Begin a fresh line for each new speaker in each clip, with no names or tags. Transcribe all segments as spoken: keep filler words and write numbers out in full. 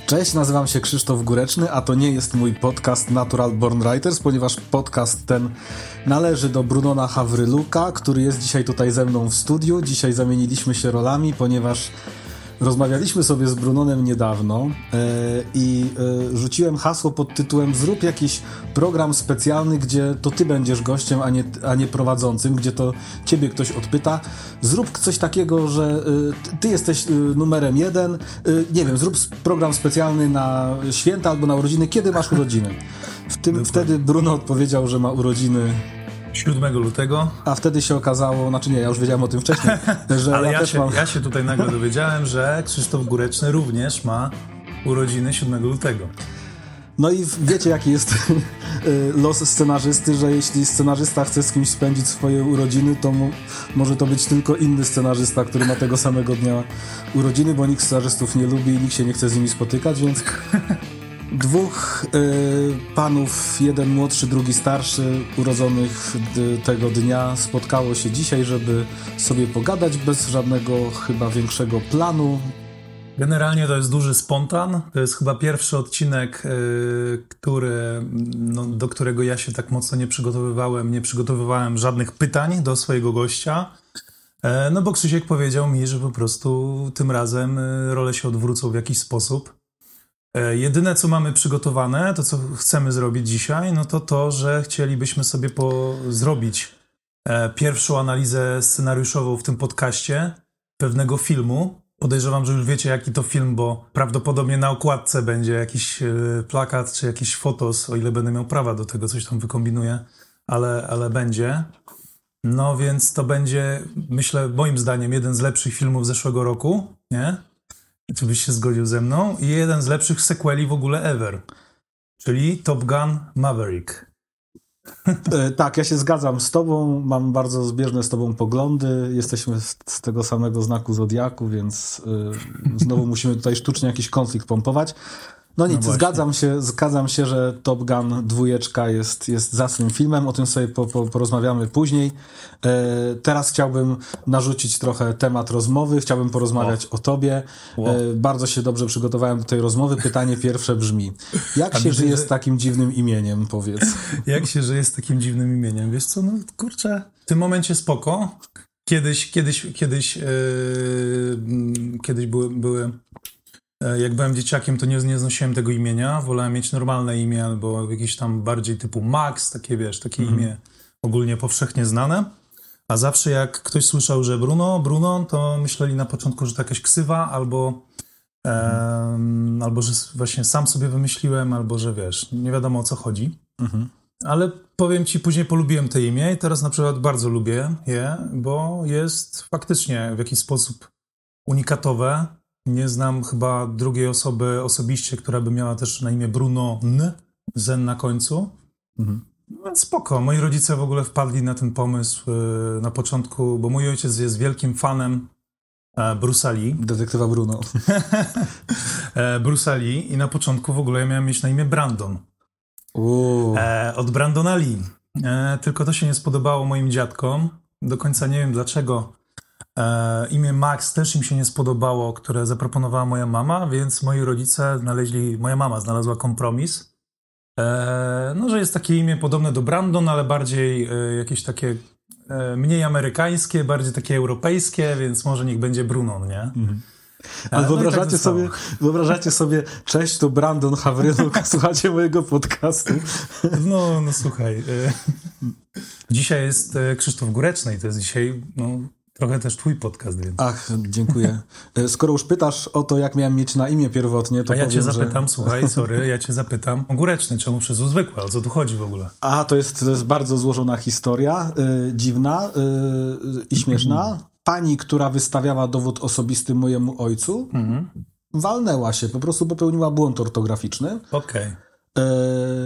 Cześć, nazywam się Krzysztof Góreczny, a to nie jest mój podcast Natural Born Writers, ponieważ podcast ten należy do Brunona Hawryluka, który jest dzisiaj tutaj ze mną w studiu. Dzisiaj zamieniliśmy się rolami, ponieważ rozmawialiśmy sobie z Brunonem niedawno yy, i yy, rzuciłem hasło pod tytułem zrób jakiś program specjalny, gdzie to ty będziesz gościem, a nie, a nie prowadzącym, gdzie to ciebie ktoś odpyta. Zrób coś takiego, że yy, ty jesteś yy, numerem jeden. Yy, nie wiem, zrób program specjalny na święta albo na urodziny. Kiedy masz urodziny? W tym, wtedy Bruno odpowiedział, że ma urodziny
siódmego lutego.
A wtedy się okazało, znaczy nie, ja już wiedziałem o tym wcześniej, że
Ale
ja,
ja,
też
się,
mam...
ja się tutaj nagle dowiedziałem, że Krzysztof Góreczny również ma urodziny siódmego lutego.
No i wiecie, jaki jest los scenarzysty, że jeśli scenarzysta chce z kimś spędzić swoje urodziny, to mu, może to być tylko inny scenarzysta, który ma tego samego dnia urodziny, bo nikt scenarzystów nie lubi i nikt się nie chce z nimi spotykać, więc... Dwóch y, panów, jeden młodszy, drugi starszy, urodzonych d- tego dnia spotkało się dzisiaj, żeby sobie pogadać bez żadnego chyba większego planu.
Generalnie to jest duży spontan. To jest chyba pierwszy odcinek, y, który, no, do którego ja się tak mocno nie przygotowywałem. Nie przygotowywałem żadnych pytań do swojego gościa. E, no bo Krzysiek powiedział mi, że po prostu tym razem y, role się odwrócą w jakiś sposób. Jedyne, co mamy przygotowane, to co chcemy zrobić dzisiaj, no to to, że chcielibyśmy sobie po zrobić e, pierwszą analizę scenariuszową w tym podcaście pewnego filmu. Podejrzewam, że już wiecie, jaki to film, bo prawdopodobnie na okładce będzie jakiś e, plakat czy jakiś fotos, o ile będę miał prawa do tego, coś tam wykombinuję, ale, ale będzie. No więc to będzie, myślę, moim zdaniem, jeden z lepszych filmów zeszłego roku, nie? Czy byś się zgodził ze mną? I jeden z lepszych sequeli w ogóle ever. Czyli Top Gun Maverick.
E, tak, ja się zgadzam z tobą. Mam bardzo zbieżne z tobą poglądy. Jesteśmy z, z tego samego znaku zodiaku, więc y, znowu musimy tutaj sztucznie jakiś konflikt pompować. No nic, no zgadzam się, zgadzam się, że Top Gun dwójeczka jest, jest zacnym filmem, o tym sobie po, po, porozmawiamy później. E, teraz chciałbym narzucić trochę temat rozmowy, chciałbym porozmawiać o, o tobie. E, bardzo się dobrze przygotowałem do tej rozmowy. Pytanie pierwsze brzmi, jak się żyje z takim dziwnym imieniem, powiedz?
Jak się żyje z takim dziwnym imieniem? Wiesz co, no kurczę, w tym momencie spoko. Kiedyś, kiedyś, kiedyś, yy, kiedyś były... były Jak byłem dzieciakiem, to nie, nie znosiłem tego imienia. Wolałem mieć normalne imię albo jakieś tam bardziej typu Max, takie wiesz, takie mm. imię ogólnie powszechnie znane. A zawsze jak ktoś słyszał, że Bruno, Bruno, to myśleli na początku, że to jakaś ksywa albo, mm. e, albo że właśnie sam sobie wymyśliłem, albo że wiesz, nie wiadomo o co chodzi. Mm-hmm. Ale powiem ci, później polubiłem to imię i teraz na przykład bardzo lubię je, bo jest faktycznie w jakiś sposób unikatowe. Nie znam chyba drugiej osoby osobiście, która by miała też na imię Bruno N, Zen na końcu. Mhm. No spoko. Moi rodzice w ogóle wpadli na ten pomysł yy, na początku, bo mój ojciec jest wielkim fanem e, Bruce'a Lee.
Detektywa Bruno.
e, Bruce'a Lee i na początku w ogóle ja miałem mieć na imię Brandon. E, od Brandona Lee. E, tylko to się nie spodobało moim dziadkom. Do końca nie wiem dlaczego. E, imię Max też im się nie spodobało, które zaproponowała moja mama, więc moi rodzice znaleźli, moja mama znalazła kompromis. E, no, że jest takie imię podobne do Brandon, ale bardziej e, jakieś takie e, mniej amerykańskie, bardziej takie europejskie, więc może niech będzie Bruno, nie? Mhm.
Ale wyobrażacie, no tak sobie, wyobrażacie sobie, cześć, to Brandon Hawryluk, słuchacie mojego podcastu.
No, no słuchaj. E, dzisiaj jest Krzysztof Góreczny i to jest dzisiaj, no, trochę też twój podcast, więc...
Ach, dziękuję. Skoro już pytasz o to, jak miałem mieć na imię pierwotnie, to
A ja
powiem,
cię zapytam,
że...
słuchaj, sorry, ja cię zapytam o Góreczny, czemu przez U zwykłe, o co tu chodzi w ogóle?
A, to jest, to jest bardzo złożona historia, yy, dziwna yy, i śmieszna. Mm. Pani, która wystawiała dowód osobisty mojemu ojcu, mm. walnęła się, po prostu popełniła błąd ortograficzny.
Okej. Okay.
Yy,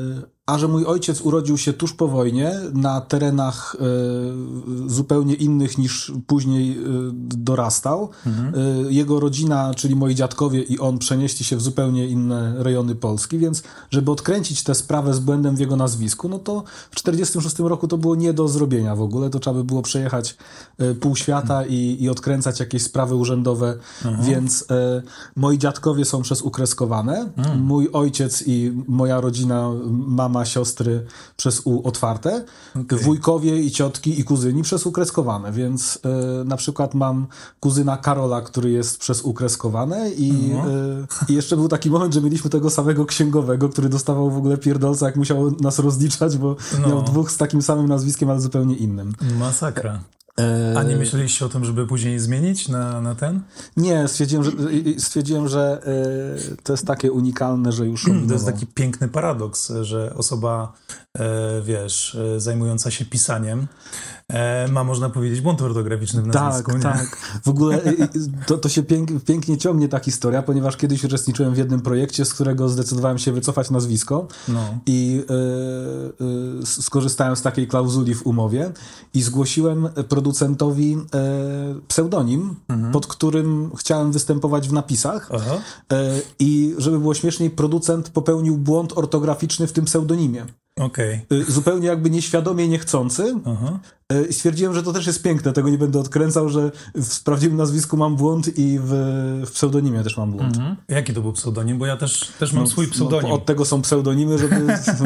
a że mój ojciec urodził się tuż po wojnie na terenach y, zupełnie innych niż później y, dorastał. Mhm. Y, jego rodzina, czyli moi dziadkowie i on przenieśli się w zupełnie inne rejony Polski, więc żeby odkręcić tę sprawę z błędem w jego nazwisku, no to w czterdziestym szóstym roku to było nie do zrobienia w ogóle. To trzeba by było przejechać y, pół świata mhm. i, i odkręcać jakieś sprawy urzędowe, mhm. więc y, moi dziadkowie są przez ukreskowane. Mhm. Mój ojciec i moja rodzina, mama, siostry przez U otwarte, okay. wujkowie i ciotki i kuzyni przez ukreskowane, więc y, na przykład mam kuzyna Karola, który jest przez ukreskowane i, no. y, i jeszcze był taki moment, że mieliśmy tego samego księgowego, który dostawał w ogóle pierdolca, jak musiał nas rozliczać, bo no. miał dwóch z takim samym nazwiskiem, ale zupełnie innym.
Masakra. A nie myśleliście o tym, żeby później zmienić na, na ten?
Nie, stwierdziłem, że, stwierdziłem, że y, to jest takie unikalne, że już...
To jest taki piękny paradoks, że osoba, e, wiesz, e, zajmująca się pisaniem e, ma, można powiedzieć, błąd ortograficzny w nazwisku.
Tak,
nie?
tak. W ogóle to, to się pięk, pięknie ciągnie ta historia, ponieważ kiedyś uczestniczyłem w jednym projekcie, z którego zdecydowałem się wycofać nazwisko no. i y, y, skorzystałem z takiej klauzuli w umowie i zgłosiłem producentowi e, pseudonim, mhm. pod którym chciałem występować w napisach e, i żeby było śmieszniej, producent popełnił błąd ortograficzny w tym pseudonimie.
Okay.
E, zupełnie jakby nieświadomie niechcący. Aha. E, stwierdziłem, że to też jest piękne, tego nie będę odkręcał, że w prawdziwym nazwisku mam błąd i w, w pseudonimie też mam błąd. Mhm.
Jaki to był pseudonim? Bo ja też, też mam
no,
swój pseudonim.
No, od tego są pseudonimy, żeby...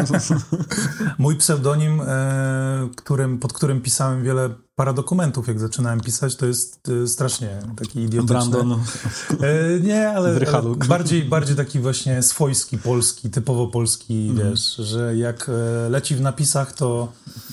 Mój pseudonim, e, którym, pod którym pisałem wiele paradokumentów, jak zaczynałem pisać, to jest e, strasznie taki idiotyczny.
Brandon.
E, nie, ale, ale bardziej, bardziej taki właśnie swojski, polski, typowo polski, mm. wiesz, że jak e, leci w napisach, to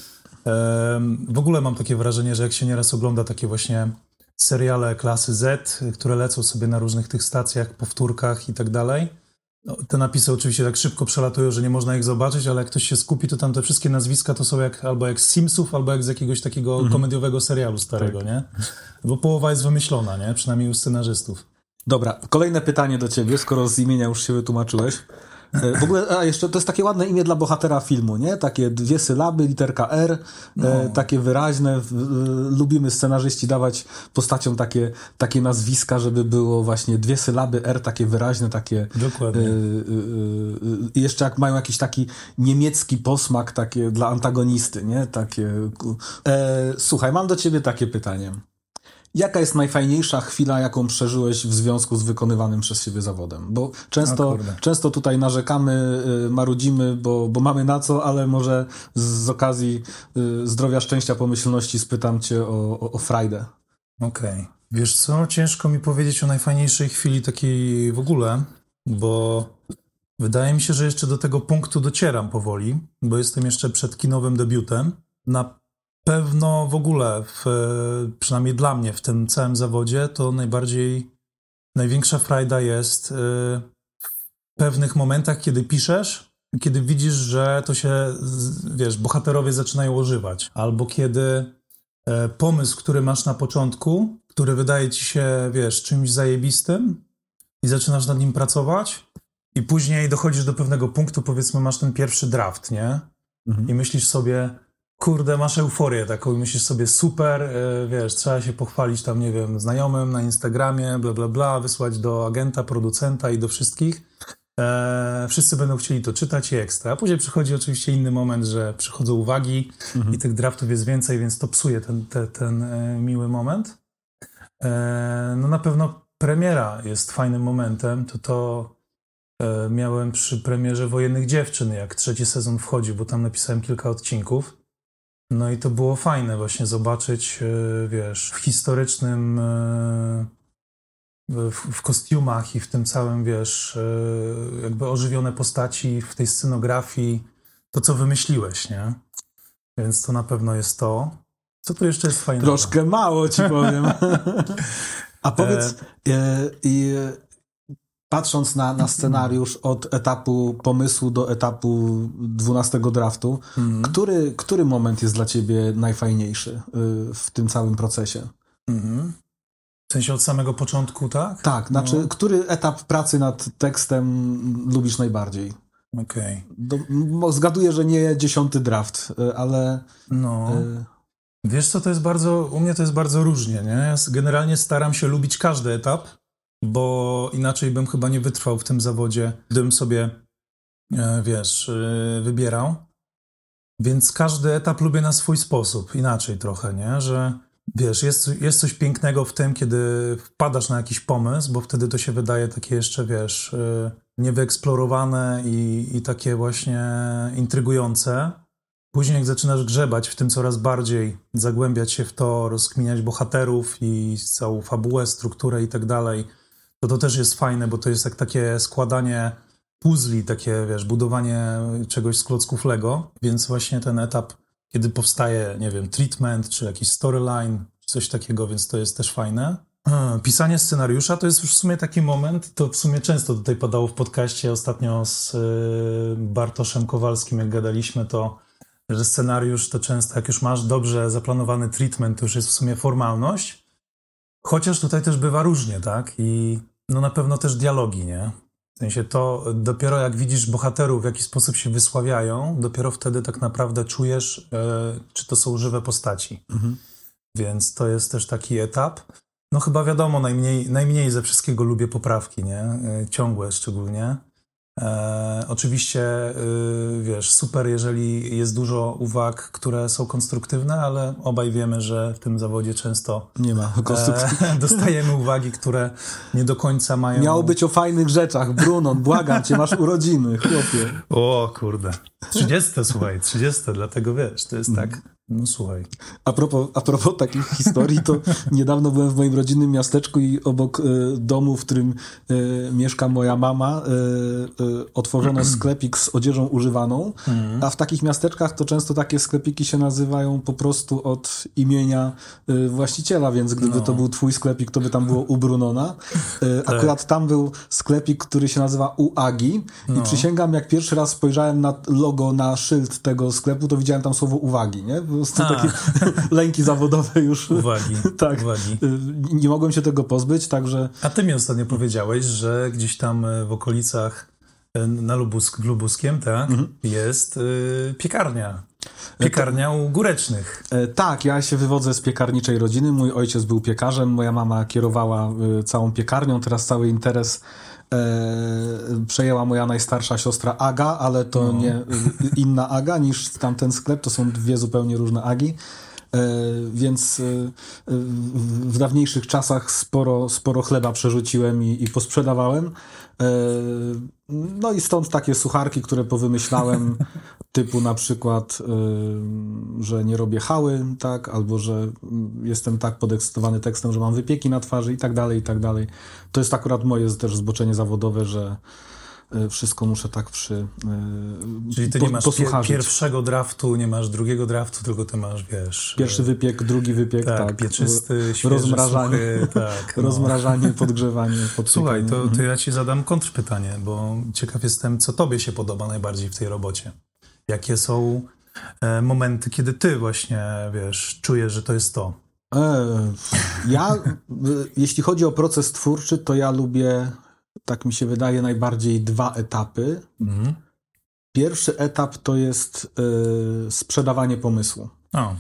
e, w ogóle mam takie wrażenie, że jak się nieraz ogląda takie właśnie seriale klasy Z, które lecą sobie na różnych tych stacjach, powtórkach i tak dalej, no, te napisy oczywiście tak szybko przelatują, że nie można ich zobaczyć, ale jak ktoś się skupi, to tam te wszystkie nazwiska to są jak, albo jak z Simsów, albo jak z jakiegoś takiego mhm. komediowego serialu starego, tak. nie? Bo połowa jest wymyślona, nie? Przynajmniej u scenarzystów. Dobra, kolejne pytanie do ciebie, skoro z imienia już się wytłumaczyłeś. W ogóle, a jeszcze to jest takie ładne imię dla bohatera filmu, nie? Takie dwie sylaby, literka R, no. e, takie wyraźne. W, e, lubimy scenarzyści dawać postaciom takie, takie nazwiska, żeby było właśnie dwie sylaby, R, takie wyraźne, takie... Dokładnie.
E, e, e, jeszcze jak mają jakiś taki niemiecki posmak, takie dla antagonisty, nie? Takie... E, słuchaj, mam do ciebie takie pytanie. Jaka jest najfajniejsza chwila, jaką przeżyłeś w związku z wykonywanym przez siebie zawodem? Bo często, często tutaj narzekamy, marudzimy, bo, bo mamy na co, ale może z, z okazji zdrowia, szczęścia, pomyślności spytam cię o, o, o frajdę.
Okej. Okay. Wiesz co, ciężko mi powiedzieć o najfajniejszej chwili takiej w ogóle, bo wydaje mi się, że jeszcze do tego punktu docieram powoli, bo jestem jeszcze przed kinowym debiutem. Na pewno w ogóle, w, przynajmniej dla mnie w tym całym zawodzie, to najbardziej, największa frajda jest w pewnych momentach, kiedy piszesz, kiedy widzisz, że to się, wiesz, bohaterowie zaczynają ożywać, albo kiedy pomysł, który masz na początku, który wydaje ci się, wiesz, czymś zajebistym i zaczynasz nad nim pracować i później dochodzisz do pewnego punktu, powiedzmy, masz ten pierwszy draft, nie? Mhm. I myślisz sobie, kurde, masz euforię taką i myślisz sobie, super, wiesz, trzeba się pochwalić tam, nie wiem, znajomym na Instagramie, bla, bla, bla, wysłać do agenta, producenta i do wszystkich. E, wszyscy będą chcieli to czytać i ekstra. A później przychodzi oczywiście inny moment, że przychodzą uwagi mhm. i tych draftów jest więcej, więc to psuje ten, ten, ten e, miły moment. E, no na pewno premiera jest fajnym momentem. To to e, miałem przy premierze Wojennych Dziewczyn, jak trzeci sezon wchodził, bo tam napisałem kilka odcinków. No i to było fajne właśnie zobaczyć, e, wiesz, w historycznym... E, W, w kostiumach i w tym całym, wiesz, jakby ożywione postaci, w tej scenografii, to co wymyśliłeś, nie? Więc to na pewno jest to. Co tu jeszcze jest fajnego?
Troszkę mało ci powiem. A powiedz, e, e, patrząc na, na scenariusz od etapu pomysłu do etapu dwunastego draftu, mm. który, który moment jest dla ciebie najfajniejszy w tym całym procesie?
Mhm. W sensie od samego początku, tak?
Tak, znaczy, no. Który etap pracy nad tekstem lubisz najbardziej?
Okej.
Okay. Zgaduję, że nie dziesiąty draft, ale...
No... Y- Wiesz co, to jest bardzo, u mnie to jest bardzo różnie, nie? Ja generalnie staram się lubić każdy etap, bo inaczej bym chyba nie wytrwał w tym zawodzie, gdybym sobie, wiesz, wybierał. Więc każdy etap lubię na swój sposób, inaczej trochę, nie? Że wiesz, jest, jest coś pięknego w tym, kiedy wpadasz na jakiś pomysł, bo wtedy to się wydaje takie jeszcze, wiesz, niewyeksplorowane i, i takie właśnie intrygujące. Później jak zaczynasz grzebać w tym coraz bardziej, zagłębiać się w to, rozkminiać bohaterów i całą fabułę, strukturę i tak dalej, to to też jest fajne, bo to jest jak takie składanie puzli, takie, wiesz, budowanie czegoś z klocków Lego, więc właśnie ten etap, kiedy powstaje, nie wiem, treatment, czy jakiś storyline, czy coś takiego, więc to jest też fajne. Pisanie scenariusza to jest już w sumie taki moment, to w sumie często tutaj padało w podcaście ostatnio z Bartoszem Kowalskim, jak gadaliśmy, to że scenariusz to często, jak już masz dobrze zaplanowany treatment, to już jest w sumie formalność. Chociaż tutaj też bywa różnie, tak? I no na pewno też dialogi, nie? W sensie to dopiero jak widzisz bohaterów, w jaki sposób się wysławiają, dopiero wtedy tak naprawdę czujesz, e, czy to są żywe postaci. Mhm. Więc to jest też taki etap. No chyba wiadomo, najmniej, najmniej ze wszystkiego lubię poprawki, nie? E, ciągłe szczególnie. E, oczywiście, e, wiesz, super, jeżeli jest dużo uwag, które są konstruktywne, ale obaj wiemy, że w tym zawodzie często
nie ma konstruktywnych.
E, dostajemy uwagi, które nie do końca mają...
Miało być o fajnych rzeczach. Brunon, błagam cię, masz urodziny, chłopie.
O kurde, trzydzieste, słuchaj, trzydzieste, dlatego wiesz, to jest mm. tak... No słuchaj.
A propos, a propos takich historii, to niedawno byłem w moim rodzinnym miasteczku i obok y, domu, w którym y, mieszka moja mama, y, y, otworzono sklepik z odzieżą używaną, mm. a w takich miasteczkach to często takie sklepiki się nazywają po prostu od imienia y, właściciela, więc gdyby no. to był twój sklepik, to by tam było u Brunona. Y, tak. Akurat tam był sklepik, który się nazywa u Agi no. i przysięgam, jak pierwszy raz spojrzałem na logo, na szyld tego sklepu, to widziałem tam słowo uwagi, nie? Po prostu A. takie lęki zawodowe już.
Uwagi.
tak.
Uwagi.
Nie mogłem się tego pozbyć, także...
A ty mi ostatnio powiedziałeś, że gdzieś tam w okolicach na Lubusk, w Lubuskiem, tak, mhm. jest y, piekarnia. Piekarnia u Górecznych.
E, tak, ja się wywodzę z piekarniczej rodziny. Mój ojciec był piekarzem, moja mama kierowała y, całą piekarnią. Teraz cały interes E, przejęła moja najstarsza siostra Aga, ale to no. nie inna Aga niż tamten sklep, to są dwie zupełnie różne Agi, e, więc e, w dawniejszych czasach sporo, sporo chleba przerzuciłem i, i posprzedawałem. E, no i stąd takie sucharki, które powymyślałem, typu na przykład, y, że nie robię chały, tak, albo że jestem tak podekscytowany tekstem, że mam wypieki na twarzy i tak dalej, i tak dalej. To jest akurat moje też zboczenie zawodowe, że y, wszystko muszę tak przy y,
Czyli ty po, nie masz pie- pierwszego draftu, nie masz drugiego draftu, tylko ty masz, wiesz...
Pierwszy wypiek, drugi wypiek, tak.
tak pieczysty, świeży,
rozmrażanie,
suchy, tak. No.
Rozmrażanie, podgrzewanie, podpiekanie.
Słuchaj, to, to ja ci zadam kontrpytanie, bo ciekaw jestem, co tobie się podoba najbardziej w tej robocie. Jakie są e, momenty, kiedy ty właśnie, wiesz, czujesz, że to jest to?
E, ja, jeśli chodzi o proces twórczy, to ja lubię, tak mi się wydaje, najbardziej dwa etapy. Mhm. Pierwszy etap to jest e, sprzedawanie pomysłu. O.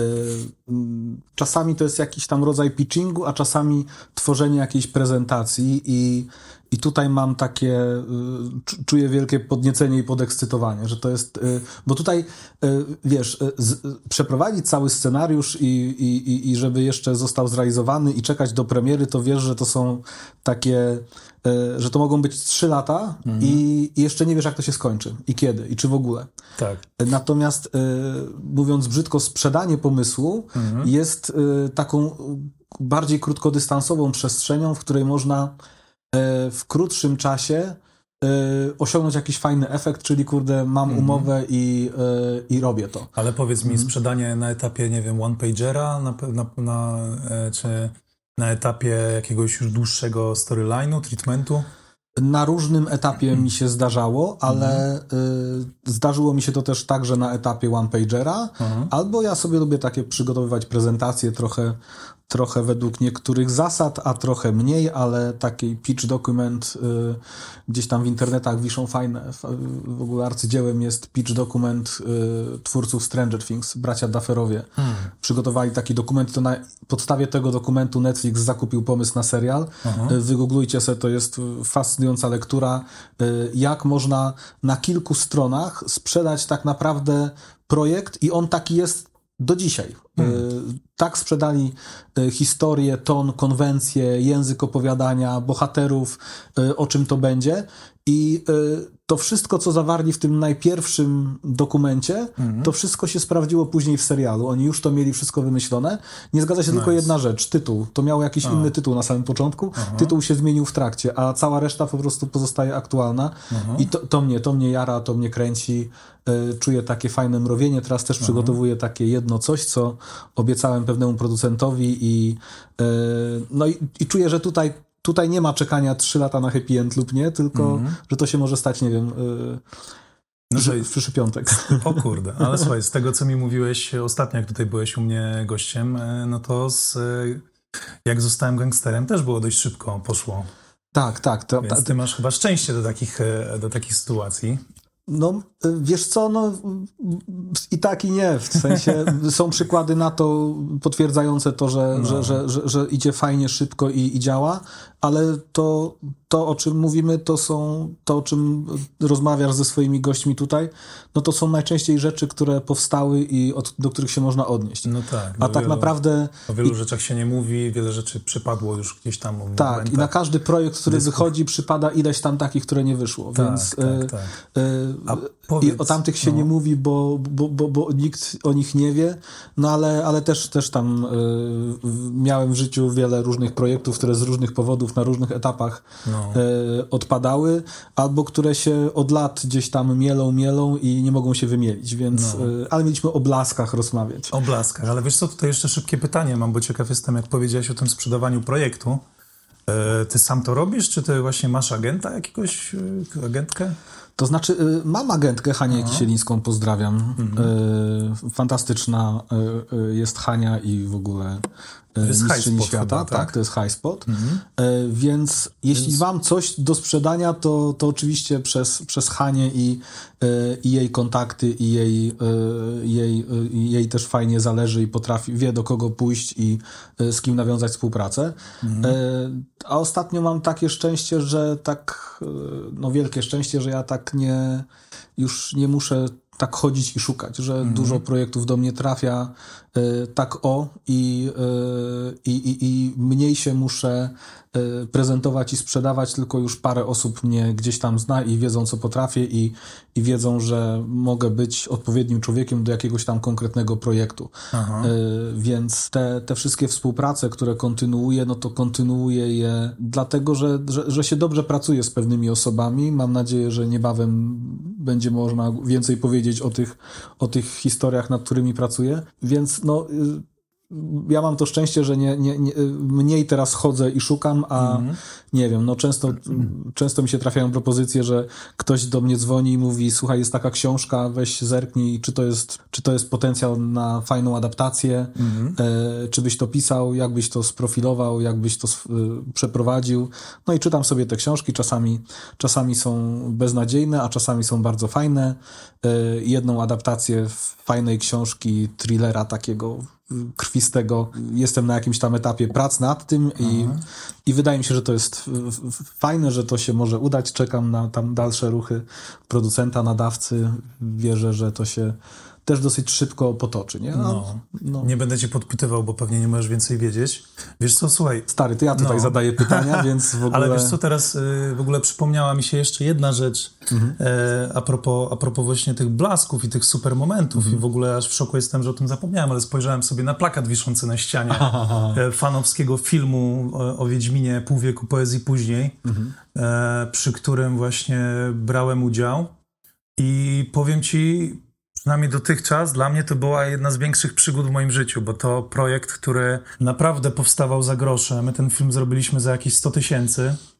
Czasami to jest jakiś tam rodzaj pitchingu, a czasami tworzenie jakiejś prezentacji i, i tutaj mam takie, czuję wielkie podniecenie i podekscytowanie, że to jest, bo tutaj, wiesz, z, przeprowadzić cały scenariusz i, i, i żeby jeszcze został zrealizowany i czekać do premiery, to wiesz, że to są takie, że to mogą być trzy lata mhm. i, i jeszcze nie wiesz, jak to się skończy i kiedy i czy w ogóle.
Tak.
Natomiast y, mówiąc brzydko, sprzedanie pomysłu mhm. jest y, taką bardziej krótkodystansową przestrzenią, w której można y, w krótszym czasie y, osiągnąć jakiś fajny efekt, czyli kurde, mam mhm. umowę i, y, i robię to.
Ale powiedz mi, mhm. sprzedanie na etapie, nie wiem, one-pagera na, na, na, czy na etapie jakiegoś już dłuższego storyline'u, treatmentu?
Na różnym etapie mi się zdarzało, ale mhm. y, zdarzyło mi się to też także na etapie one-pagera, mhm. albo ja sobie lubię takie przygotowywać prezentacje trochę, trochę według niektórych zasad, a trochę mniej, ale taki pitch dokument y, gdzieś tam w internetach wiszą fajne. W ogóle arcydziełem jest pitch dokument y, twórców Stranger Things, bracia Dufferowie. Hmm. Przygotowali taki dokument, to na podstawie tego dokumentu Netflix zakupił pomysł na serial. Uh-huh. Y, wygooglujcie sobie, to jest fascynująca lektura, y, jak można na kilku stronach sprzedać tak naprawdę projekt i on taki jest do dzisiaj. Hmm. Tak sprzedali historię, ton, konwencję, język opowiadania, bohaterów, o czym to będzie. I to wszystko, co zawarli w tym najpierwszym dokumencie, hmm. to wszystko się sprawdziło później w serialu. Oni już to mieli wszystko wymyślone. Nie zgadza się nice. Tylko jedna rzecz, tytuł. To miało jakiś a. inny tytuł na samym początku. Aha. Tytuł się zmienił w trakcie, a cała reszta po prostu pozostaje aktualna. Aha. I to, to mnie, to mnie jara, to mnie kręci. Czuję takie fajne mrowienie. Teraz też Aha. przygotowuję takie jedno coś, co obiecałem pewnemu producentowi i, no i, i czuję, że tutaj Tutaj nie ma czekania trzy lata na happy end lub nie, tylko mm-hmm. że to się może stać, nie wiem, yy, no przy, w przyszły piątek.
O kurde, ale słuchaj, z tego, co mi mówiłeś ostatnio, jak tutaj byłeś u mnie gościem, no to z, jak zostałem gangsterem, też było dość szybko, poszło.
Tak, tak. To,
Więc ty masz chyba szczęście do takich, do takich sytuacji.
No, wiesz co, no i tak i nie, w sensie są przykłady na to potwierdzające to, że, no. że, że, że, że idzie fajnie, szybko i, i działa, ale to, to, o czym mówimy, to są, to o czym rozmawiasz ze swoimi gośćmi tutaj, no to są najczęściej rzeczy, które powstały i od, do których się można odnieść.
No tak.
A tak
wielu,
naprawdę...
O wielu i, rzeczach się nie mówi, wiele rzeczy przypadło już gdzieś tam.
Tak, momentach. I na każdy projekt, który dysków. wychodzi, przypada ileś tam takich, które nie wyszło,
tak,
więc...
Tak,
y,
tak.
Y,
A powiedz,
I o tamtych się no. nie mówi, bo, bo, bo, bo nikt o nich nie wie, no ale, ale też, też tam y, miałem w życiu wiele różnych projektów, które z różnych powodów na różnych etapach no. y, odpadały, albo które się od lat gdzieś tam mielą, mielą i nie mogą się wymielić, więc no. y, ale mieliśmy o blaskach rozmawiać.
O blaskach, ale wiesz co, tutaj jeszcze szybkie pytanie mam, bo ciekaw jestem, jak powiedziałeś o tym sprzedawaniu projektu. Y, ty sam to robisz, czy ty właśnie masz agenta jakiegoś, y, agentkę?
To znaczy, y, mam agentkę Hanię Aha. Kisielińską, pozdrawiam. Mhm. Y, fantastyczna y, y, jest Hania i w ogóle y, mistrzyni świata. Chyba, tak? tak, to jest High Spot. Mhm. Y, więc jeśli więc... mam coś do sprzedania, to, to oczywiście przez, przez Hanię i, y, i jej kontakty i jej, y, jej, y, jej też fajnie zależy i potrafi, wie do kogo pójść i y, z kim nawiązać współpracę. Mhm. Y, a ostatnio mam takie szczęście, że tak, y, no wielkie szczęście, że ja tak nie, już nie muszę tak chodzić i szukać, że mm. dużo projektów do mnie trafia y, tak o i, y, i, i mniej się muszę y, prezentować i sprzedawać, tylko już parę osób mnie gdzieś tam zna i wiedzą, co potrafię i, i wiedzą, że mogę być odpowiednim człowiekiem do jakiegoś tam konkretnego projektu. Y, więc te, te wszystkie współprace, które kontynuuję, no to kontynuuję je dlatego, że, że, że się dobrze pracuje z pewnymi osobami. Mam nadzieję, że niebawem będzie można więcej powiedzieć o tych, o tych historiach, nad którymi pracuję. Więc no, ja mam to szczęście, że nie, nie, nie, mniej teraz chodzę i szukam, a mm. nie wiem, no często, często mi się trafiają propozycje, że ktoś do mnie dzwoni i mówi, słuchaj, jest taka książka, weź zerknij, czy to jest, czy to jest potencjał na fajną adaptację, mm. e, czy byś to pisał, jak byś to sprofilował, jak byś to e, przeprowadził. No i czytam sobie te książki, czasami, czasami są beznadziejne, a czasami są bardzo fajne. E, jedną adaptację fajnej książki, thrillera takiego krwistego. Jestem na jakimś tam etapie prac nad tym i, i wydaje mi się, że to jest fajne, że to się może udać. Czekam na tam dalsze ruchy producenta, nadawcy. Wierzę, że to się też dosyć szybko potoczy, nie?
No, no. Nie będę cię podpytywał, bo pewnie nie możesz więcej wiedzieć. Wiesz co, słuchaj...
Stary, to ja tutaj no. zadaję pytania, więc w ogóle...
Ale wiesz co, teraz y, w ogóle przypomniała mi się jeszcze jedna rzecz mhm. e, a, propos, a propos właśnie tych blasków i tych super momentów mhm. i w ogóle aż w szoku jestem, że o tym zapomniałem, ale spojrzałem sobie na plakat wiszący na ścianie e, fanowskiego filmu o, o Wiedźminie Pół wieku poezji później, mhm. e, przy którym właśnie brałem udział i powiem ci... Przynajmniej dotychczas dla mnie to była jedna z większych przygód w moim życiu, bo to projekt, który naprawdę powstawał za grosze. My ten film zrobiliśmy za jakieś sto tysięcy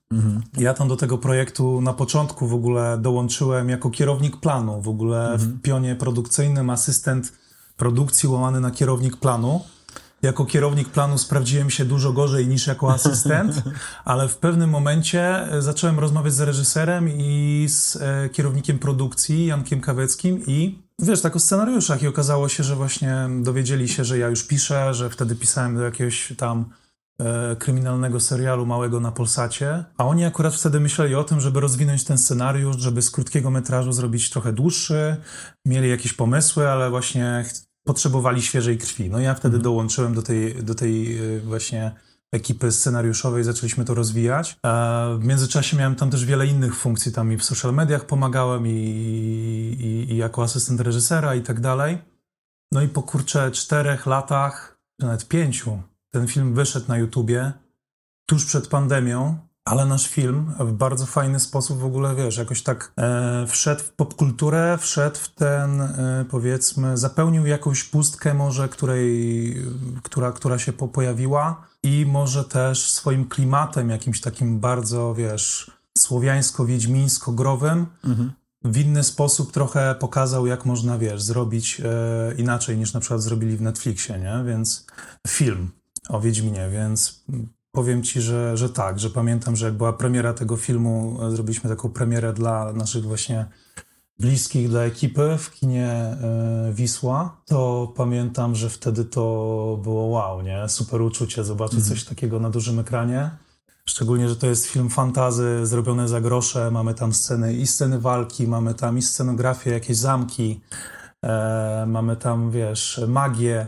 Mhm. Ja tam do tego projektu na początku w ogóle dołączyłem jako kierownik planu, w ogóle mhm. w pionie produkcyjnym, asystent produkcji łamany na kierownik planu. Jako kierownik planu sprawdziłem się dużo gorzej niż jako asystent, ale w pewnym momencie zacząłem rozmawiać z reżyserem i z e, kierownikiem produkcji, Jankiem Kaweckim i wiesz, tak o scenariuszach i okazało się, że właśnie dowiedzieli się, że ja już piszę, że wtedy pisałem do jakiegoś tam e, kryminalnego serialu małego na Polsacie, a oni akurat wtedy myśleli o tym, żeby rozwinąć ten scenariusz, żeby z krótkiego metrażu zrobić trochę dłuższy, mieli jakieś pomysły, ale właśnie potrzebowali świeżej krwi. No ja wtedy mhm. dołączyłem do tej, do tej właśnie ekipy scenariuszowej, zaczęliśmy to rozwijać. W międzyczasie miałem tam też wiele innych funkcji, tam i w social mediach pomagałem i, i, i jako asystent reżysera i tak dalej. No i po kurczę czterech latach, czy nawet pięciu, ten film wyszedł na YouTubie tuż przed pandemią, ale nasz film w bardzo fajny sposób w ogóle, wiesz, jakoś tak e, wszedł w popkulturę, wszedł w ten, e, powiedzmy, zapełnił jakąś pustkę może, której, która, która się po, pojawiła i może też swoim klimatem jakimś takim bardzo, wiesz, słowiańsko-wiedźmińsko-growym mhm. w inny sposób trochę pokazał, jak można, wiesz, zrobić e, inaczej niż na przykład zrobili w Netflixie, nie? Więc film o Wiedźminie, więc powiem ci, że, że tak, że pamiętam, że jak była premiera tego filmu, zrobiliśmy taką premierę dla naszych właśnie bliskich, dla ekipy w kinie y, Wisła, to pamiętam, że wtedy to było wow, nie? Super uczucie zobaczyć mm. coś takiego na dużym ekranie. Szczególnie, że to jest film fantasy zrobiony za grosze, mamy tam sceny i sceny walki, mamy tam i scenografię, jakieś zamki, e, mamy tam, wiesz, magię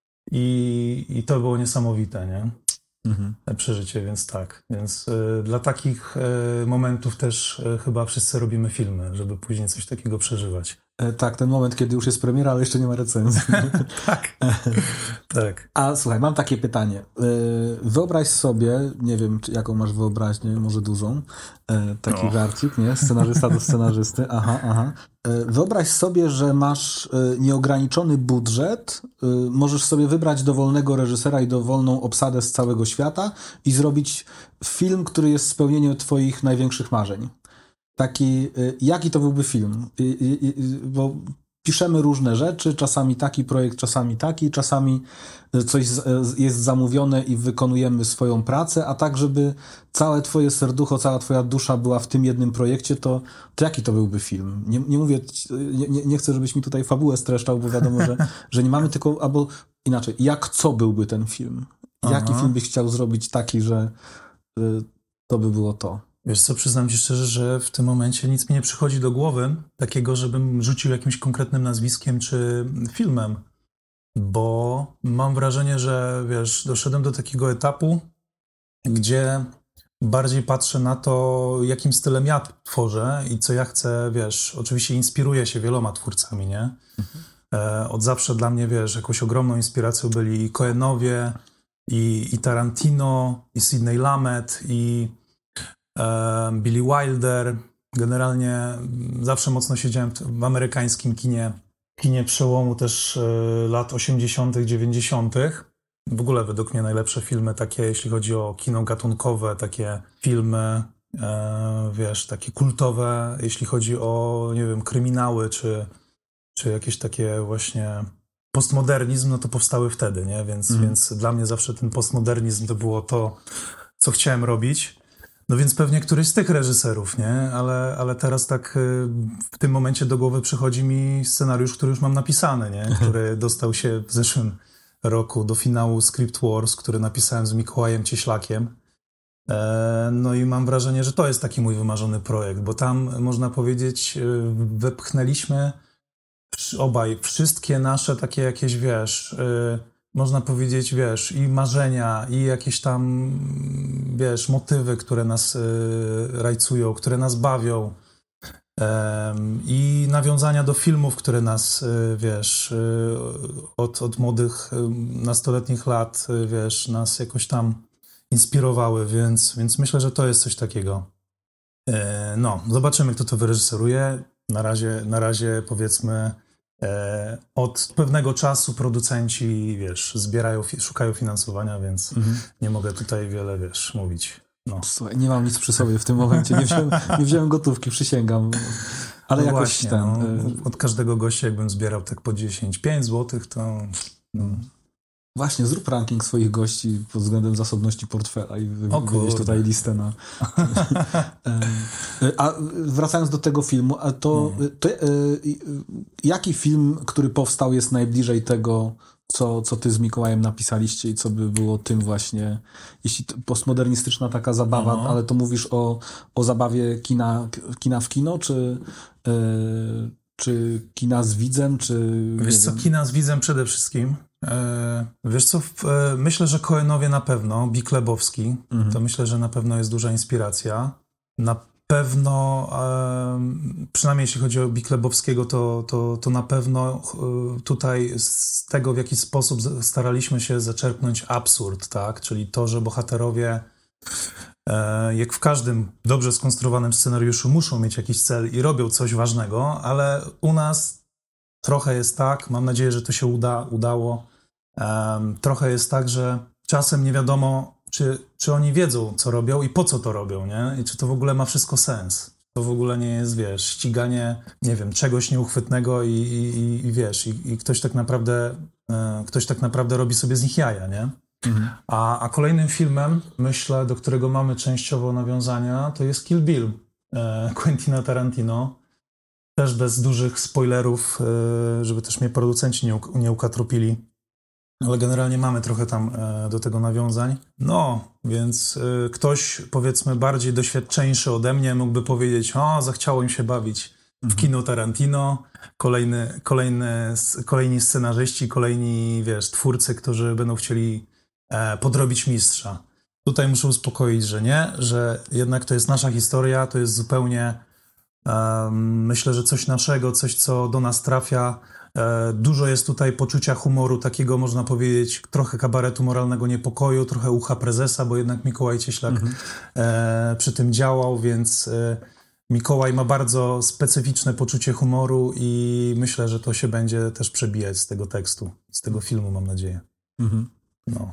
i, i to było niesamowite, nie? Mhm. Przeżycie, więc tak. Więc y, dla takich y, momentów też y, chyba wszyscy robimy filmy, żeby później coś takiego przeżywać.
E, tak, ten moment, kiedy już jest premiera, ale jeszcze nie ma recenzji.
tak. tak.
A słuchaj, mam takie pytanie. Y, wyobraź sobie, nie wiem, czy, jaką masz wyobraźnię, może dużą, y, taki no. żarcik, nie? Scenarzysta do scenarzysty. Aha, aha. Y, wyobraź sobie, że masz y, nieograniczony budżet, y, możesz sobie wybrać dowolnego reżysera i dowolną obsadę z całego świata i zrobić film, który jest spełnieniem twoich największych marzeń. Taki, jaki to byłby film? I, i, i, bo piszemy różne rzeczy, czasami taki projekt, czasami taki, czasami coś z, jest zamówione i wykonujemy swoją pracę, a tak, żeby całe twoje serducho, cała twoja dusza była w tym jednym projekcie, to, to jaki to byłby film? Nie, nie mówię, nie, nie chcę, żebyś mi tutaj fabułę streszczał, bo wiadomo, że, że nie mamy tylko, albo inaczej, jak co byłby ten film? Jaki Aha. film byś chciał zrobić taki, że y, to by było to?
Wiesz co, przyznam ci szczerze, że w tym momencie nic mi nie przychodzi do głowy takiego, żebym rzucił jakimś konkretnym nazwiskiem czy filmem, bo mam wrażenie, że wiesz, doszedłem do takiego etapu, gdzie bardziej patrzę na to, jakim stylem ja tworzę i co ja chcę, wiesz, oczywiście inspiruję się wieloma twórcami, nie? Mhm. E, od zawsze dla mnie, wiesz, jakąś ogromną inspiracją byli i Coenowie, i, i Tarantino, i Sidney Lumet, i Billy Wilder. Generalnie zawsze mocno siedziałem w amerykańskim kinie, kinie przełomu też lat osiemdziesiątych, dziewięćdziesiątych. W ogóle według mnie najlepsze filmy takie, jeśli chodzi o kino gatunkowe, takie filmy, e, wiesz, takie kultowe, jeśli chodzi o, nie wiem, kryminały, czy, czy jakieś takie właśnie postmodernizm, no to powstały wtedy, nie? Więc, mm. więc dla mnie zawsze ten postmodernizm to było to, co chciałem robić. No więc pewnie któryś z tych reżyserów, nie? Ale, ale teraz tak w tym momencie do głowy przychodzi mi scenariusz, który już mam napisany, nie? Który dostał się w zeszłym roku do finału Script Wars, który napisałem z Mikołajem Cieślakiem. E, no i mam wrażenie, że to jest taki mój wymarzony projekt, bo tam, można powiedzieć, wepchnęliśmy obaj wszystkie nasze takie jakieś, wiesz... można powiedzieć, wiesz, i marzenia, i jakieś tam, wiesz, motywy, które nas y, rajcują, które nas bawią, y, i nawiązania do filmów, które nas, y, wiesz, y, od, od młodych, y, nastoletnich lat, y, wiesz, nas jakoś tam inspirowały, więc, więc myślę, że to jest coś takiego. Y, no, zobaczymy, kto to wyreżyseruje. Na razie, na razie powiedzmy, od pewnego czasu producenci, wiesz, zbierają, szukają finansowania, więc mhm. nie mogę tutaj wiele, wiesz, mówić. No.
Słuchaj, nie mam nic przy sobie w tym momencie, nie wziąłem, nie wziąłem gotówki, przysięgam. Ale
no
jakoś
właśnie,
ten...
No, od każdego gościa jakbym zbierał tak po dziesięć, pięć złotych, to... No.
Właśnie, zrób ranking swoich gości pod względem zasobności portfela i wybierz tutaj listę na... A wracając do tego filmu, a to, hmm. to jaki film, który powstał, jest najbliżej tego, co, co ty z Mikołajem napisaliście i co by było tym właśnie, jeśli postmodernistyczna taka zabawa, mhm. ale to mówisz o, o zabawie kina, kina w kino, czy, yy, czy kina z widzem, czy...
Wiesz co, wiem. Kina z widzem przede wszystkim. E, wiesz co, w, e, myślę, że Coenowie na pewno, Big Lebowski, mhm. to myślę, że na pewno jest duża inspiracja. Na pewno, e, przynajmniej jeśli chodzi o Big Lebowskiego, to, to, to na pewno e, tutaj z tego, w jaki sposób staraliśmy się zaczerpnąć absurd, tak? Czyli to, że bohaterowie, e, jak w każdym dobrze skonstruowanym scenariuszu, muszą mieć jakiś cel i robią coś ważnego, ale u nas trochę jest tak, mam nadzieję, że to się uda, udało, e, trochę jest tak, że czasem nie wiadomo, Czy, czy oni wiedzą, co robią i po co to robią, nie? I czy to w ogóle ma wszystko sens. To w ogóle nie jest, wiesz, ściganie, nie wiem, czegoś nieuchwytnego i, i, i wiesz, i, i ktoś tak naprawdę e, ktoś tak naprawdę robi sobie z nich jaja, nie? Mhm. A, a kolejnym filmem, myślę, do którego mamy częściowo nawiązania, to jest Kill Bill e, Quentina Tarantino. Też bez dużych spoilerów, e, żeby też mnie producenci nie, nie ukatropili. Ale generalnie mamy trochę tam e, do tego nawiązań. No, więc e, ktoś, powiedzmy, bardziej doświadczeńszy ode mnie mógłby powiedzieć, o, zachciało im się bawić w kino Tarantino, kolejny, kolejny, kolejni scenarzyści, kolejni, wiesz, twórcy, którzy będą chcieli e, podrobić mistrza. Tutaj muszę uspokoić, że nie, że jednak to jest nasza historia, to jest zupełnie, e, myślę, że coś naszego, coś, co do nas trafia. Dużo jest tutaj poczucia humoru, takiego można powiedzieć, trochę kabaretu moralnego niepokoju, trochę ucha prezesa, bo jednak Mikołaj Cieślak mhm. e, przy tym działał, więc e, Mikołaj ma bardzo specyficzne poczucie humoru i myślę, że to się będzie też przebijać z tego tekstu, z tego filmu, mam nadzieję. Mhm. No.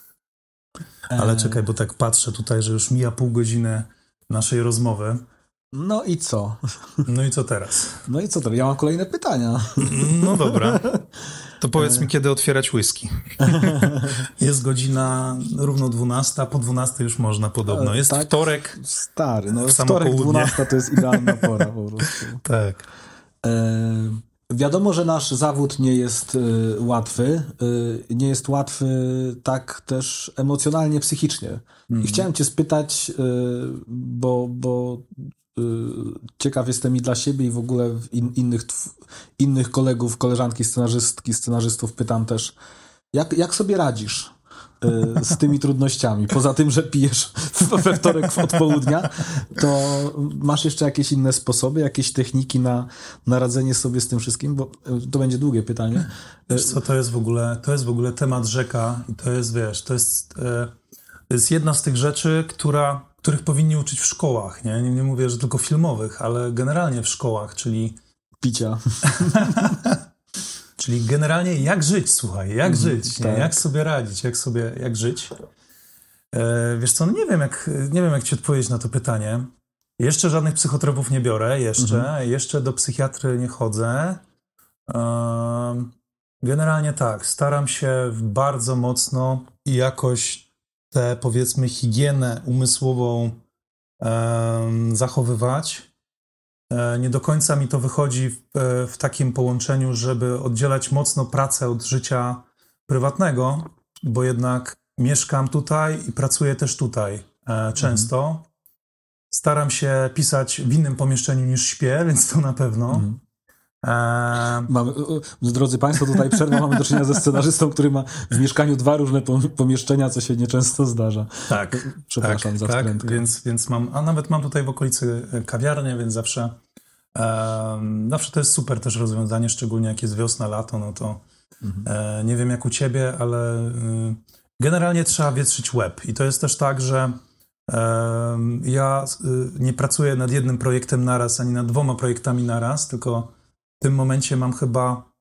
Ale czekaj, bo tak patrzę tutaj, że już mija pół godziny naszej rozmowy.
No i co?
No i co teraz?
No i co teraz? Ja mam kolejne pytania.
No dobra. To powiedz mi, kiedy otwierać whisky. Jest godzina równo dwunasta, po dwunastej już można podobno. Jest tak, wtorek.
Stary, no wtorek dwunasta to jest idealna pora po prostu.
Tak.
E, wiadomo, że nasz zawód nie jest y, łatwy. Y, nie jest łatwy tak też emocjonalnie, psychicznie. Mm. I chciałem cię spytać, y, bo... bo ciekaw jestem i dla siebie i w ogóle in, innych, innych kolegów, koleżanki, scenarzystki, scenarzystów pytam też, jak, jak sobie radzisz y, z tymi trudnościami? Poza tym, że pijesz we wtorek od południa, to masz jeszcze jakieś inne sposoby, jakieś techniki na, na radzenie sobie z tym wszystkim? Bo to będzie długie pytanie.
Wiesz co, to jest w ogóle, to jest w ogóle temat rzeka i to jest, wiesz, to jest, to jest jedna z tych rzeczy, która których powinni uczyć w szkołach, nie? Nie, nie mówię, że tylko filmowych, ale generalnie w szkołach, czyli...
Picia.
Czyli generalnie jak żyć, słuchaj, jak mm, żyć, tak. nie? Jak sobie radzić, jak sobie, jak żyć. E, wiesz co, no nie wiem, jak, nie wiem, jak ci odpowiedzieć na to pytanie. Jeszcze żadnych psychotropów nie biorę, jeszcze, mm-hmm. jeszcze do psychiatry nie chodzę. E, generalnie tak, staram się bardzo mocno i jakoś tę, powiedzmy, higienę umysłową e, zachowywać. E, nie do końca mi to wychodzi w, e, w takim połączeniu, żeby oddzielać mocno pracę od życia prywatnego, bo jednak mieszkam tutaj i pracuję też tutaj e, często. Mhm. Staram się pisać w innym pomieszczeniu niż śpię, więc to na pewno. Mhm.
Mamy, drodzy Państwo, tutaj przerwa, mamy do czynienia ze scenarzystą, który ma w mieszkaniu dwa różne pomieszczenia, co się nieczęsto zdarza.
Tak.
Przepraszam
tak,
za
tak,
wtrętkę.
Więc, więc mam, a nawet mam tutaj w okolicy kawiarnię, więc zawsze um, zawsze to jest super też rozwiązanie, szczególnie jak jest wiosna, lato, no to mhm. e, nie wiem jak u ciebie, ale y, generalnie trzeba wietrzyć łeb. I to jest też tak, że e, ja y, nie pracuję nad jednym projektem naraz, ani nad dwoma projektami naraz, tylko w tym momencie mam chyba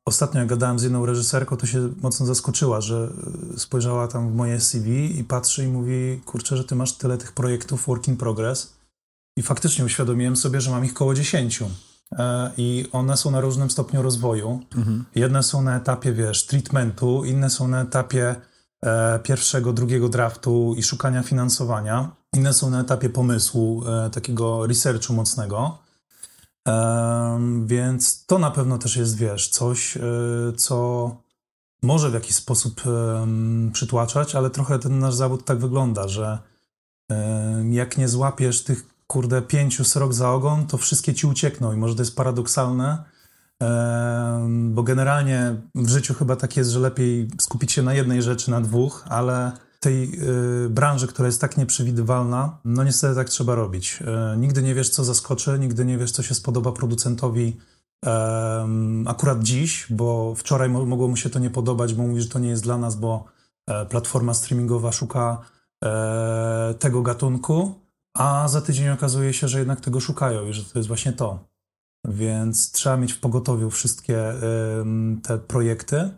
ostatnio jak gadałem z jedną reżyserką, to się mocno zaskoczyła, że spojrzała tam w moje C V i patrzy i mówi, kurczę, że ty masz tyle tych projektów work in progress. I faktycznie uświadomiłem sobie, że mam ich koło dziesięciu. I one są na różnym stopniu rozwoju. Mhm. Jedne są na etapie, wiesz, treatmentu, inne są na etapie e, pierwszego, drugiego draftu i szukania finansowania. Inne są na etapie pomysłu, e, takiego researchu mocnego. E, więc to na pewno też jest, wiesz, coś, e, co może w jakiś sposób e, przytłaczać, ale trochę ten nasz zawód tak wygląda, że e, jak nie złapiesz tych kurde, pięciu srok za ogon, to wszystkie ci uciekną i może to jest paradoksalne, e, bo generalnie w życiu chyba tak jest, że lepiej skupić się na jednej rzeczy, na dwóch, ale w tej e, branży, która jest tak nieprzewidywalna, no niestety tak trzeba robić. E, nigdy nie wiesz, co zaskoczy, nigdy nie wiesz, co się spodoba producentowi e, akurat dziś, bo wczoraj mo- mogło mu się to nie podobać, bo mówi, że to nie jest dla nas, bo e, platforma streamingowa szuka e, tego gatunku, a za tydzień okazuje się, że jednak tego szukają i że to jest właśnie to. Więc trzeba mieć w pogotowiu wszystkie y, te projekty. Y,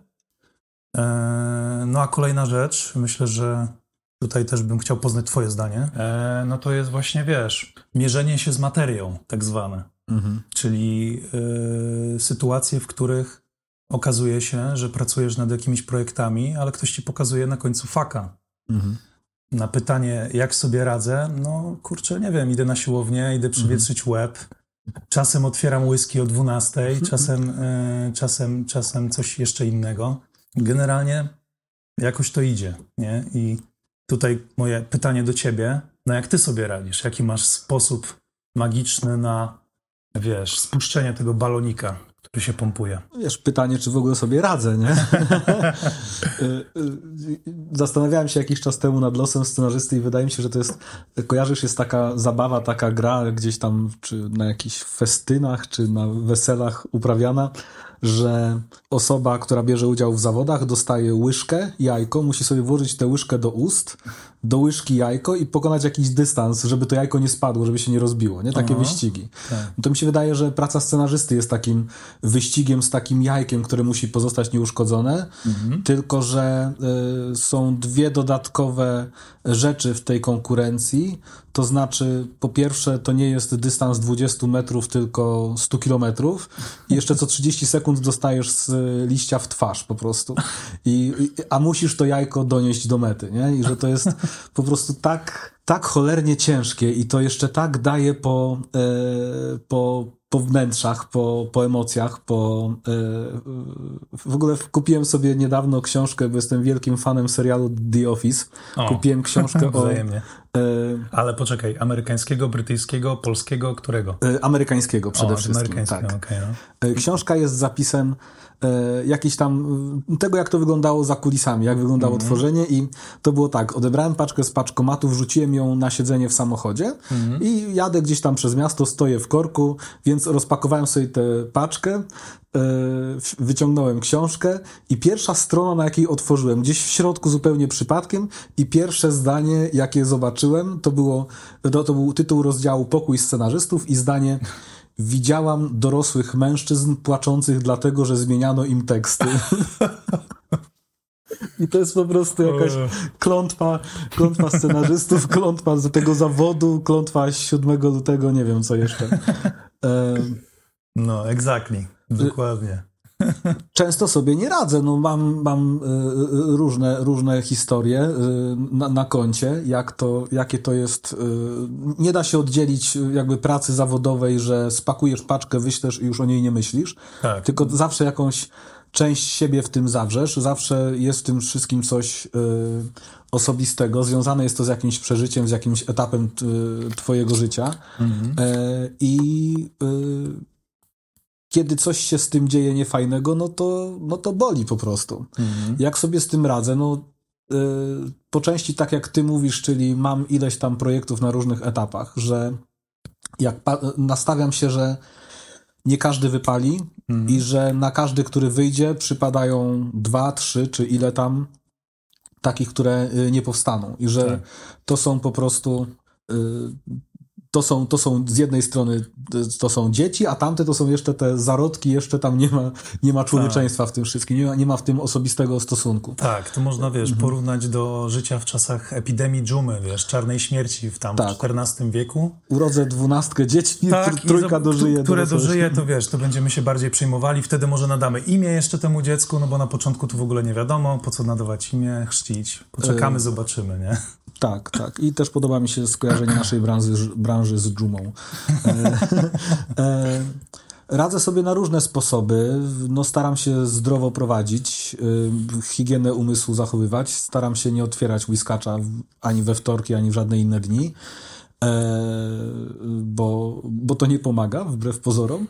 no a kolejna rzecz, myślę, że tutaj też bym chciał poznać twoje zdanie, y, no to jest właśnie, wiesz, mierzenie się z materią tak zwane. Mhm. Czyli y, sytuacje, w których okazuje się, że pracujesz nad jakimiś projektami, ale ktoś ci pokazuje na końcu faka. Mhm. Na pytanie, jak sobie radzę, no kurczę, nie wiem, idę na siłownię, idę przywietrzyć mm. łeb, czasem otwieram whisky o dwunastej, czasem, y, czasem, czasem coś jeszcze innego. Generalnie jakoś to idzie, nie? I tutaj moje pytanie do ciebie, no jak ty sobie radzisz? Jaki masz sposób magiczny na, wiesz, spuszczenie tego balonika, który się pompuje?
Wiesz, pytanie, czy w ogóle sobie radzę, nie? Zastanawiałem się jakiś czas temu nad losem scenarzysty i wydaje mi się, że to jest, kojarzysz, jest taka zabawa, taka gra gdzieś tam, czy na jakichś festynach, czy na weselach uprawiana, że osoba, która bierze udział w zawodach, dostaje łyżkę, jajko, musi sobie włożyć tę łyżkę do ust, do łyżki jajko i pokonać jakiś dystans, żeby to jajko nie spadło, żeby się nie rozbiło, nie? Takie Aha, wyścigi. Tak. To mi się wydaje, że praca scenarzysty jest takim wyścigiem z takim jajkiem, które musi pozostać nieuszkodzone, mhm. tylko że y, są dwie dodatkowe rzeczy w tej konkurencji, to znaczy, po pierwsze, to nie jest dystans dwadzieścia metrów, tylko sto kilometrów i jeszcze co trzydzieści sekund dostajesz z liścia w twarz po prostu. I, a musisz to jajko donieść do mety, nie? I że to jest po prostu tak, tak cholernie ciężkie i to jeszcze tak daje po, e, po, po wnętrzach, po, po emocjach, po... E, w ogóle kupiłem sobie niedawno książkę, bo jestem wielkim fanem serialu The Office. O, kupiłem książkę o...
Wzajemnie. Ale poczekaj, amerykańskiego, brytyjskiego, polskiego, którego?
Amerykańskiego przede o, wszystkim.
Amerykańskiego, tak. Okay, no.
Książka jest zapisem jakiś tam tego, jak to wyglądało za kulisami, jak wyglądało mm-hmm. tworzenie i to było tak, odebrałem paczkę z paczkomatu, wrzuciłem ją na siedzenie w samochodzie mm-hmm. i jadę gdzieś tam przez miasto, stoję w korku, więc rozpakowałem sobie tę paczkę, wyciągnąłem książkę i pierwsza strona, na jakiej otworzyłem, gdzieś w środku zupełnie przypadkiem i pierwsze zdanie, jakie zobaczyłem, to było, to, to był tytuł rozdziału Pokój scenarzystów i zdanie: widziałam dorosłych mężczyzn płaczących dlatego, że zmieniano im teksty. I to jest po prostu jakaś klątwa, klątwa scenarzystów, klątwa z tego zawodu, klątwa siódmego lutego, nie wiem co jeszcze.
No, exactly. Dokładnie.
Często sobie nie radzę. No, mam mam y, różne, różne historie y, na, na koncie, jak to, jakie to jest. Y, nie da się oddzielić jakby pracy zawodowej, że spakujesz paczkę, wyślesz i już o niej nie myślisz. Tak. Tylko zawsze jakąś część siebie w tym zawrzesz. Zawsze jest w tym wszystkim coś y, osobistego. Związane jest to z jakimś przeżyciem, z jakimś etapem t, twojego życia. Mhm. Y, I y, kiedy coś się z tym dzieje niefajnego, no to, no to boli po prostu. Mhm. Jak sobie z tym radzę? No, yy, po części tak jak ty mówisz, czyli mam ileś tam projektów na różnych etapach, że jak pa- nastawiam się, że nie każdy wypali mhm. i że na każdy, który wyjdzie, przypadają dwa, trzy, czy ile tam takich, które nie powstaną. I że tak. to są po prostu... Yy, to są, to są z jednej strony to są dzieci, a tamte to są jeszcze te zarodki, jeszcze tam nie ma, nie ma człowieczeństwa w tym wszystkim, nie ma, nie ma w tym osobistego stosunku.
Tak, to można, wiesz, mhm. porównać do życia w czasach epidemii dżumy, wiesz, czarnej śmierci w tam
tak.
czternastym wieku.
Urodzę dwunastkę dzieci,
tak,
trójka
i
dożyje.
Które dożyje, to wiesz, to będziemy się bardziej przejmowali, wtedy może nadamy imię jeszcze temu dziecku, no bo na początku to w ogóle nie wiadomo, po co nadawać imię, chrzcić. Poczekamy, y- zobaczymy, nie?
Tak, tak. I też podoba mi się skojarzenie naszej branży, branży z dżumą. E, e, radzę sobie na różne sposoby. No, staram się zdrowo prowadzić, e, higienę umysłu zachowywać. Staram się nie otwierać whiskacza ani we wtorki, ani w żadne inne dni. Bo, bo to nie pomaga, wbrew pozorom.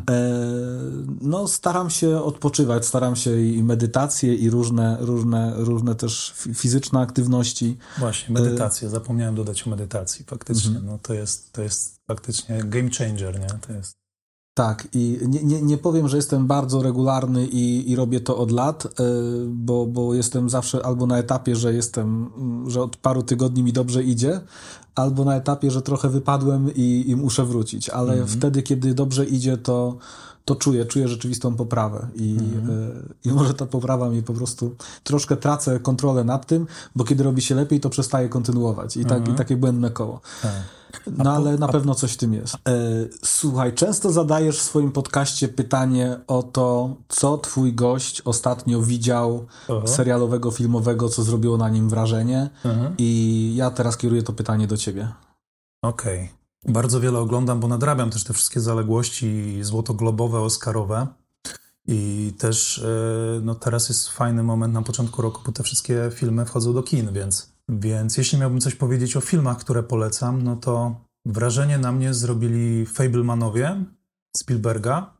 No, staram się odpoczywać, staram się i medytacje, i różne, różne, różne też fizyczne aktywności.
Właśnie, medytację, zapomniałem dodać o medytacji, faktycznie. Mhm. No, to jest, to jest faktycznie game changer, nie? To jest...
Tak, i nie, nie, nie powiem, że jestem bardzo regularny i, i robię to od lat, bo, bo jestem zawsze albo na etapie, że jestem, że od paru tygodni mi dobrze idzie, albo na etapie, że trochę wypadłem i, i muszę wrócić, ale mm-hmm. wtedy, kiedy dobrze idzie, to, to czuję, czuję rzeczywistą poprawę i, mm-hmm. y, i może ta poprawa mi po prostu troszkę tracę kontrolę nad tym, bo kiedy robi się lepiej, to przestaję kontynuować i, tak, mm-hmm. i takie błędne koło. Tak. No ale na pewno coś w tym jest. E, słuchaj, często zadajesz w swoim podcaście pytanie o to, co twój gość ostatnio widział Aha. serialowego, filmowego, co zrobiło na nim wrażenie mhm. i ja teraz kieruję to pytanie do ciebie.
Okej. Okay. Bardzo wiele oglądam, bo nadrabiam też te wszystkie zaległości złotoglobowe, oscarowe i też no teraz jest fajny moment na początku roku, bo te wszystkie filmy wchodzą do kin, więc Więc jeśli miałbym coś powiedzieć o filmach, które polecam, no to wrażenie na mnie zrobili Fablemanowie Spielberga.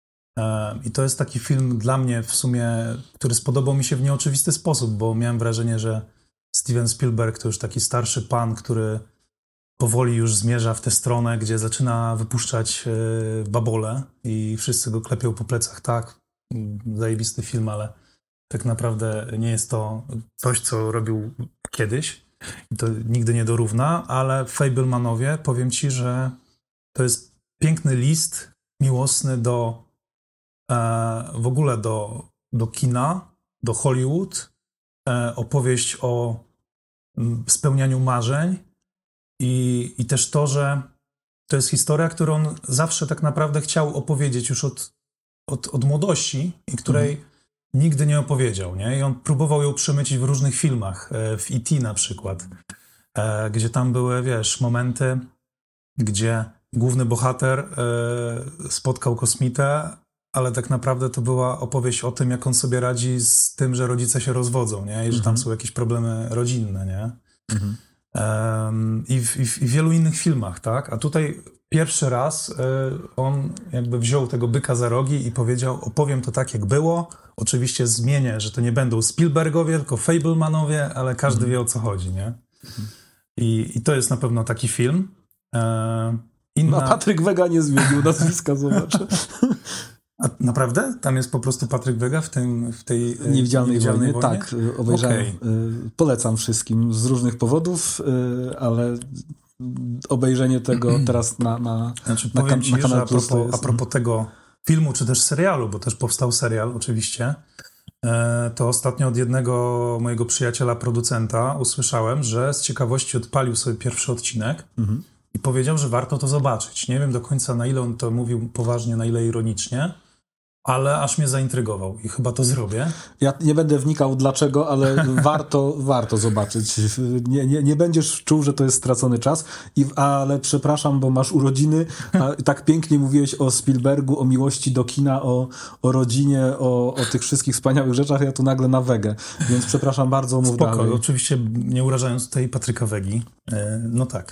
I to jest taki film dla mnie w sumie, który spodobał mi się w nieoczywisty sposób, bo miałem wrażenie, że Steven Spielberg to już taki starszy pan, który powoli już zmierza w tę stronę, gdzie zaczyna wypuszczać babole i wszyscy go klepią po plecach. Tak, zajebisty film, ale tak naprawdę nie jest to coś, co robił kiedyś i to nigdy nie dorówna, ale Fablemanowie, powiem ci, że to jest piękny list miłosny do e, w ogóle do, do kina, do Hollywood, e, opowieść o m, spełnianiu marzeń i, i też to, że to jest historia, którą on zawsze tak naprawdę chciał opowiedzieć już od, od, od młodości i której mhm. nigdy nie opowiedział, nie? I on próbował ją przemycić w różnych filmach, w E T na przykład, gdzie tam były, wiesz, momenty, gdzie główny bohater spotkał kosmitę, ale tak naprawdę to była opowieść o tym, jak on sobie radzi z tym, że rodzice się rozwodzą, nie? I że tam mhm. są jakieś problemy rodzinne, nie? Mhm. Um, i, w, i, w, I w wielu innych filmach, tak? A tutaj pierwszy raz y, on jakby wziął tego byka za rogi i powiedział, opowiem to tak, jak było. Oczywiście zmienię, że to nie będą Spielbergowie, tylko Fablemanowie, ale każdy mm. wie, o co chodzi, nie? Mm. I, I to jest na pewno taki film. E, inna...
No, Patryk Wega nie zmienił nazwiska, zobacz.
A naprawdę? Tam jest po prostu Patryk Wega w, tym, w tej
Niewidzialnej, Niewidzialnej wojnie? Tak, obejrzałem. Okay. Polecam wszystkim z różnych powodów, ale obejrzenie tego teraz na, na,
znaczy,
na,
powiem
na
ci,
Kanal
że a
Plus
propos,
jest...
a propos tego filmu, czy też serialu, bo też powstał serial oczywiście, to ostatnio od jednego mojego przyjaciela, producenta usłyszałem, że z ciekawości odpalił sobie pierwszy odcinek mhm. i powiedział, że warto to zobaczyć. Nie wiem do końca, na ile on to mówił poważnie, na ile ironicznie, ale aż mnie zaintrygował i chyba to zrobię. Ja
nie będę wnikał dlaczego, ale warto, warto zobaczyć. Nie, nie, nie będziesz czuł, że to jest stracony czas, I, ale przepraszam, bo masz urodziny, a tak pięknie mówiłeś o Spielbergu, o miłości do kina, o, o rodzinie, o, o tych wszystkich wspaniałych rzeczach, ja tu nagle na Wegę, więc przepraszam bardzo, mów
Spoko,
dalej.
Oczywiście nie urażając tutaj Patryka Wegi. No tak.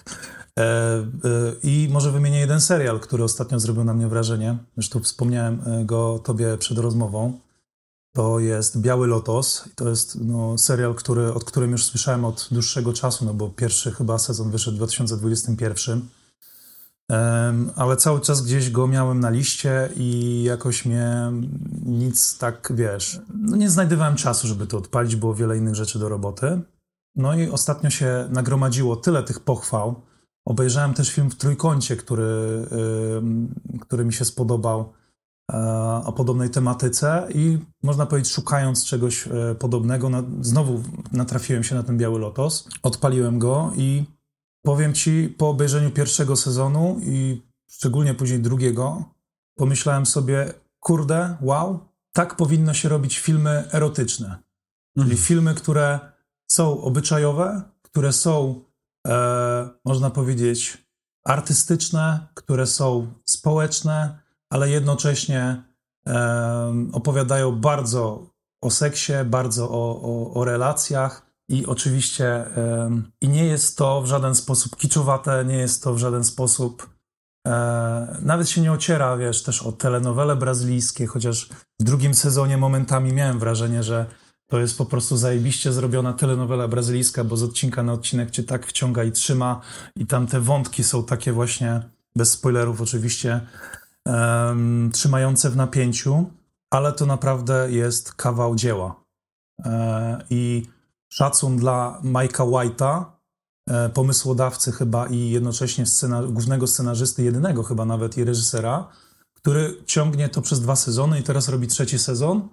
I może wymienię jeden serial, który ostatnio zrobił na mnie wrażenie. Zresztą wspomniałem go tobie przed rozmową. To jest Biały Lotos. To jest no, serial, który, od którym już słyszałem od dłuższego czasu, no bo pierwszy chyba sezon wyszedł w dwa tysiące dwudziestym pierwszym. Um, ale cały czas gdzieś go miałem na liście i jakoś mnie nic tak, wiesz, no nie znajdowałem czasu, żeby to odpalić, było wiele innych rzeczy do roboty. No i ostatnio się nagromadziło tyle tych pochwał Obejrzałem też film w Trójkącie, który, yy, który mi się spodobał, yy, o podobnej tematyce i można powiedzieć, szukając czegoś yy, podobnego, na, znowu natrafiłem się na ten Biały Lotos, odpaliłem go i powiem ci, po obejrzeniu pierwszego sezonu i szczególnie później drugiego, pomyślałem sobie, kurde, wow, tak powinno się robić filmy erotyczne. Mhm. Czyli filmy, które są obyczajowe, które są, e, można powiedzieć, artystyczne, które są społeczne, ale jednocześnie e, opowiadają bardzo o seksie, bardzo o, o, o relacjach i oczywiście e, i nie jest to w żaden sposób kiczowate, nie jest to w żaden sposób e, nawet się nie ociera, wiesz, też o telenowele brazylijskie, chociaż w drugim sezonie momentami miałem wrażenie, że to jest po prostu zajebiście zrobiona telenowela brazylijska, bo z odcinka na odcinek cię tak wciąga i trzyma i tam te wątki są takie właśnie, bez spoilerów oczywiście, um, trzymające w napięciu, ale to naprawdę jest kawał dzieła. E, I szacun dla Mike'a White'a, e, pomysłodawcy chyba i jednocześnie scena, głównego scenarzysty, jedynego chyba nawet i reżysera, który ciągnie to przez dwa sezony i teraz robi trzeci sezon.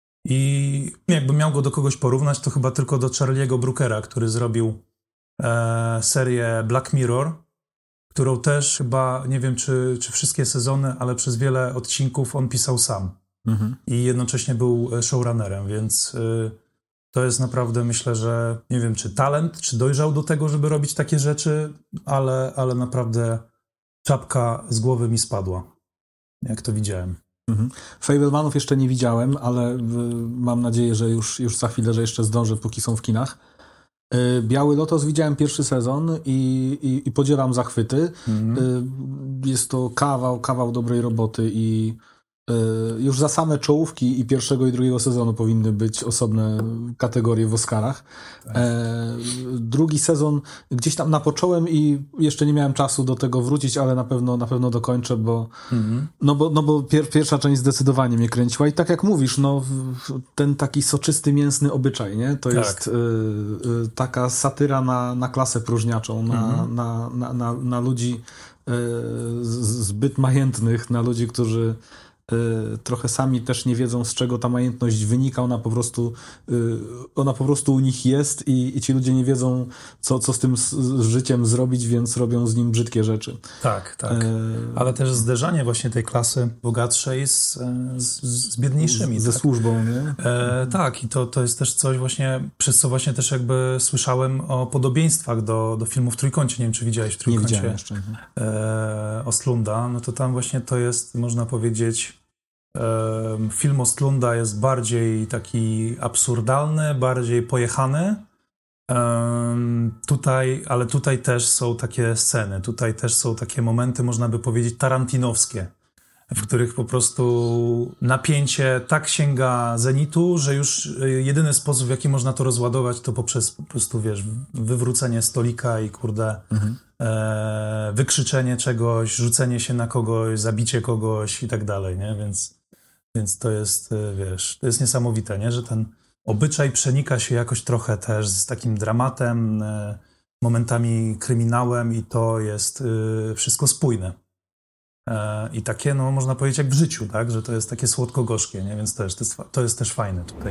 I jakbym miał go do kogoś porównać, to chyba tylko do Charlie'ego Brookera, który zrobił e, serię Black Mirror, którą też chyba, nie wiem czy, czy wszystkie sezony, ale przez wiele odcinków on pisał sam. Mhm. I jednocześnie był showrunnerem, więc y, to jest naprawdę, myślę, że nie wiem czy talent, czy dojrzał do tego, żeby robić takie rzeczy, ale, ale naprawdę czapka z głowy mi spadła, jak to widziałem.
Mhm. Fablemanów jeszcze nie widziałem, ale y, mam nadzieję, że już, już za chwilę, że jeszcze zdążę, póki są w kinach. Y, Biały Lotos widziałem pierwszy sezon i, i, i podzielam zachwyty. Mhm. Y, jest to kawał, kawał dobrej roboty i y, już za same czołówki i pierwszego i drugiego sezonu powinny być osobne kategorie w Oscarach. Tak. E, drugi sezon gdzieś tam napocząłem i jeszcze nie miałem czasu do tego wrócić, ale na pewno, na pewno dokończę, bo, mhm. no bo, no bo pier, pierwsza część zdecydowanie mnie kręciła i tak jak mówisz, no ten taki soczysty, mięsny obyczaj, nie? To tak. jest y, y, taka satyra na, na klasę próżniaczą, na, mhm. na, na, na, na ludzi y, zbyt majętnych, na ludzi, którzy Y, trochę sami też nie wiedzą, z czego ta majętność wynika, ona po prostu y, ona po prostu u nich jest i, i ci ludzie nie wiedzą, co, co z tym z, z życiem zrobić, więc robią z nim brzydkie rzeczy.
Tak, tak. Y, Ale też zderzanie właśnie tej klasy bogatszej z, z, z biedniejszymi.
Z, ze
tak?
służbą, nie?
E, tak, i to, to jest też coś właśnie, przez co właśnie też jakby słyszałem o podobieństwach do, do filmu w Trójkącie. Nie wiem, czy widziałeś w Trójkącie.
Nie widziałem jeszcze.
E, Ostlunda, no to tam właśnie to jest, można powiedzieć, film Ostlunda jest bardziej taki absurdalny, bardziej pojechany. Um, tutaj, ale tutaj też są takie sceny, tutaj też są takie momenty, można by powiedzieć, tarantinowskie, w których po prostu napięcie tak sięga zenitu, że już jedyny sposób, w jaki można to rozładować, to poprzez po prostu, wiesz, wywrócenie stolika i kurde, mhm. e, wykrzyczenie czegoś, rzucenie się na kogoś, zabicie kogoś i tak dalej, nie? Więc Więc to jest, wiesz, to jest niesamowite, nie? Że ten obyczaj przenika się jakoś trochę też z takim dramatem, momentami kryminałem i to jest wszystko spójne. I takie, no można powiedzieć jak w życiu, tak? Że to jest takie słodko-gorzkie, nie? Więc też, to, jest, to jest też fajne tutaj.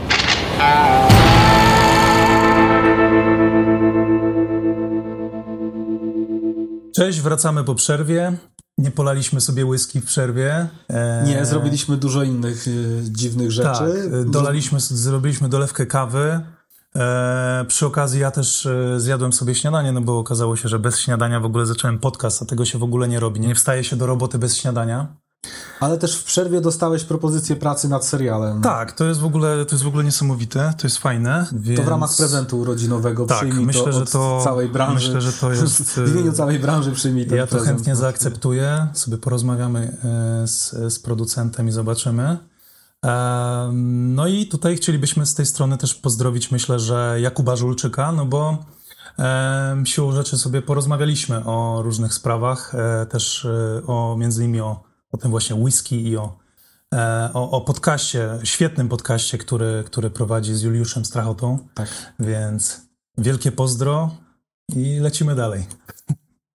Cześć, wracamy po przerwie. Nie polaliśmy sobie whisky w przerwie.
Eee... Nie, zrobiliśmy dużo innych e, dziwnych rzeczy.
Tak, dolaliśmy, zrobiliśmy dolewkę kawy. Eee, przy okazji ja też e, zjadłem sobie śniadanie, no bo okazało się, że bez śniadania w ogóle zacząłem podcast, a tego się w ogóle nie robi. Nie wstaje się do roboty bez śniadania.
Ale też w przerwie dostałeś propozycję pracy nad serialem.
Tak, to jest w ogóle, to jest w ogóle niesamowite, to jest fajne. Więc...
To w ramach prezentu urodzinowego.
Tak,
przyjmij
myślę,
to
że
od
to
całej branży.
Myślę, że to jest...
W imieniu całej branży przyjmij ten
Ja to
prezent.
chętnie zaakceptuję, sobie porozmawiamy z, z producentem i zobaczymy. No i tutaj chcielibyśmy z tej strony też pozdrowić, myślę, że Jakuba Żulczyka, no bo e, siłą rzeczy sobie porozmawialiśmy o różnych sprawach, e, też e, o między innymi o, o tym właśnie whisky i o, e, o, o podcaście, świetnym podcaście, który, który prowadzi z Juliuszem Strachotą.
Tak.
Więc wielkie pozdro i lecimy dalej.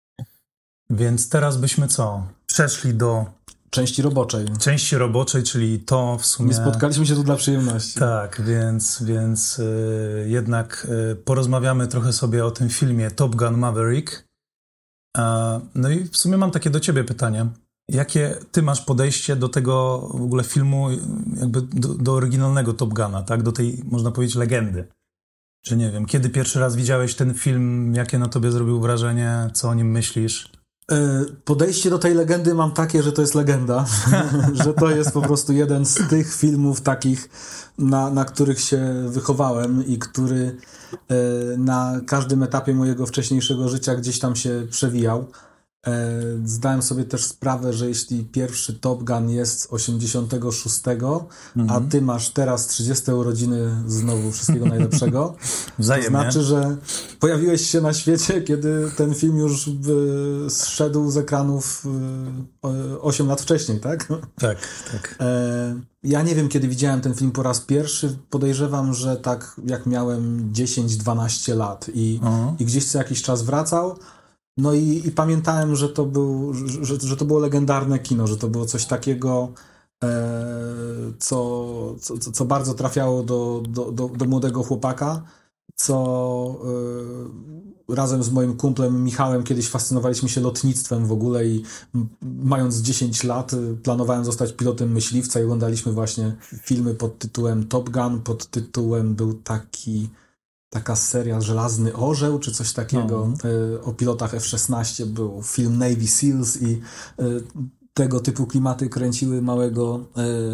Więc teraz byśmy co? Przeszli do
części roboczej.
Części roboczej, czyli to w sumie...
Nie spotkaliśmy się tu dla przyjemności.
Tak, więc, więc yy, jednak yy, porozmawiamy trochę sobie o tym filmie Top Gun Maverick. Yy, no i w sumie mam takie do ciebie pytanie. Jakie ty masz podejście do tego w ogóle filmu, jakby do, do oryginalnego Top Guna, tak? Do tej, można powiedzieć, legendy. Czy nie wiem, kiedy pierwszy raz widziałeś ten film, jakie na tobie zrobił wrażenie, co o nim myślisz?
Podejście do tej legendy mam takie, że to jest legenda, że to jest po prostu jeden z tych filmów takich, na, na których się wychowałem i który na każdym etapie mojego wcześniejszego życia gdzieś tam się przewijał. Zdałem sobie też sprawę, że jeśli pierwszy Top Gun jest z osiemdziesiątego szóstego, mhm. a ty masz teraz trzydzieste urodziny, znowu wszystkiego najlepszego,
Wzajemnie.
To znaczy, że pojawiłeś się na świecie, kiedy ten film już y, zszedł z ekranów y, osiem lat wcześniej, tak?
Tak, tak.
E, ja nie wiem, kiedy widziałem ten film po raz pierwszy. Podejrzewam, że tak jak miałem dziesięć dwanaście lat i, uh-huh. i gdzieś co jakiś czas wracał. No i, i pamiętałem, że to, był, że, że to było legendarne kino, że to było coś takiego, e, co, co, co bardzo trafiało do, do, do, do młodego chłopaka, co e, razem z moim kumplem Michałem kiedyś fascynowaliśmy się lotnictwem w ogóle i m, mając dziesięć lat planowałem zostać pilotem myśliwca i oglądaliśmy właśnie filmy pod tytułem Top Gun, pod tytułem był taki... taka seria Żelazny Orzeł, czy coś takiego. No. O pilotach F szesnaście był film Navy Seals i tego typu klimaty kręciły małego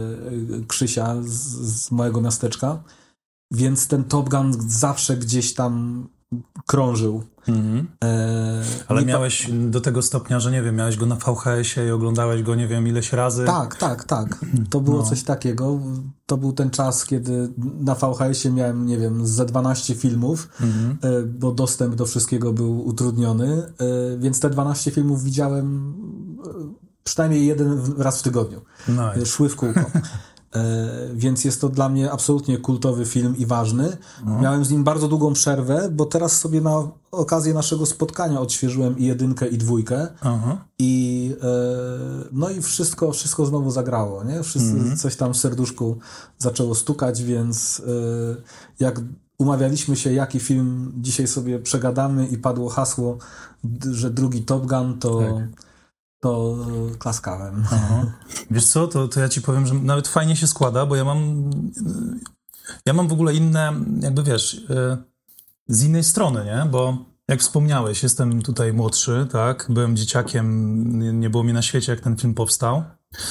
Krzysia z, z małego miasteczka. Więc ten Top Gun zawsze gdzieś tam krążył. Mhm.
E, Ale miałeś pa... do tego stopnia, że nie wiem, miałeś go na V H S-ie i oglądałeś go, nie wiem, ileś razy?
Tak, tak, tak. To było no. coś takiego. To był ten czas, kiedy na V H S-ie miałem, nie wiem, ze dwanaście filmów, mhm. e, bo dostęp do wszystkiego był utrudniony, e, więc te dwanaście filmów widziałem e, przynajmniej jeden raz w tygodniu. Nice. Szły w kółko. E, więc jest to dla mnie absolutnie kultowy film i ważny. No. Miałem z nim bardzo długą przerwę, bo teraz sobie na okazję naszego spotkania odświeżyłem i jedynkę, i dwójkę. Aha. I e, no i wszystko, wszystko znowu zagrało, nie? Wszyscy, mhm. Coś tam w serduszku zaczęło stukać, więc e, jak umawialiśmy się, jaki film dzisiaj sobie przegadamy i padło hasło, że drugi Top Gun, to... Tak. to klaskałem.
Aha. Wiesz co, to, to ja ci powiem, że nawet fajnie się składa, bo ja mam ja mam w ogóle inne, jakby wiesz, z innej strony, nie? Bo jak wspomniałeś, jestem tutaj młodszy, tak? Byłem dzieciakiem, nie było mi na świecie, jak ten film powstał.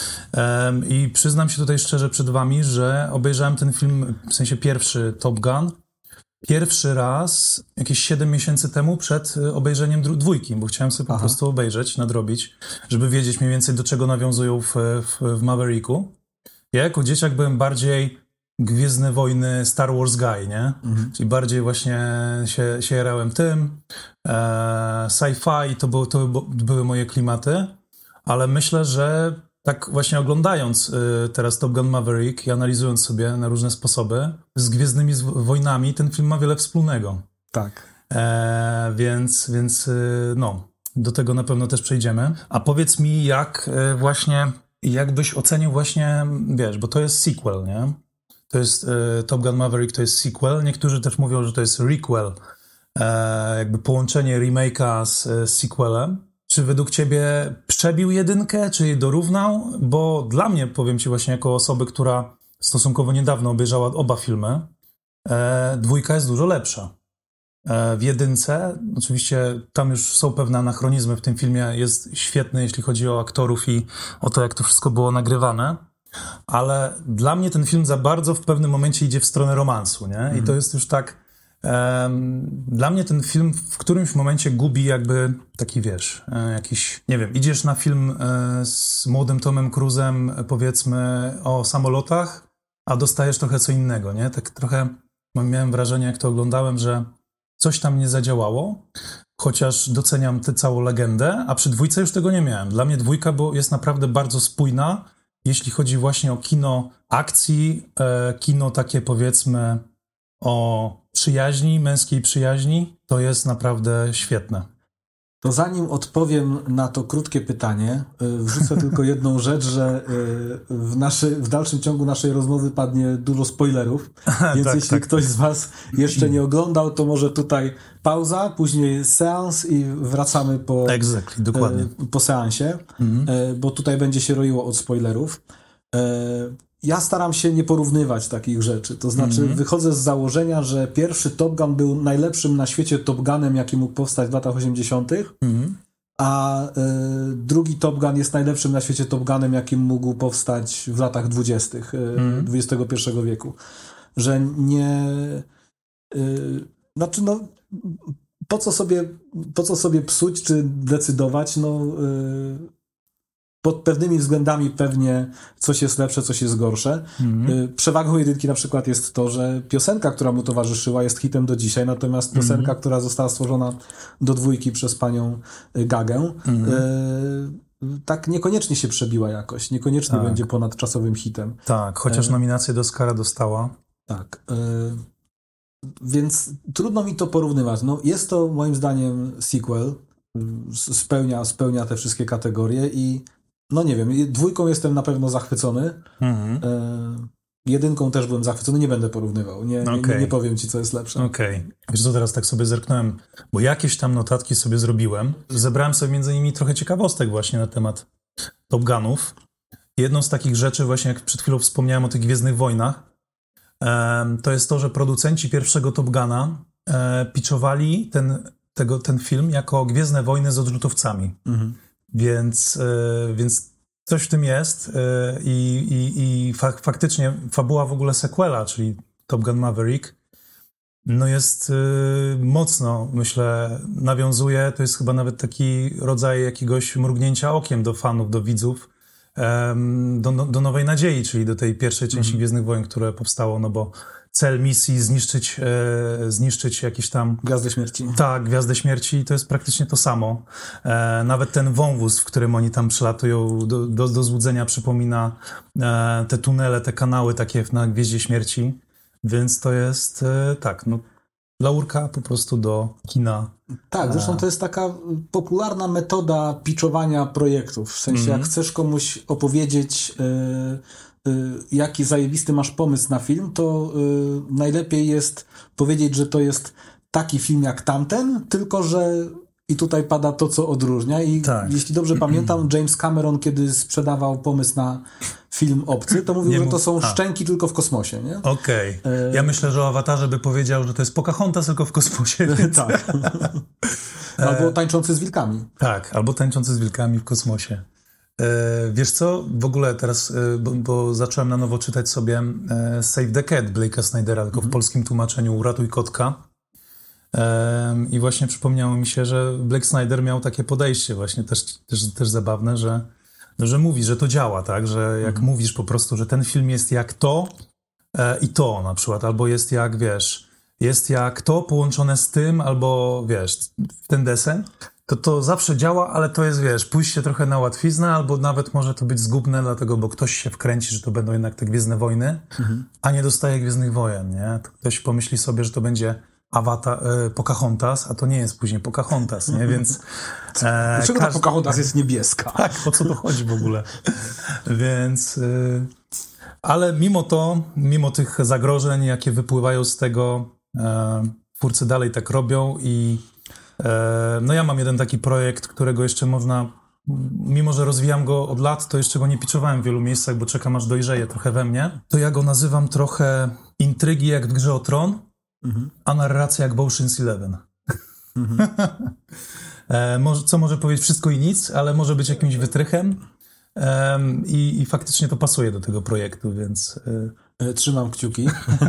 I przyznam się tutaj szczerze przed wami, że obejrzałem ten film, w sensie pierwszy Top Gun, pierwszy raz jakieś siedem miesięcy temu przed obejrzeniem dwójki, bo chciałem sobie Aha. po prostu obejrzeć, nadrobić, żeby wiedzieć mniej więcej, do czego nawiązują w, w, w Mavericku. Ja jako dzieciak byłem bardziej Gwiezdne Wojny, Star Wars guy, nie? Mhm. Czyli bardziej właśnie się, się jarałem tym. E, sci-fi to, było, to były moje klimaty, ale myślę, że tak właśnie oglądając y, teraz Top Gun Maverick i analizując sobie na różne sposoby, z Gwiezdnymi Wojnami ten film ma wiele wspólnego.
Tak.
E, więc więc y, no, do tego na pewno też przejdziemy. A powiedz mi, jak y, właśnie, jak byś ocenił właśnie, wiesz, bo to jest sequel, nie? To jest y, Top Gun Maverick, to jest sequel. Niektórzy też mówią, że to jest requel, e, jakby połączenie remake'a z, z sequelem. Czy według ciebie przebił jedynkę, czy jej dorównał? Bo dla mnie, powiem ci właśnie jako osoby, która stosunkowo niedawno obejrzała oba filmy, e, dwójka jest dużo lepsza. E, w jedynce, oczywiście tam już są pewne anachronizmy w tym filmie, jest świetny, jeśli chodzi o aktorów i o to, jak to wszystko było nagrywane, ale dla mnie ten film za bardzo w pewnym momencie idzie w stronę romansu, nie? Mhm. I to jest już tak... Um, dla mnie ten film w którymś momencie gubi jakby taki, wiesz, e, jakiś, nie wiem, idziesz na film e, z młodym Tomem Cruise'em, e, powiedzmy o samolotach, a dostajesz trochę co innego, nie? Tak trochę miałem wrażenie, jak to oglądałem, że coś tam nie zadziałało, chociaż doceniam tę całą legendę, a przy dwójce już tego nie miałem. Dla mnie dwójka bo jest naprawdę bardzo spójna, jeśli chodzi właśnie o kino akcji, e, kino takie, powiedzmy, o przyjaźni, męskiej przyjaźni, to jest naprawdę świetne.
To zanim odpowiem na to krótkie pytanie, wrzucę tylko jedną rzecz, że w, naszy, w dalszym ciągu naszej rozmowy padnie dużo spoilerów, więc
tak,
jeśli
tak.
ktoś z was jeszcze nie oglądał, to może tutaj pauza, później seans i wracamy po,
exactly, dokładnie.
po seansie, mhm. bo tutaj będzie się roiło od spoilerów. Ja staram się nie porównywać takich rzeczy, to znaczy mm-hmm. wychodzę z założenia, że pierwszy Top Gun był najlepszym na świecie Top Gunem, jaki mógł powstać w latach osiemdziesiątych, mm-hmm. a y, drugi Top Gun jest najlepszym na świecie Top Gunem, jakim mógł powstać w latach dwudziestych mm-hmm. dwudziestego pierwszego wieku. Że nie... Y, znaczy no... Po co sobie, po co sobie psuć, czy decydować, no... Y, pod pewnymi względami pewnie coś jest lepsze, coś jest gorsze. Mm-hmm. Przewagą jedynki na przykład jest to, że piosenka, która mu towarzyszyła, jest hitem do dzisiaj, natomiast piosenka, mm-hmm. która została stworzona do dwójki przez panią Gagę, mm-hmm. y, tak niekoniecznie się przebiła jakoś, niekoniecznie tak. będzie ponadczasowym hitem.
Tak, chociaż y- nominację do Oscara dostała.
Tak. Y- więc trudno mi to porównywać. No, jest to moim zdaniem sequel, spełnia, spełnia te wszystkie kategorie i no nie wiem, dwójką jestem na pewno zachwycony, mhm. e, jedynką też byłem zachwycony, nie będę porównywał, nie, okay. nie, nie powiem ci, co jest lepsze.
Okej, okay. Wiesz co, teraz tak sobie zerknąłem, bo jakieś tam notatki sobie zrobiłem, zebrałem sobie między innymi trochę ciekawostek właśnie na temat Top Gunów. Jedną z takich rzeczy, właśnie jak przed chwilą wspomniałem o tych Gwiezdnych Wojnach, e, to jest to, że producenci pierwszego Top Guna e, pitchowali ten, tego, ten film jako Gwiezdne Wojny z odrzutowcami. Mhm. Więc, y, więc coś w tym jest y, i, i fak, faktycznie fabuła w ogóle sequela, czyli Top Gun Maverick, no jest y, mocno, myślę, nawiązuje, to jest chyba nawet taki rodzaj jakiegoś mrugnięcia okiem do fanów, do widzów, um, do, do Nowej Nadziei, czyli do tej pierwszej części mm-hmm. Gwiezdnych Wojen, które powstało, no bo cel misji zniszczyć, e, zniszczyć jakieś tam...
Gwiazdę Śmierci.
Tak, Gwiazdę Śmierci, to jest praktycznie to samo. E, nawet ten wąwóz, w którym oni tam przelatują do, do, do złudzenia, przypomina e, te tunele, te kanały takie na Gwieździe Śmierci. Więc to jest, e, tak, no, laurka po prostu do kina.
Tak, zresztą to jest taka popularna metoda pitchowania projektów. W sensie, mm-hmm. jak chcesz komuś opowiedzieć... E, jaki zajebisty masz pomysł na film, to y, najlepiej jest powiedzieć, że to jest taki film jak tamten, tylko że i tutaj pada to, co odróżnia i tak. jeśli dobrze pamiętam, James Cameron, kiedy sprzedawał pomysł na film Obcy, to mówił, nie że to są a. szczęki tylko w kosmosie, nie?
Okej. Okay. Ja myślę, że o Awatarze by powiedział, że to jest Pocahontas tylko w kosmosie. Więc...
tak. Albo Tańczący z wilkami.
Tak, albo Tańczący z wilkami w kosmosie. Wiesz co, w ogóle teraz, bo, bo zacząłem na nowo czytać sobie Save the Cat Blake'a Snydera, tylko mm-hmm. w polskim tłumaczeniu Uratuj kotka. I właśnie przypomniało mi się, że Blake Snyder miał takie podejście właśnie też, też, też zabawne, że, że mówi, że to działa, tak, że jak mm-hmm. mówisz po prostu, że ten film jest jak to i to na przykład, albo jest jak, wiesz, jest jak to połączone z tym, albo wiesz, ten desen, to to zawsze działa, ale to jest, wiesz, pójście trochę na łatwiznę, albo nawet może to być zgubne, dlatego, bo ktoś się wkręci, że to będą jednak te Gwiezdne Wojny, mhm. a nie dostaje Gwiezdnych Wojen, nie? To ktoś pomyśli sobie, że to będzie Avatar, e, Pocahontas, a to nie jest później Pocahontas, nie? Więc...
E, Dlaczego każdy... ta Pocahontas jest niebieska?
Tak, o co to chodzi w ogóle? Więc... E, ale mimo to, mimo tych zagrożeń, jakie wypływają z tego, e, twórcy dalej tak robią i no ja mam jeden taki projekt, którego jeszcze można, mimo że rozwijam go od lat, to jeszcze go nie pitchowałem w wielu miejscach, bo czekam aż dojrzeje trochę we mnie. To ja go nazywam trochę intrygi jak w Grze o Tron, mhm. a narracja jak w Ocean's Eleven. Mhm. e, co może powiedzieć wszystko i nic, ale może być jakimś wytrychem e, i, i faktycznie to pasuje do tego projektu, więc... E,
Trzymam kciuki.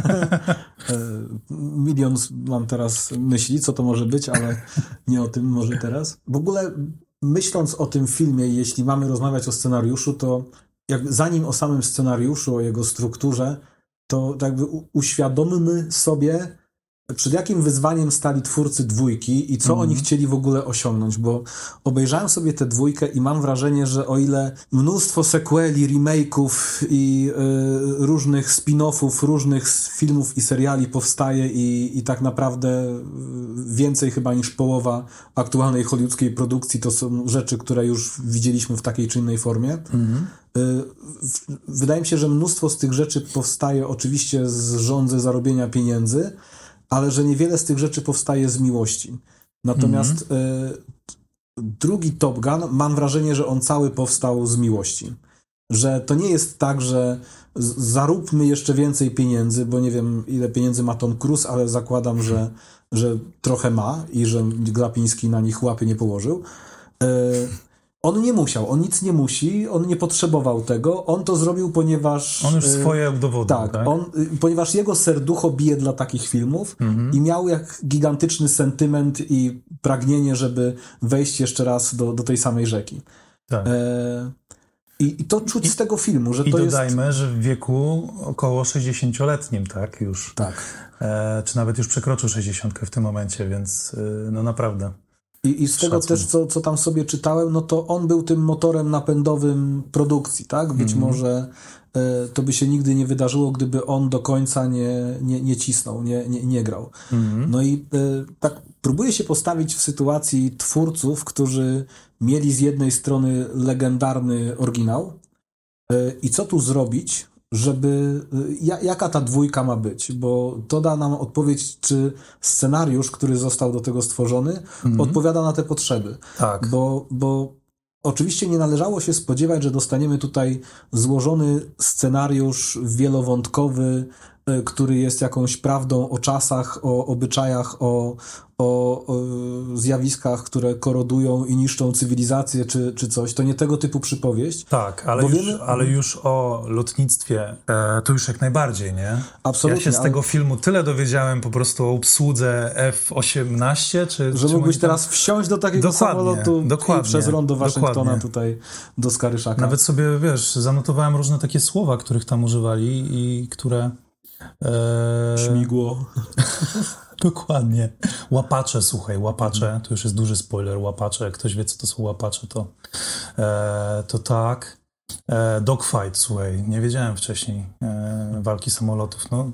Milion mam teraz myśli, co to może być, ale nie o tym może teraz. W ogóle myśląc o tym filmie, jeśli mamy rozmawiać o scenariuszu, to jak, zanim o samym scenariuszu, o jego strukturze, to jakby uświadommy sobie, przed jakim wyzwaniem stali twórcy dwójki i co mm. oni chcieli w ogóle osiągnąć, bo obejrzałem sobie tę dwójkę i mam wrażenie, że o ile mnóstwo sequeli, remake'ów i y, różnych spin-offów, różnych filmów i seriali powstaje i, i tak naprawdę więcej chyba niż połowa aktualnej hollywoodzkiej produkcji to są rzeczy, które już widzieliśmy w takiej czy innej formie. Mm. Y, wydaje mi się, że mnóstwo z tych rzeczy powstaje oczywiście z żądzy zarobienia pieniędzy, ale że niewiele z tych rzeczy powstaje z miłości. Natomiast mm-hmm. y, drugi Top Gun, mam wrażenie, że on cały powstał z miłości. Że to nie jest tak, że z- zaróbmy jeszcze więcej pieniędzy, bo nie wiem, ile pieniędzy ma Tom Cruise, ale zakładam, że, że trochę ma i że Glapiński na nich łapy nie położył. Y, On nie musiał, on nic nie musi, on nie potrzebował tego, on to zrobił, ponieważ...
On już swoje udowodnił,
tak? tak? On, ponieważ jego serducho bije dla takich filmów mm-hmm. i miał jak gigantyczny sentyment i pragnienie, żeby wejść jeszcze raz do, do tej samej rzeki. Tak. E, i, I to czuć I, z tego filmu, że
i
to
dodajmy,
jest...
że w wieku około sześćdziesięcioletnim, tak? Już.
Tak.
E, czy nawet już przekroczył sześćdziesiątkę w tym momencie, więc e, no naprawdę...
I, I z tego
Szacun.
też, co, co tam sobie czytałem, no to on był tym motorem napędowym produkcji, tak? Być mm. może e, to by się nigdy nie wydarzyło, gdyby on do końca nie, nie, nie cisnął, nie, nie, nie grał. Mm. No i e, tak próbuję się postawić w sytuacji twórców, którzy mieli z jednej strony legendarny oryginał e, i co tu zrobić, żeby... Ja, jaka ta dwójka ma być? Bo to da nam odpowiedź, czy scenariusz, który został do tego stworzony, mm-hmm. odpowiada na te potrzeby.
Tak.
Bo, bo oczywiście nie należało się spodziewać, że dostaniemy tutaj złożony scenariusz wielowątkowy, który jest jakąś prawdą o czasach, o obyczajach, o, o, o zjawiskach, które korodują i niszczą cywilizację, czy, czy coś. To nie tego typu przypowieść.
Tak, ale, już, wiemy... ale już o lotnictwie e, to już jak najbardziej, nie?
Absolutnie.
Ja się z
ale...
tego filmu tyle dowiedziałem po prostu o obsłudze F osiemnaście, czy...
Że
czy
mógłbyś
tam...
teraz wsiąść do takiego dokładnie, samolotu dokładnie, i przez rondo Waszyngtona dokładnie. Tutaj do Skaryszaka.
Nawet sobie, wiesz, zanotowałem różne takie słowa, których tam używali i które...
E... Śmigło.
Dokładnie. Łapacze, słuchaj, łapacze, to już jest duży spoiler, łapacze, jak ktoś wie, co to są łapacze, to, e, to tak. E, dogfight, słuchaj, nie wiedziałem wcześniej e, walki samolotów, no.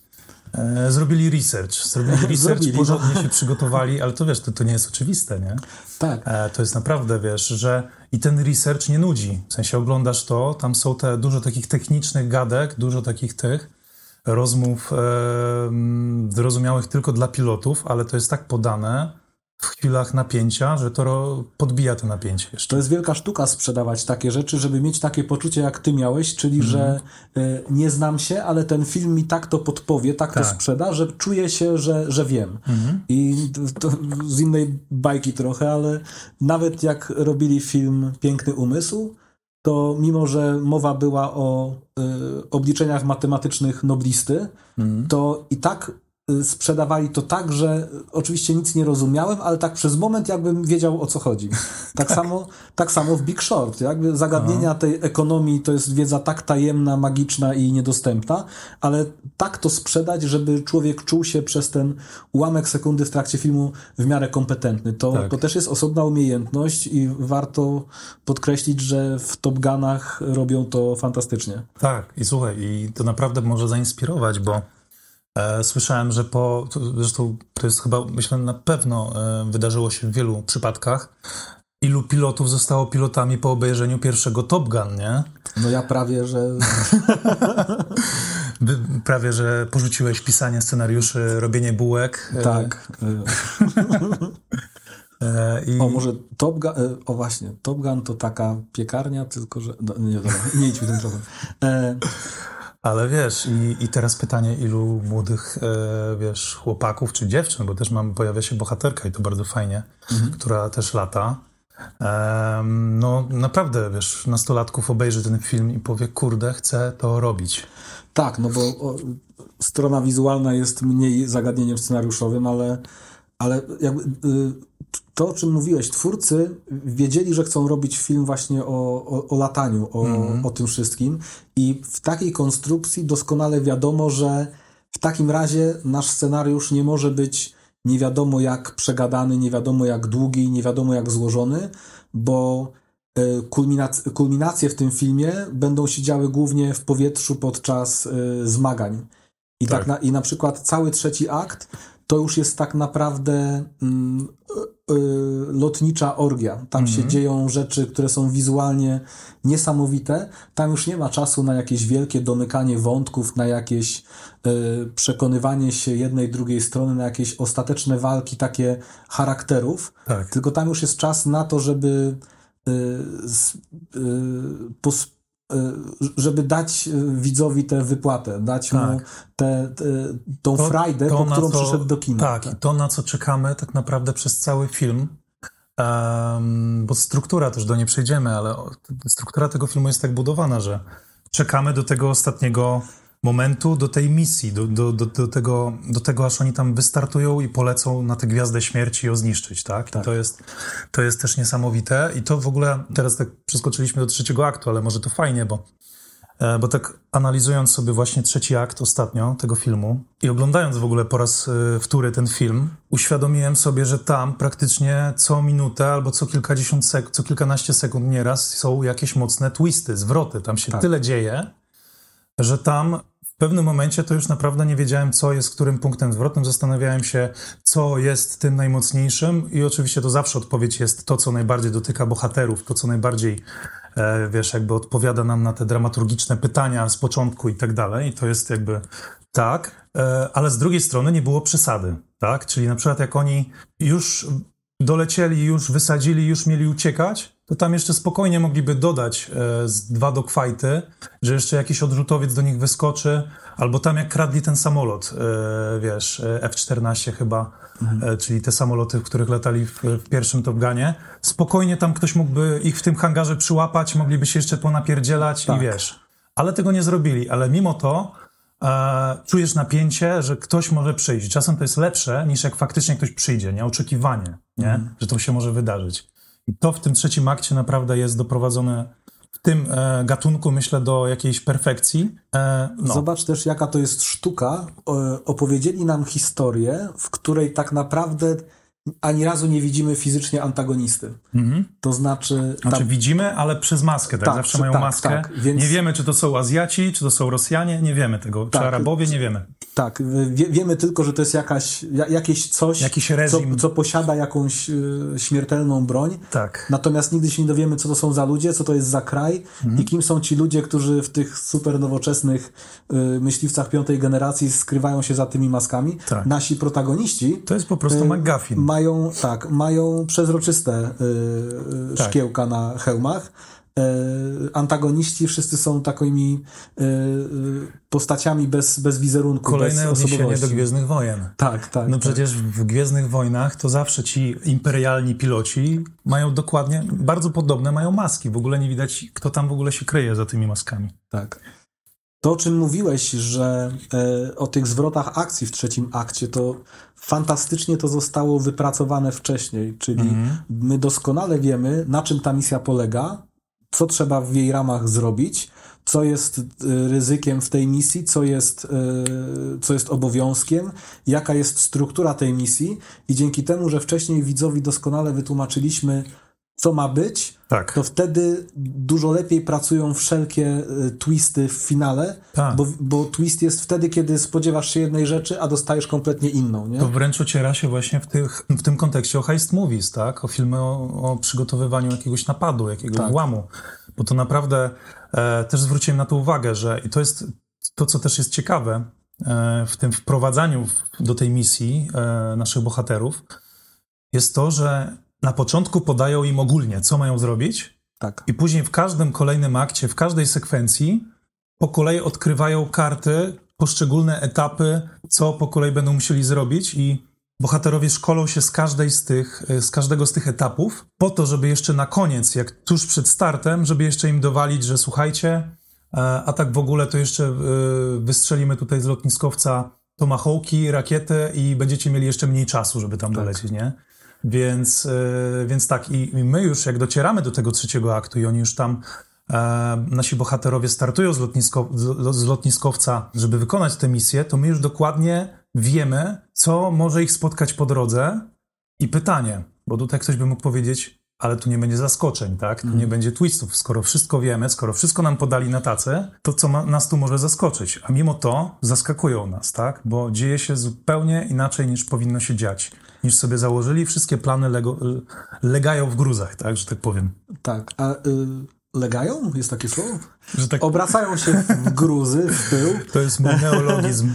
E, zrobili research, zrobili research, zrobili, porządnie no. się przygotowali, ale to wiesz, to, to nie jest oczywiste, nie?
Tak.
E, to jest naprawdę, wiesz, że i ten research nie nudzi, w sensie oglądasz to, tam są te dużo takich technicznych gadek, dużo takich tych, rozmów e, zrozumiałych tylko dla pilotów, ale to jest tak podane w chwilach napięcia, że to ro, podbija to napięcie jeszcze.
To jest wielka sztuka sprzedawać takie rzeczy, żeby mieć takie poczucie, jak ty miałeś, czyli mm. że e, nie znam się, ale ten film mi tak to podpowie, tak, tak. to sprzeda, że czuję się, że, że wiem. Mm. I to, to z innej bajki trochę, ale nawet jak robili film Piękny Umysł, to mimo, że mowa była o y, obliczeniach matematycznych noblisty, mm. to i tak y, sprzedawali to tak, że oczywiście nic nie rozumiałem, ale tak przez moment jakbym wiedział, o co chodzi. Tak, tak. samo, tak samo w Big Short. Jakby zagadnienia Aha. tej ekonomii to jest wiedza tak tajemna, magiczna i niedostępna, ale tak to sprzedać, żeby człowiek czuł się przez ten ułamek sekundy w trakcie filmu w miarę kompetentny. To, tak. to też jest osobna umiejętność i warto podkreślić, że w Top Gunach robią to fantastycznie.
Tak, i słuchaj, i to naprawdę może zainspirować, bo e, słyszałem, że po, to, zresztą to jest chyba, myślę, na pewno e, wydarzyło się w wielu przypadkach, ilu pilotów zostało pilotami po obejrzeniu pierwszego Top Gun, nie?
No ja prawie, że...
prawie, że porzuciłeś pisanie scenariuszy, robienie bułek.
Tak. I... O, może Top Gun, o właśnie, Top Gun to taka piekarnia, tylko że... No, nie, dobra, nie idźmy tym trochę. E...
Ale wiesz, i, i teraz pytanie, ilu młodych, e, wiesz, chłopaków czy dziewczyn, bo też mam, pojawia się bohaterka i to bardzo fajnie, mhm. która też lata. E, no naprawdę, wiesz, nastolatków obejrzy ten film i powie, kurde, chcę to robić.
Tak, no bo o, strona wizualna jest mniej zagadnieniem scenariuszowym, ale, ale jakby... Y, to, o czym mówiłeś, twórcy wiedzieli, że chcą robić film właśnie o, o, o lataniu, o, mm. o tym wszystkim i w takiej konstrukcji doskonale wiadomo, że w takim razie nasz scenariusz nie może być nie wiadomo jak przegadany, nie wiadomo jak długi, nie wiadomo jak złożony, bo kulminac- kulminacje w tym filmie będą się działy głównie w powietrzu podczas y, zmagań. I, tak. Tak na, I na przykład cały trzeci akt to już jest tak naprawdę mm, y, y, lotnicza orgia. Tam mm-hmm. się dzieją rzeczy, które są wizualnie niesamowite. Tam już nie ma czasu na jakieś wielkie domykanie wątków, na jakieś y, przekonywanie się jednej, drugiej strony, na jakieś ostateczne walki takie charakterów. Tak. Tylko tam już jest czas na to, żeby żeby dać widzowi tę wypłatę, dać tak. mu tę, tę, tą to, frajdę, to po którą co, przyszedł do kina.
Tak, i to na co czekamy tak naprawdę przez cały film, um, bo struktura, też do niej przejdziemy, ale struktura tego filmu jest tak budowana, że czekamy do tego ostatniego momentu, do tej misji, do, do, do, do, tego, do tego, aż oni tam wystartują i polecą na tę Gwiazdę Śmierci ją zniszczyć, tak? tak. I to jest, to jest też niesamowite i to w ogóle, teraz tak przeskoczyliśmy do trzeciego aktu, ale może to fajnie, bo, bo tak analizując sobie właśnie trzeci akt ostatnio tego filmu i oglądając w ogóle po raz wtóry ten film, uświadomiłem sobie, że tam praktycznie co minutę albo co kilkadziesiąt sekund, co kilkanaście sekund nieraz są jakieś mocne twisty, zwroty, tam się tak. tyle dzieje, że tam w pewnym momencie to już naprawdę nie wiedziałem, co jest którym punktem zwrotnym. Zastanawiałem się, co jest tym najmocniejszym i oczywiście to zawsze odpowiedź jest to, co najbardziej dotyka bohaterów, to, co najbardziej, e, wiesz, jakby odpowiada nam na te dramaturgiczne pytania z początku i tak dalej. I to jest jakby tak, e, ale z drugiej strony nie było przesady, tak? Czyli na przykład jak oni już dolecieli, już wysadzili, już mieli uciekać, to tam jeszcze spokojnie mogliby dodać e, z dwa dogfighty, że jeszcze jakiś odrzutowiec do nich wyskoczy, albo tam jak kradli ten samolot, e, wiesz, F czternaście chyba, mhm. e, czyli te samoloty, w których latali w, w pierwszym Top Gunie, spokojnie tam ktoś mógłby ich w tym hangarze przyłapać, mogliby się jeszcze ponapierdzielać tak. i wiesz. Ale tego nie zrobili, ale mimo to e, czujesz napięcie, że ktoś może przyjść. Czasem to jest lepsze, niż jak faktycznie ktoś przyjdzie, nie? Oczekiwanie, nie? Mhm. Że to się może wydarzyć. I to w tym trzecim akcie naprawdę jest doprowadzone w tym e, gatunku, myślę, do jakiejś perfekcji. E, no.
Zobacz też, jaka to jest sztuka. O, opowiedzieli nam historię, w której tak naprawdę ani razu nie widzimy fizycznie antagonisty. Mhm. To znaczy...
Znaczy tam... widzimy, ale przez maskę, tak? tak Zawsze mają tak, maskę. Tak, więc... Nie wiemy, czy to są Azjaci, czy to są Rosjanie, nie wiemy tego. Tak, czy Arabowie, nie wiemy.
Tak, Wie, wiemy tylko, że to jest jakaś, jakieś coś,
Jakiś reżim.
Co, co posiada jakąś y, śmiertelną broń.
Tak.
Natomiast nigdy się nie dowiemy, co to są za ludzie, co to jest za kraj mhm. i kim są ci ludzie, którzy w tych super nowoczesnych y, myśliwcach piątej generacji skrywają się za tymi maskami. Tak. Nasi protagoniści...
To jest po prostu y, McGuffin.
Mają, tak, mają przezroczyste y, tak. szkiełka na hełmach. Y, antagoniści wszyscy są takimi y, postaciami bez, bez wizerunku,
Kolejne
bez
odniesienie
osobowości.
do Gwiezdnych Wojen.
Tak, tak.
No
tak.
przecież w Gwiezdnych Wojnach to zawsze ci imperialni piloci mają dokładnie, bardzo podobne mają maski. W ogóle nie widać, kto tam w ogóle się kryje za tymi maskami.
Tak. To, o czym mówiłeś, że e, o tych zwrotach akcji w trzecim akcie, to fantastycznie to zostało wypracowane wcześniej, czyli mm-hmm. my doskonale wiemy, na czym ta misja polega, co trzeba w jej ramach zrobić, co jest y, ryzykiem w tej misji, co jest, y, co jest obowiązkiem, jaka jest struktura tej misji i dzięki temu, że wcześniej widzowi doskonale wytłumaczyliśmy, co ma być, tak. to wtedy dużo lepiej pracują wszelkie y, twisty w finale, tak. bo, bo twist jest wtedy, kiedy spodziewasz się jednej rzeczy, a dostajesz kompletnie inną. Nie?
To wręcz ociera się właśnie w, tych, w tym kontekście o heist movies, tak? O filmy o, o przygotowywaniu jakiegoś napadu, jakiegoś tak. włamu. Bo to naprawdę e, też zwróciłem na to uwagę, że i to jest to, co też jest ciekawe e, w tym wprowadzaniu w, do tej misji e, naszych bohaterów, jest to, że na początku podają im ogólnie, co mają zrobić tak. i później w każdym kolejnym akcie, w każdej sekwencji po kolei odkrywają karty, poszczególne etapy, co po kolei będą musieli zrobić i bohaterowie szkolą się z każdej z tych, z każdego z tych etapów po to, żeby jeszcze na koniec, jak tuż przed startem, żeby jeszcze im dowalić, że słuchajcie, a tak w ogóle to jeszcze wystrzelimy tutaj z lotniskowca tomahawki, rakietę i będziecie mieli jeszcze mniej czasu, żeby tam tak. dolecieć, nie? Więc, yy, więc tak, i, i my już jak docieramy do tego trzeciego aktu i oni już tam e, nasi bohaterowie startują z, lotnisko, z, z lotniskowca, żeby wykonać tę misję, to my już dokładnie wiemy, co może ich spotkać po drodze i pytanie, bo tutaj ktoś by mógł powiedzieć, ale tu nie będzie zaskoczeń, tak? Tu mm. nie będzie twistów. Skoro wszystko wiemy, skoro wszystko nam podali na tacy, to co ma, nas tu może zaskoczyć? A mimo to zaskakują nas, tak? Bo dzieje się zupełnie inaczej niż powinno się dziać. Niż sobie założyli. Wszystkie plany lego, legają w gruzach, tak? Że tak powiem.
Tak. A y, legają? Jest takie słowo?
Że tak...
Obracają się w gruzy, w pył.
To jest mój neologizm.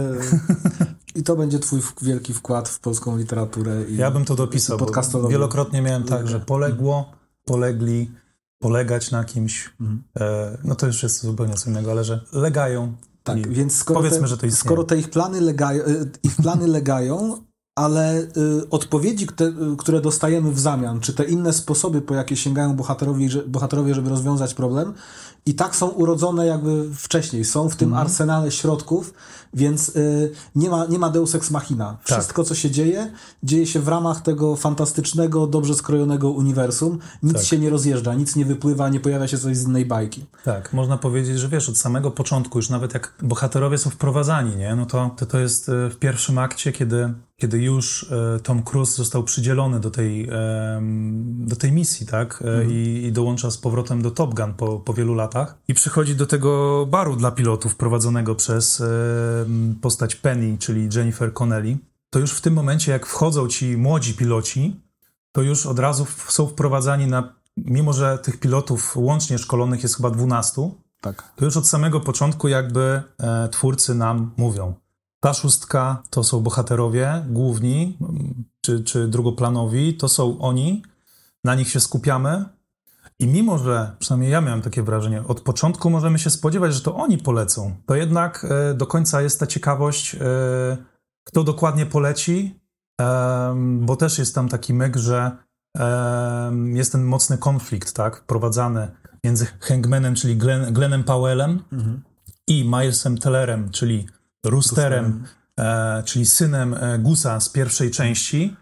I to będzie twój wielki wkład w polską literaturę. I
ja bym to dopisał, bo wielokrotnie miałem tak, że poległo, polegli, polegać na kimś. Mhm. E, no to już jest zupełnie co innego, ale że legają.
Tak, więc skoro
powiedzmy,
te,
że to istnieje.
Skoro te ich plany legają, ich plany legają, ale y, odpowiedzi, te, które dostajemy w zamian, czy te inne sposoby, po jakie sięgają bohaterowie, bohaterowie, żeby rozwiązać problem, i tak są urodzone jakby wcześniej, są w tym mm. arsenale środków, więc y, nie ma, nie ma deus ex machina. Wszystko, tak. co się dzieje, dzieje się w ramach tego fantastycznego, dobrze skrojonego uniwersum. Nic tak. się nie rozjeżdża, nic nie wypływa, nie pojawia się coś z innej bajki.
Tak, można powiedzieć, że wiesz, od samego początku, już nawet jak bohaterowie są wprowadzani, nie? No to, to to jest w pierwszym akcie, kiedy kiedy już e, Tom Cruise został przydzielony do tej, e, do tej misji, tak? E, mm. i, i dołącza z powrotem do Top Gun po, po wielu latach. I przychodzi do tego baru dla pilotów prowadzonego przez e, postać Penny, czyli Jennifer Connelly. To już w tym momencie, jak wchodzą ci młodzi piloci, to już od razu w, są wprowadzani na... Mimo że tych pilotów łącznie szkolonych jest chyba dwunastu,
tak.
to już od samego początku jakby e, twórcy nam mówią. Ta szóstka to są bohaterowie główni, czy, czy drugoplanowi, to są oni, na nich się skupiamy i mimo, że, przynajmniej ja miałem takie wrażenie, od początku możemy się spodziewać, że to oni polecą, to jednak e, do końca jest ta ciekawość, e, kto dokładnie poleci, e, bo też jest tam taki myk, że e, jest ten mocny konflikt, tak, wprowadzany między Hangmanem, czyli Glenn, Glennem Powellem mhm. i Milesem Tellerem, czyli Roosterem, e, czyli synem e, Gusa z pierwszej części,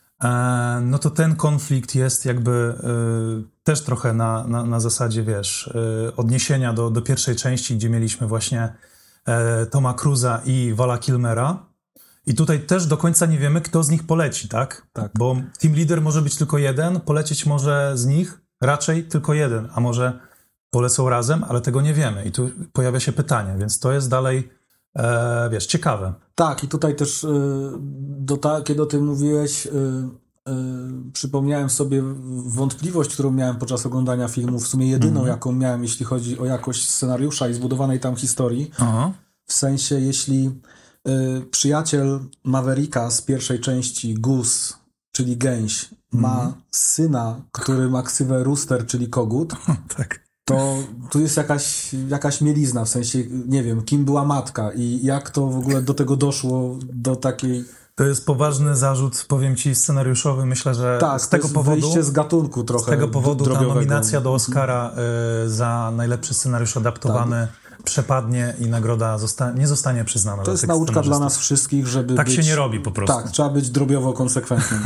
e, no to ten konflikt jest jakby e, też trochę na, na, na zasadzie, wiesz, e, odniesienia do, do pierwszej części, gdzie mieliśmy właśnie e, Toma Cruise'a i Vala Kilmera. I tutaj też do końca nie wiemy, kto z nich poleci, tak?
tak?
Bo team leader może być tylko jeden, polecieć może z nich raczej tylko jeden, a może polecą razem, ale tego nie wiemy. I tu pojawia się pytanie, więc to jest dalej E, wiesz, ciekawe.
Tak, i tutaj też, y, do ta, kiedy o tym mówiłeś, y, y, przypomniałem sobie wątpliwość, którą miałem podczas oglądania filmu, w sumie jedyną, mm-hmm. jaką miałem, jeśli chodzi o jakość scenariusza i zbudowanej tam historii. Aha. W sensie, jeśli y, przyjaciel Mavericka z pierwszej części, Gus, czyli gęś, mm-hmm. ma syna, który ma ksywę Rooster, czyli kogut,
tak.
to tu jest jakaś, jakaś mielizna, w sensie, nie wiem, kim była matka i jak to w ogóle do tego doszło, do takiej...
To jest poważny zarzut, powiem ci, scenariuszowy. Myślę, że
tak,
z tego
to
powodu...
wyjście z gatunku trochę.
Z tego powodu ta nominacja do Oscara y, za najlepszy scenariusz adaptowany tak. przepadnie i nagroda zosta- nie zostanie przyznana.
To jest nauczka dla nas wszystkich, żeby
Tak
być...
się nie robi po prostu.
Tak, trzeba być drobiowo konsekwentnym.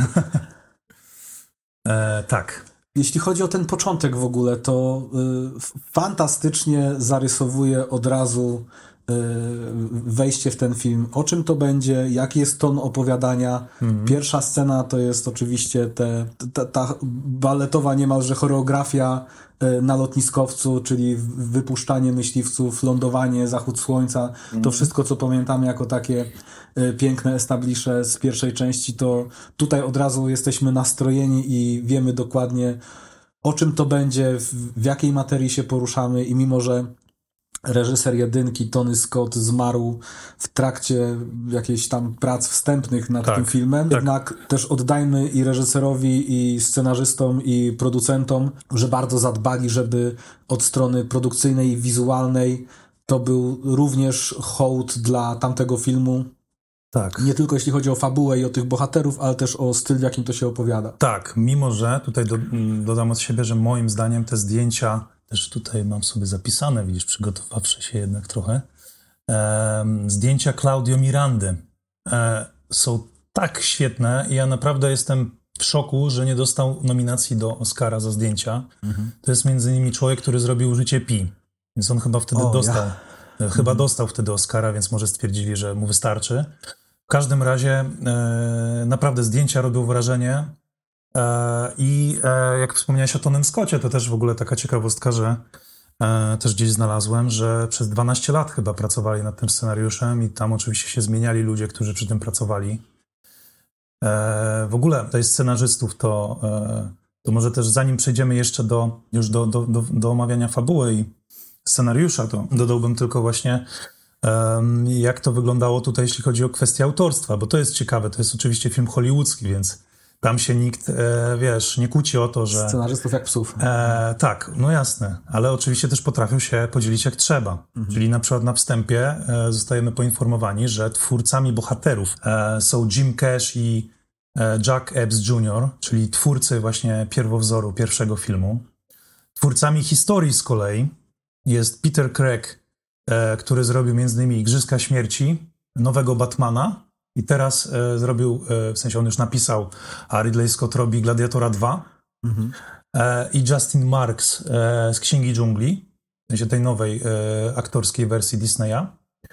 e, tak.
Jeśli chodzi o ten początek w ogóle, to y, fantastycznie zarysowuje od razu y, wejście w ten film. O czym to będzie, jaki jest ton opowiadania. Mm. Pierwsza scena to jest oczywiście te, ta, ta baletowa niemalże choreografia y, na lotniskowcu, czyli wypuszczanie myśliwców, lądowanie, zachód słońca. Mm. To wszystko, co pamiętamy jako takie y, piękne establisze z pierwszej części, to tutaj od razu jesteśmy nastrojeni i wiemy dokładnie, o czym to będzie, w, w jakiej materii się poruszamy i mimo, że reżyser jedynki Tony Scott zmarł w trakcie jakichś tam prac wstępnych nad tak, tym filmem, tak. jednak też oddajmy i reżyserowi, i scenarzystom, i producentom, że bardzo zadbali, żeby od strony produkcyjnej i wizualnej to był również hołd dla tamtego filmu.
Tak.
Nie tylko jeśli chodzi o fabułę i o tych bohaterów, ale też o styl, w jakim to się opowiada.
Tak, mimo że tutaj do, dodam od siebie, że moim zdaniem te zdjęcia, też tutaj mam sobie zapisane, widzisz, przygotowawszy się jednak trochę, e, zdjęcia Claudio Mirandy e, są tak świetne i ja naprawdę jestem w szoku, że nie dostał nominacji do Oscara za zdjęcia. Mhm. To jest między innymi człowiek, który zrobił Życie Pi. Więc on chyba wtedy o, dostał. Ja. Chyba mhm. dostał wtedy Oscara, więc może stwierdzili, że mu wystarczy. W każdym razie e, naprawdę zdjęcia robią wrażenie. E, I e, jak wspomniałeś o Tonym Scotcie, to też w ogóle taka ciekawostka, że e, też gdzieś znalazłem, że przez dwanaście lat chyba pracowali nad tym scenariuszem i tam oczywiście się zmieniali ludzie, którzy przy tym pracowali. E, w ogóle tutaj scenarzystów to, e, to może też zanim przejdziemy jeszcze do, już do, do, do, do omawiania fabuły i scenariusza, to dodałbym tylko właśnie um, jak to wyglądało tutaj, jeśli chodzi o kwestię autorstwa, bo to jest ciekawe, to jest oczywiście film hollywoodzki, więc tam się nikt, e, wiesz, nie kłóci o to, że...
Scenarzystów jak psów.
E, tak, no jasne, ale oczywiście też potrafią się podzielić jak trzeba. Mhm. Czyli na przykład na wstępie e, zostajemy poinformowani, że twórcami bohaterów e, są Jim Cash i e, Jack Epps junior, czyli twórcy właśnie pierwowzoru pierwszego filmu. Twórcami historii z kolei jest Peter Craig, e, który zrobił między innymi Igrzyska Śmierci, nowego Batmana i teraz e, zrobił, e, w sensie on już napisał, a Ridley Scott robi Gladiatora dwa mhm. e, i Justin Marks e, z Księgi Dżungli, w sensie tej nowej e, aktorskiej wersji Disneya.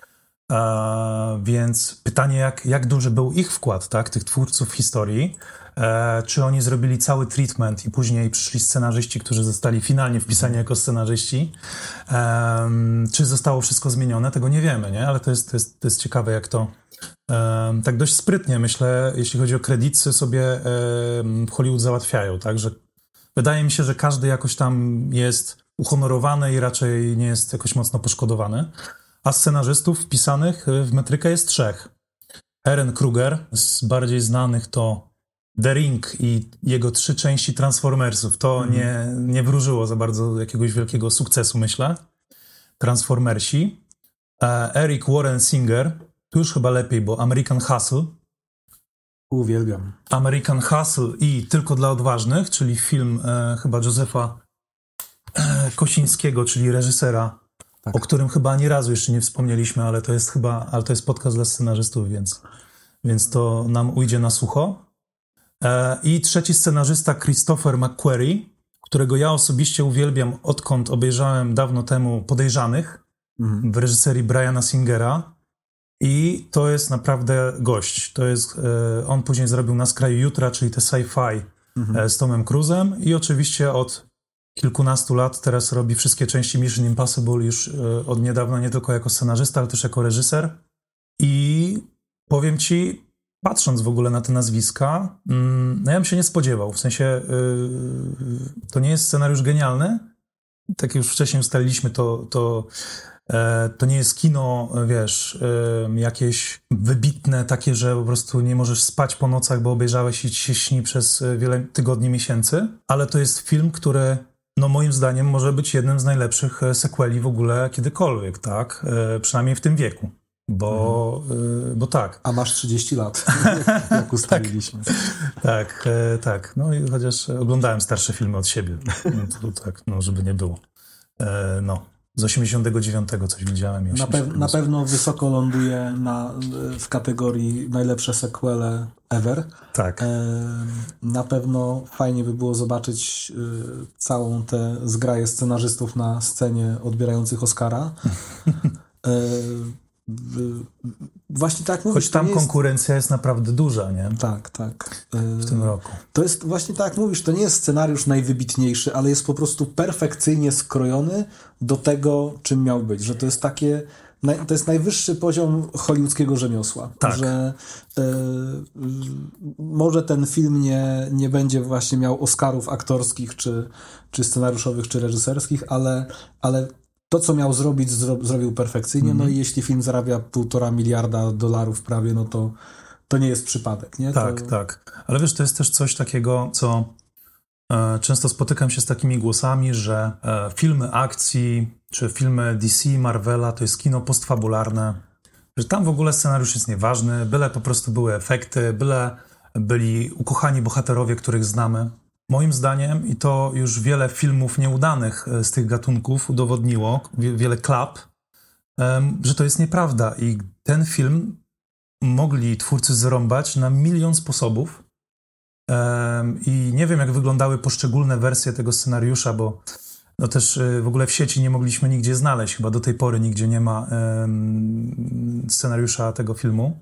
E, więc pytanie, jak, jak duży był ich wkład, tak, tych twórców historii. E, czy oni zrobili cały treatment i później przyszli scenarzyści, którzy zostali finalnie wpisani jako scenarzyści. E, czy zostało wszystko zmienione? Tego nie wiemy, nie? Ale to jest, to jest, to jest ciekawe, jak to e, tak dość sprytnie, myślę, jeśli chodzi o kredyty, sobie e, Hollywood załatwiają, tak? Że wydaje mi się, że każdy jakoś tam jest uhonorowany i raczej nie jest jakoś mocno poszkodowany. A scenarzystów wpisanych w metrykę jest trzech. Ehren Kruger, z bardziej znanych to The Ring i jego trzy części Transformersów. To mm. nie, nie wróżyło za bardzo jakiegoś wielkiego sukcesu, myślę. Transformersi. E, Eric Warren Singer, tu już chyba lepiej, bo American Hustle.
Uwielbiam.
American Hustle i Tylko dla odważnych, czyli film e, chyba Józefa e, Kosińskiego, czyli reżysera, tak. o którym chyba ani razu jeszcze nie wspomnieliśmy, ale to jest chyba, ale to jest podcast dla scenarzystów, więc, więc to nam ujdzie na sucho. I trzeci scenarzysta Christopher McQuarrie, którego ja osobiście uwielbiam, odkąd obejrzałem dawno temu Podejrzanych mhm. w reżyserii Briana Singera. I to jest naprawdę gość. To jest, on później zrobił Na skraju jutra, czyli te sci-fi mhm. z Tomem Cruise'em i oczywiście od kilkunastu lat teraz robi wszystkie części Mission Impossible już od niedawna, nie tylko jako scenarzysta, ale też jako reżyser. I powiem ci, patrząc w ogóle na te nazwiska, no ja bym się nie spodziewał. W sensie yy, to nie jest scenariusz genialny. Tak jak już wcześniej ustaliliśmy, to, to, e, to nie jest kino, wiesz, e, jakieś wybitne, takie, że po prostu nie możesz spać po nocach, bo obejrzałeś i ci się śni przez wiele tygodni, miesięcy. Ale to jest film, który no moim zdaniem może być jednym z najlepszych sequeli w ogóle kiedykolwiek, tak? E, przynajmniej w tym wieku. Bo, mhm. y, bo tak.
A masz trzydzieści lat, jak ustaliliśmy.
tak, tak, e, tak. No i chociaż oglądałem starsze filmy od siebie. No to, to tak, no żeby nie było. E, no, z osiemdziesiątego dziewiątego coś widziałem.
Na, pew- na pewno wysoko ląduje na, w kategorii najlepsze sequele ever.
Tak.
E, na pewno fajnie by było zobaczyć y, całą tę zgraję scenarzystów na scenie odbierających Oscara. e, Właśnie tak mówisz.
Choć tam jest... konkurencja jest naprawdę duża, nie?
Tak, tak.
W tym roku.
To jest właśnie tak jak mówisz, to nie jest scenariusz najwybitniejszy, ale jest po prostu perfekcyjnie skrojony do tego, czym miał być. Że to jest takie, to jest najwyższy poziom hollywoodzkiego rzemiosła.
Tak.
Że y, może ten film nie, nie będzie właśnie miał Oscarów aktorskich, czy, czy scenariuszowych, czy reżyserskich, ale, ale to, co miał zrobić, zro- zrobił perfekcyjnie. Mm. No i jeśli film zarabia półtora miliarda dolarów prawie, no to to nie jest przypadek, nie?
Tak,
to...
tak. Ale wiesz, to jest też coś takiego, co e, często spotykam się z takimi głosami, że e, filmy akcji, czy filmy D C, Marvela, to jest kino postfabularne, że tam w ogóle scenariusz jest nieważny, byle po prostu były efekty, byle byli ukochani bohaterowie, których znamy. Moim zdaniem, i to już wiele filmów nieudanych z tych gatunków udowodniło, wiele klap, że to jest nieprawda. I ten film mogli twórcy zrąbać na milion sposobów, Um, I nie wiem, jak wyglądały poszczególne wersje tego scenariusza, bo no też w ogóle w sieci nie mogliśmy nigdzie znaleźć. Chyba do tej pory nigdzie nie ma um, scenariusza tego filmu.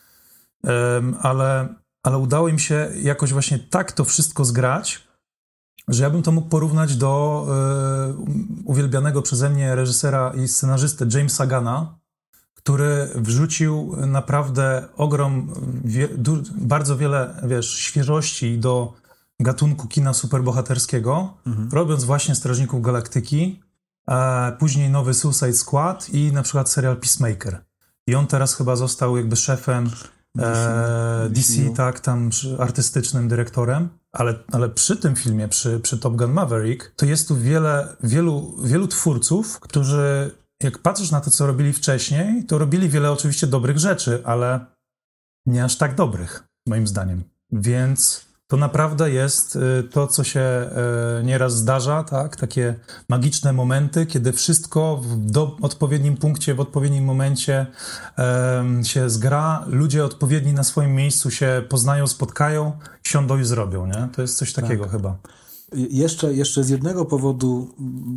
Um, ale, ale udało im się jakoś właśnie tak to wszystko zgrać, że ja bym to mógł porównać do um, uwielbianego przeze mnie reżysera i scenarzysty Jamesa Gunna, który wrzucił naprawdę ogrom, wie, du, bardzo wiele, wiesz, świeżości do gatunku kina superbohaterskiego, mhm. robiąc właśnie Strażników Galaktyki, a później nowy Suicide Squad i na przykład serial Peacemaker. I on teraz chyba został jakby szefem D C, e, D C tak, tam artystycznym dyrektorem, ale, ale przy tym filmie, przy, przy Top Gun Maverick, to jest tu wiele, wielu, wielu twórców, którzy, jak patrzysz na to, co robili wcześniej, to robili wiele oczywiście dobrych rzeczy, ale nie aż tak dobrych, moim zdaniem. Więc to naprawdę jest to, co się nieraz zdarza, tak? Takie magiczne momenty, kiedy wszystko w do, odpowiednim punkcie, w odpowiednim momencie um, się zgra, ludzie odpowiedni na swoim miejscu się poznają, spotkają, siądą i zrobią, nie? To jest coś takiego tak. chyba.
Jeszcze, jeszcze z jednego powodu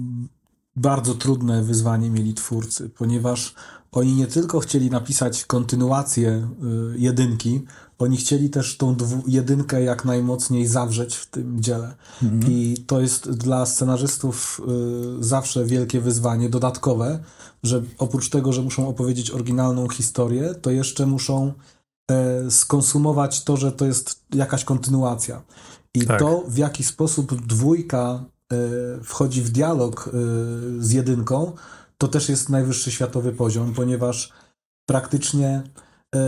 bardzo trudne wyzwanie mieli twórcy, ponieważ oni nie tylko chcieli napisać kontynuację y, jedynki, oni chcieli też tą dwu, jedynkę jak najmocniej zawrzeć w tym dziele. Mhm. I to jest dla scenarzystów y, zawsze wielkie wyzwanie dodatkowe, że oprócz tego, że muszą opowiedzieć oryginalną historię, to jeszcze muszą y, skonsumować to, że to jest jakaś kontynuacja. I tak. to, w jaki sposób dwójka y, wchodzi w dialog y, z jedynką, to też jest najwyższy światowy poziom, ponieważ praktycznie y,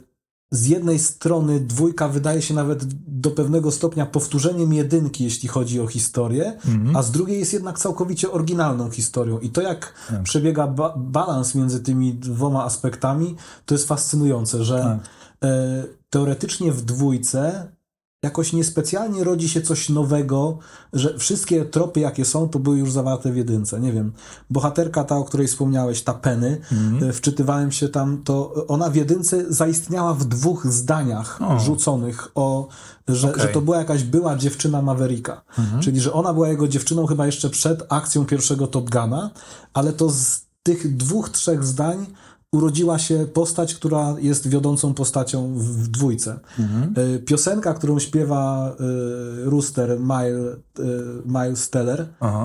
z jednej strony dwójka wydaje się nawet do pewnego stopnia powtórzeniem jedynki, jeśli chodzi o historię, mm-hmm. a z drugiej jest jednak całkowicie oryginalną historią. I to, jak mm. przebiega ba- balans między tymi dwoma aspektami, to jest fascynujące, że mm. y, teoretycznie w dwójce jakoś niespecjalnie rodzi się coś nowego, że wszystkie tropy, jakie są, to były już zawarte w jedynce. Nie wiem, bohaterka ta, o której wspomniałeś, ta Penny, mm-hmm. wczytywałem się tam, to ona w jedynce zaistniała w dwóch zdaniach o. rzuconych, o, że, okay. że to była jakaś była dziewczyna Mavericka. Mm-hmm. Czyli, że ona była jego dziewczyną chyba jeszcze przed akcją pierwszego Top Guna, ale to z tych dwóch, trzech zdań urodziła się postać, która jest wiodącą postacią w dwójce. Mhm. Piosenka, którą śpiewa y, Rooster, Miles, y, Miles Teller,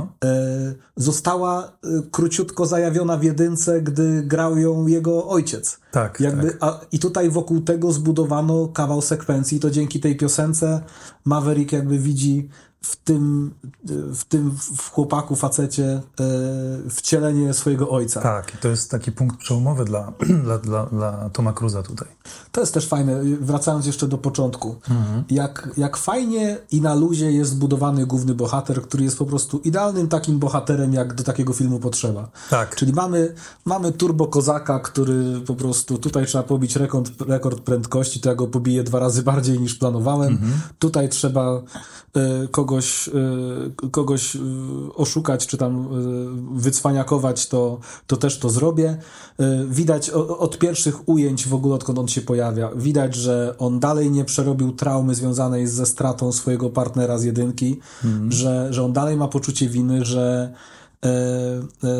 y, została y, króciutko zajawiona w jedynce, gdy grał ją jego ojciec.
Tak,
Jakby,
tak.
A, I tutaj wokół tego zbudowano kawał sekwencji. To dzięki tej piosence Maverick jakby widzi w tym, w tym w chłopaku, facecie e, wcielenie swojego ojca.
Tak, i to jest taki punkt przełomowy dla, dla, dla, dla Toma Cruise'a tutaj.
To jest też fajne, wracając jeszcze do początku. Mhm. Jak, jak fajnie i na luzie jest zbudowany główny bohater, który jest po prostu idealnym takim bohaterem, jak do takiego filmu potrzeba.
Tak.
Czyli mamy, mamy turbo kozaka, który po prostu tutaj trzeba pobić rekord, rekord prędkości, to ja go pobiję dwa razy bardziej niż planowałem. Mhm. Tutaj trzeba y, kogoś, y, kogoś y, oszukać, czy tam y, wycwaniakować, to, to też to zrobię. Y, widać o, od pierwszych ujęć w ogóle, odkąd on się pojawia, widać, że on dalej nie przerobił traumy związanej ze stratą swojego partnera z jedynki, mhm. że, że on dalej ma poczucie winy, że E, e,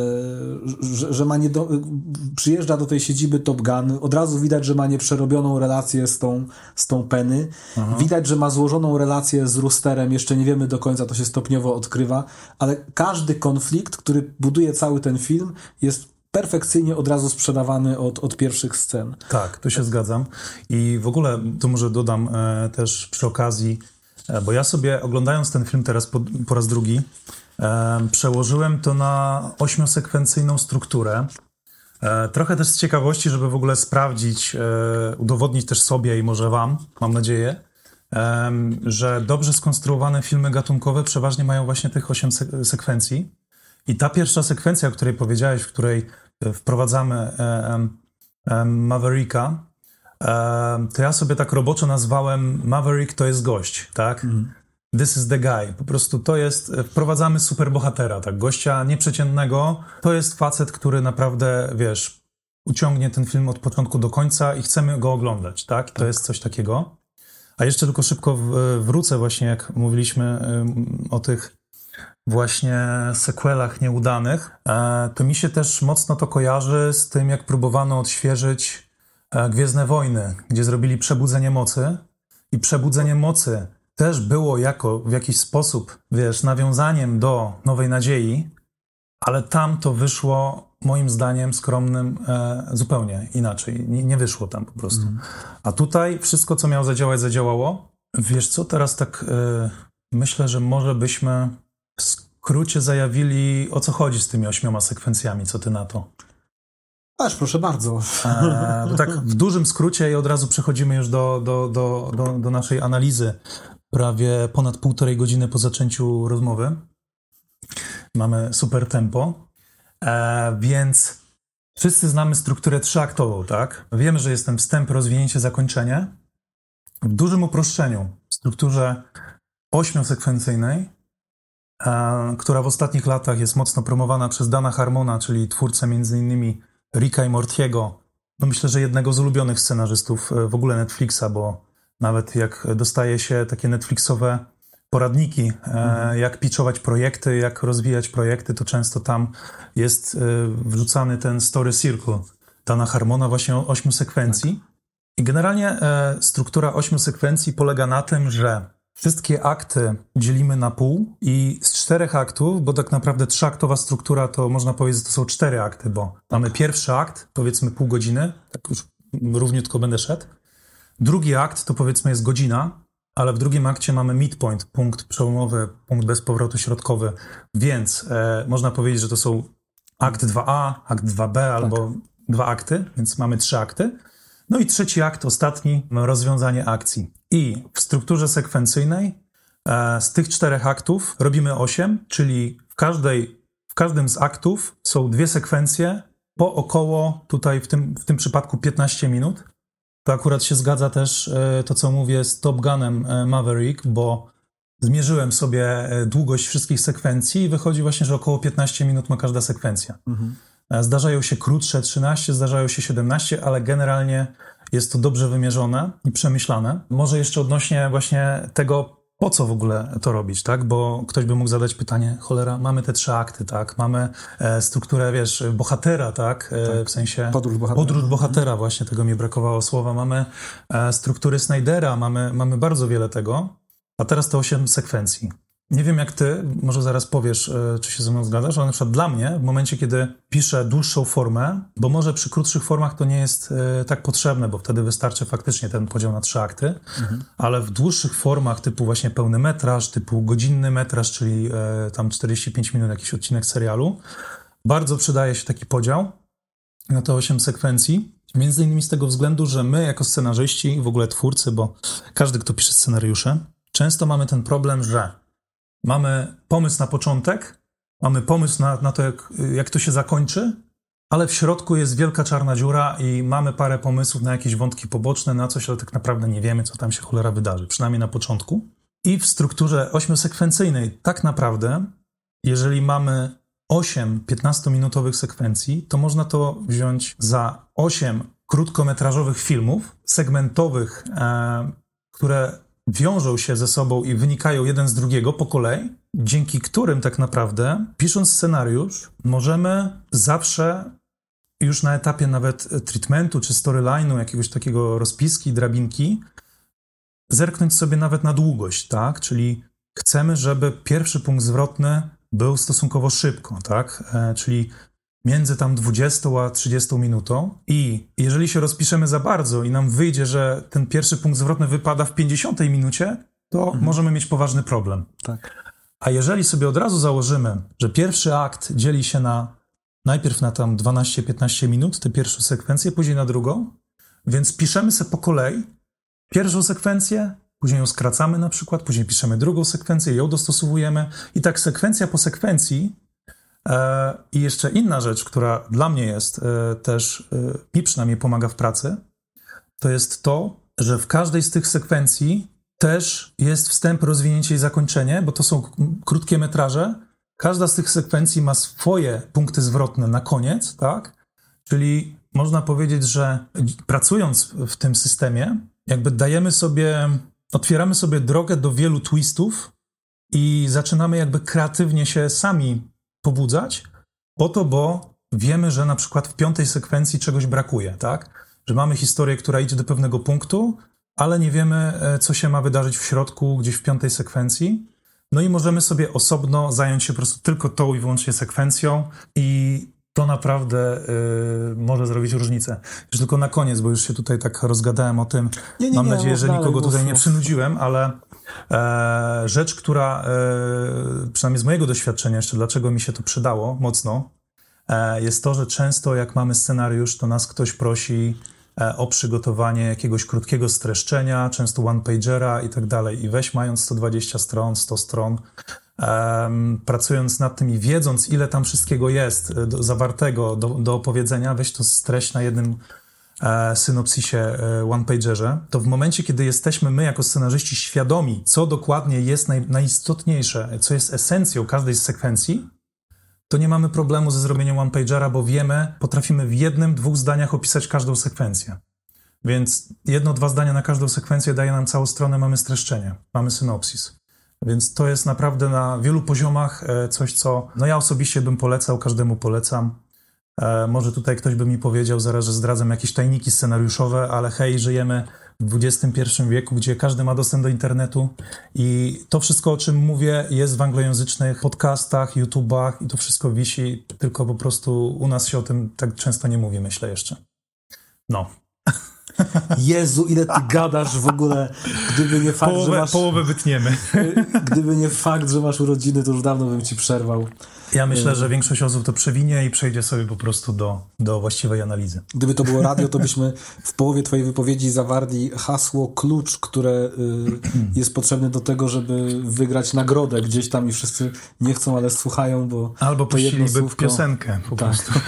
że, że ma nie do, przyjeżdża do tej siedziby Top Gun, od razu widać, że ma nieprzerobioną relację z tą, z tą Penny. Aha. Widać, że ma złożoną relację z Roosterem, jeszcze nie wiemy do końca, to się stopniowo odkrywa, ale każdy konflikt, który buduje cały ten film, jest perfekcyjnie od razu sprzedawany od, od pierwszych scen.
Tak, tu się zgadzam. I w ogóle, tu może dodam e, też przy okazji, e, bo ja sobie oglądając ten film teraz po, po raz drugi, E, przełożyłem to na ośmiosekwencyjną strukturę. E, trochę też z ciekawości, żeby w ogóle sprawdzić, e, udowodnić też sobie i może wam, mam nadzieję, e, że dobrze skonstruowane filmy gatunkowe przeważnie mają właśnie tych osiem sek- sekwencji. I ta pierwsza sekwencja, o której powiedziałeś, w której wprowadzamy e, e, Mavericka, e, to ja sobie tak roboczo nazwałem Maverick to jest gość, tak? Mhm. This is the guy. Po prostu to jest, wprowadzamy superbohatera, tak, gościa nieprzeciętnego. To jest facet, który naprawdę, wiesz, uciągnie ten film od początku do końca i chcemy go oglądać, tak? To jest coś takiego. A jeszcze tylko szybko wrócę właśnie, jak mówiliśmy o tych właśnie sequelach nieudanych, to mi się też mocno to kojarzy z tym, jak próbowano odświeżyć Gwiezdne Wojny, gdzie zrobili Przebudzenie Mocy i Przebudzenie Mocy też było jako w jakiś sposób, wiesz, nawiązaniem do Nowej Nadziei, ale tam to wyszło moim zdaniem skromnym e, zupełnie inaczej. Nie, nie wyszło tam po prostu. Mm. A tutaj wszystko, co miało zadziałać, zadziałało. Wiesz co, teraz tak e, myślę, że może byśmy w skrócie zajawili, o co chodzi z tymi ośmioma sekwencjami. Co ty na to?
Aż proszę bardzo.
E, to tak w dużym skrócie i od razu przechodzimy już do, do, do, do, do naszej analizy. Prawie ponad półtorej godziny po zaczęciu rozmowy. Mamy super tempo. E, więc wszyscy znamy strukturę trzyaktową, tak? Wiemy, że jest ten wstęp, rozwinięcie, zakończenie. W dużym uproszczeniu, w strukturze ośmiosekwencyjnej, e, która w ostatnich latach jest mocno promowana przez Dana Harmona, czyli twórcę między innymi Ricka i Mortiego. No myślę, że jednego z ulubionych scenarzystów w ogóle Netflixa, bo nawet jak dostaje się takie Netflixowe poradniki, mhm. jak pitchować projekty, jak rozwijać projekty, to często tam jest wrzucany ten story circle Dana Harmona, właśnie o ośmiu sekwencji. Tak. I generalnie struktura ośmiu sekwencji polega na tym, że wszystkie akty dzielimy na pół i z czterech aktów, bo tak naprawdę trzyaktowa struktura to można powiedzieć, że to są cztery akty, bo mamy pierwszy akt, powiedzmy pół godziny, tak już równiutko będę szedł. Drugi akt to powiedzmy jest godzina, ale w drugim akcie mamy midpoint, punkt przełomowy, punkt bez powrotu środkowy, więc e, można powiedzieć, że to są akt dwa a, akt dwa b albo tak. dwa akty, więc mamy trzy akty. No i trzeci akt, ostatni, rozwiązanie akcji. I w strukturze sekwencyjnej e, z tych czterech aktów robimy osiem, czyli w, każdej, w każdym z aktów są dwie sekwencje po około, tutaj w tym, w tym przypadku piętnaście minut. To akurat się zgadza też e, to, co mówię z Top Gunem e, Maverick, bo zmierzyłem sobie długość wszystkich sekwencji i wychodzi właśnie, że około piętnaście minut ma każda sekwencja. Mhm. Zdarzają się krótsze trzynaście, zdarzają się siedemnaście, ale generalnie jest to dobrze wymierzone i przemyślane. Może jeszcze odnośnie właśnie tego, po co w ogóle to robić, tak? Bo ktoś by mógł zadać pytanie, cholera, mamy te trzy akty, tak? Mamy e, strukturę, wiesz, bohatera, tak? E, tak. W sensie...
Podróż bohatera.
Podróż bohatera, właśnie, tego mi brakowało słowa. Mamy e, struktury Snydera, mamy, mamy bardzo wiele tego, a teraz to osiem sekwencji. Nie wiem jak ty, może zaraz powiesz, czy się ze mną zgadzasz, ale na przykład dla mnie, w momencie, kiedy piszę dłuższą formę, bo może przy krótszych formach to nie jest tak potrzebne, bo wtedy wystarczy faktycznie ten podział na trzy akty, mhm. ale w dłuższych formach typu właśnie pełny metraż, typu godzinny metraż, czyli tam czterdzieści pięć minut jakiś odcinek serialu, bardzo przydaje się taki podział na te osiem sekwencji. Między innymi z tego względu, że my jako scenarzyści, w ogóle twórcy, bo każdy, kto pisze scenariusze, często mamy ten problem, że mamy pomysł na początek, mamy pomysł na, na to, jak, jak to się zakończy, ale w środku jest wielka czarna dziura i mamy parę pomysłów na jakieś wątki poboczne, na coś, ale tak naprawdę nie wiemy, co tam się cholera wydarzy, przynajmniej na początku. I w strukturze ośmiosekwencyjnej tak naprawdę, jeżeli mamy osiem piętnastominutowych sekwencji, to można to wziąć za osiem krótkometrażowych filmów segmentowych, e, które wiążą się ze sobą i wynikają jeden z drugiego po kolei, dzięki którym tak naprawdę, pisząc scenariusz, możemy zawsze już na etapie nawet treatmentu czy storyline'u, jakiegoś takiego rozpiski, drabinki, zerknąć sobie nawet na długość, tak? Czyli chcemy, żeby pierwszy punkt zwrotny był stosunkowo szybko, tak? E, czyli między tam dwudziestą a trzydziestą minutą i jeżeli się rozpiszemy za bardzo i nam wyjdzie, że ten pierwszy punkt zwrotny wypada w pięćdziesiątej minucie, to mhm. możemy mieć poważny problem.
Tak.
A jeżeli sobie od razu założymy, że pierwszy akt dzieli się na najpierw na tam dwanaście piętnaście minut, tę pierwszą sekwencję, później na drugą, więc piszemy sobie po kolei pierwszą sekwencję, później ją skracamy na przykład, później piszemy drugą sekwencję, ją dostosowujemy i tak sekwencja po sekwencji. I jeszcze inna rzecz, która dla mnie jest też, mi przynajmniej pomaga w pracy, to jest to, że w każdej z tych sekwencji też jest wstęp, rozwinięcie i zakończenie, bo to są krótkie metraże. Każda z tych sekwencji ma swoje punkty zwrotne na koniec, tak? Czyli można powiedzieć, że pracując w tym systemie, jakby dajemy sobie otwieramy sobie drogę do wielu twistów i zaczynamy jakby kreatywnie się sami pobudzać po to, bo wiemy, że na przykład w piątej sekwencji czegoś brakuje, tak? Że mamy historię, która idzie do pewnego punktu, ale nie wiemy, co się ma wydarzyć w środku, gdzieś w piątej sekwencji. No i możemy sobie osobno zająć się po prostu tylko tą i wyłącznie sekwencją i to naprawdę y, może zrobić różnicę. Już tylko na koniec, bo już się tutaj tak rozgadałem o tym. Nie, nie, Mam nie, nadzieję, że dalej, nikogo tutaj nie przynudziłem, ale e, rzecz, która e, przynajmniej z mojego doświadczenia jeszcze, dlaczego mi się to przydało mocno, e, jest to, że często jak mamy scenariusz, to nas ktoś prosi e, o przygotowanie jakiegoś krótkiego streszczenia, często one-pagera i tak dalej. I weź mając sto dwadzieścia stron, sto stron, Um, pracując nad tym i wiedząc, ile tam wszystkiego jest do, zawartego do, do opowiedzenia, weź to streść na jednym e, synopsisie, e, one-pagerze, to w momencie, kiedy jesteśmy my jako scenarzyści świadomi, co dokładnie jest naj, najistotniejsze, co jest esencją każdej z sekwencji, to nie mamy problemu ze zrobieniem one-pagera, bo wiemy, potrafimy w jednym, dwóch zdaniach opisać każdą sekwencję. Więc jedno, dwa zdania na każdą sekwencję daje nam całą stronę, mamy streszczenie, mamy synopsis. Więc to jest naprawdę na wielu poziomach coś, co no ja osobiście bym polecał, każdemu polecam. E, może tutaj ktoś by mi powiedział zaraz, że zdradzam jakieś tajniki scenariuszowe, ale hej, żyjemy w dwudziestym pierwszym wieku, gdzie każdy ma dostęp do internetu i to wszystko, o czym mówię, jest w anglojęzycznych podcastach, YouTubach i to wszystko wisi, tylko po prostu u nas się o tym tak często nie mówi, myślę jeszcze. No.
Jezu, ile ty gadasz w ogóle, gdyby nie fakt,
połowę,
że masz...
Połowę wytniemy.
Gdyby nie fakt, że masz urodziny, to już dawno bym ci przerwał.
Ja myślę, że większość osób to przewinie i przejdzie sobie po prostu do, do właściwej analizy.
Gdyby to było radio, to byśmy w połowie twojej wypowiedzi zawarli hasło klucz, które y, jest potrzebne do tego, żeby wygrać nagrodę gdzieś tam i wszyscy nie chcą, ale słuchają, bo
albo
to jedno
puściliby
słówko...
piosenkę po
tak.
prostu.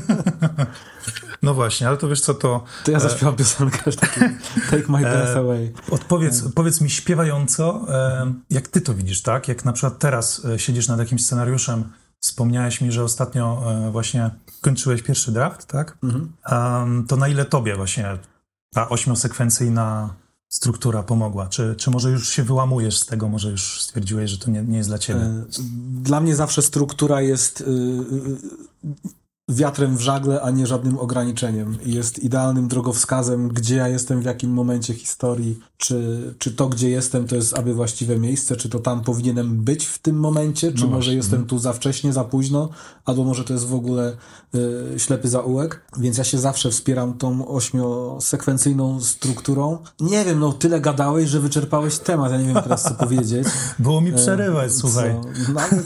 No właśnie, ale to wiesz co, to...
To ja zaśpiewam piosenkę, taki Take My Breath Away.
Odpowiedz, powiedz mi śpiewająco, jak ty to widzisz, tak? Jak na przykład teraz siedzisz nad jakimś scenariuszem, wspomniałeś mi, że ostatnio właśnie kończyłeś pierwszy draft, tak? Mhm. Um, to na ile tobie właśnie ta ośmiosekwencyjna struktura pomogła? Czy, czy może już się wyłamujesz z tego, może już stwierdziłeś, że to nie, nie jest dla ciebie?
Dla mnie zawsze struktura jest... Yy, wiatrem w żagle, a nie żadnym ograniczeniem. Jest idealnym drogowskazem, gdzie ja jestem, w jakim momencie historii, czy, czy to, gdzie jestem, to jest aby właściwe miejsce, czy to tam powinienem być w tym momencie, czy no może właśnie. Jestem tu za wcześnie, za późno, albo może to jest w ogóle y, ślepy zaułek. Więc ja się zawsze wspieram tą ośmiosekwencyjną strukturą. Nie wiem, no tyle gadałeś, że wyczerpałeś temat. Ja nie wiem teraz, co powiedzieć.
Było mi przerywać, e, słuchaj.
Co? Nawet...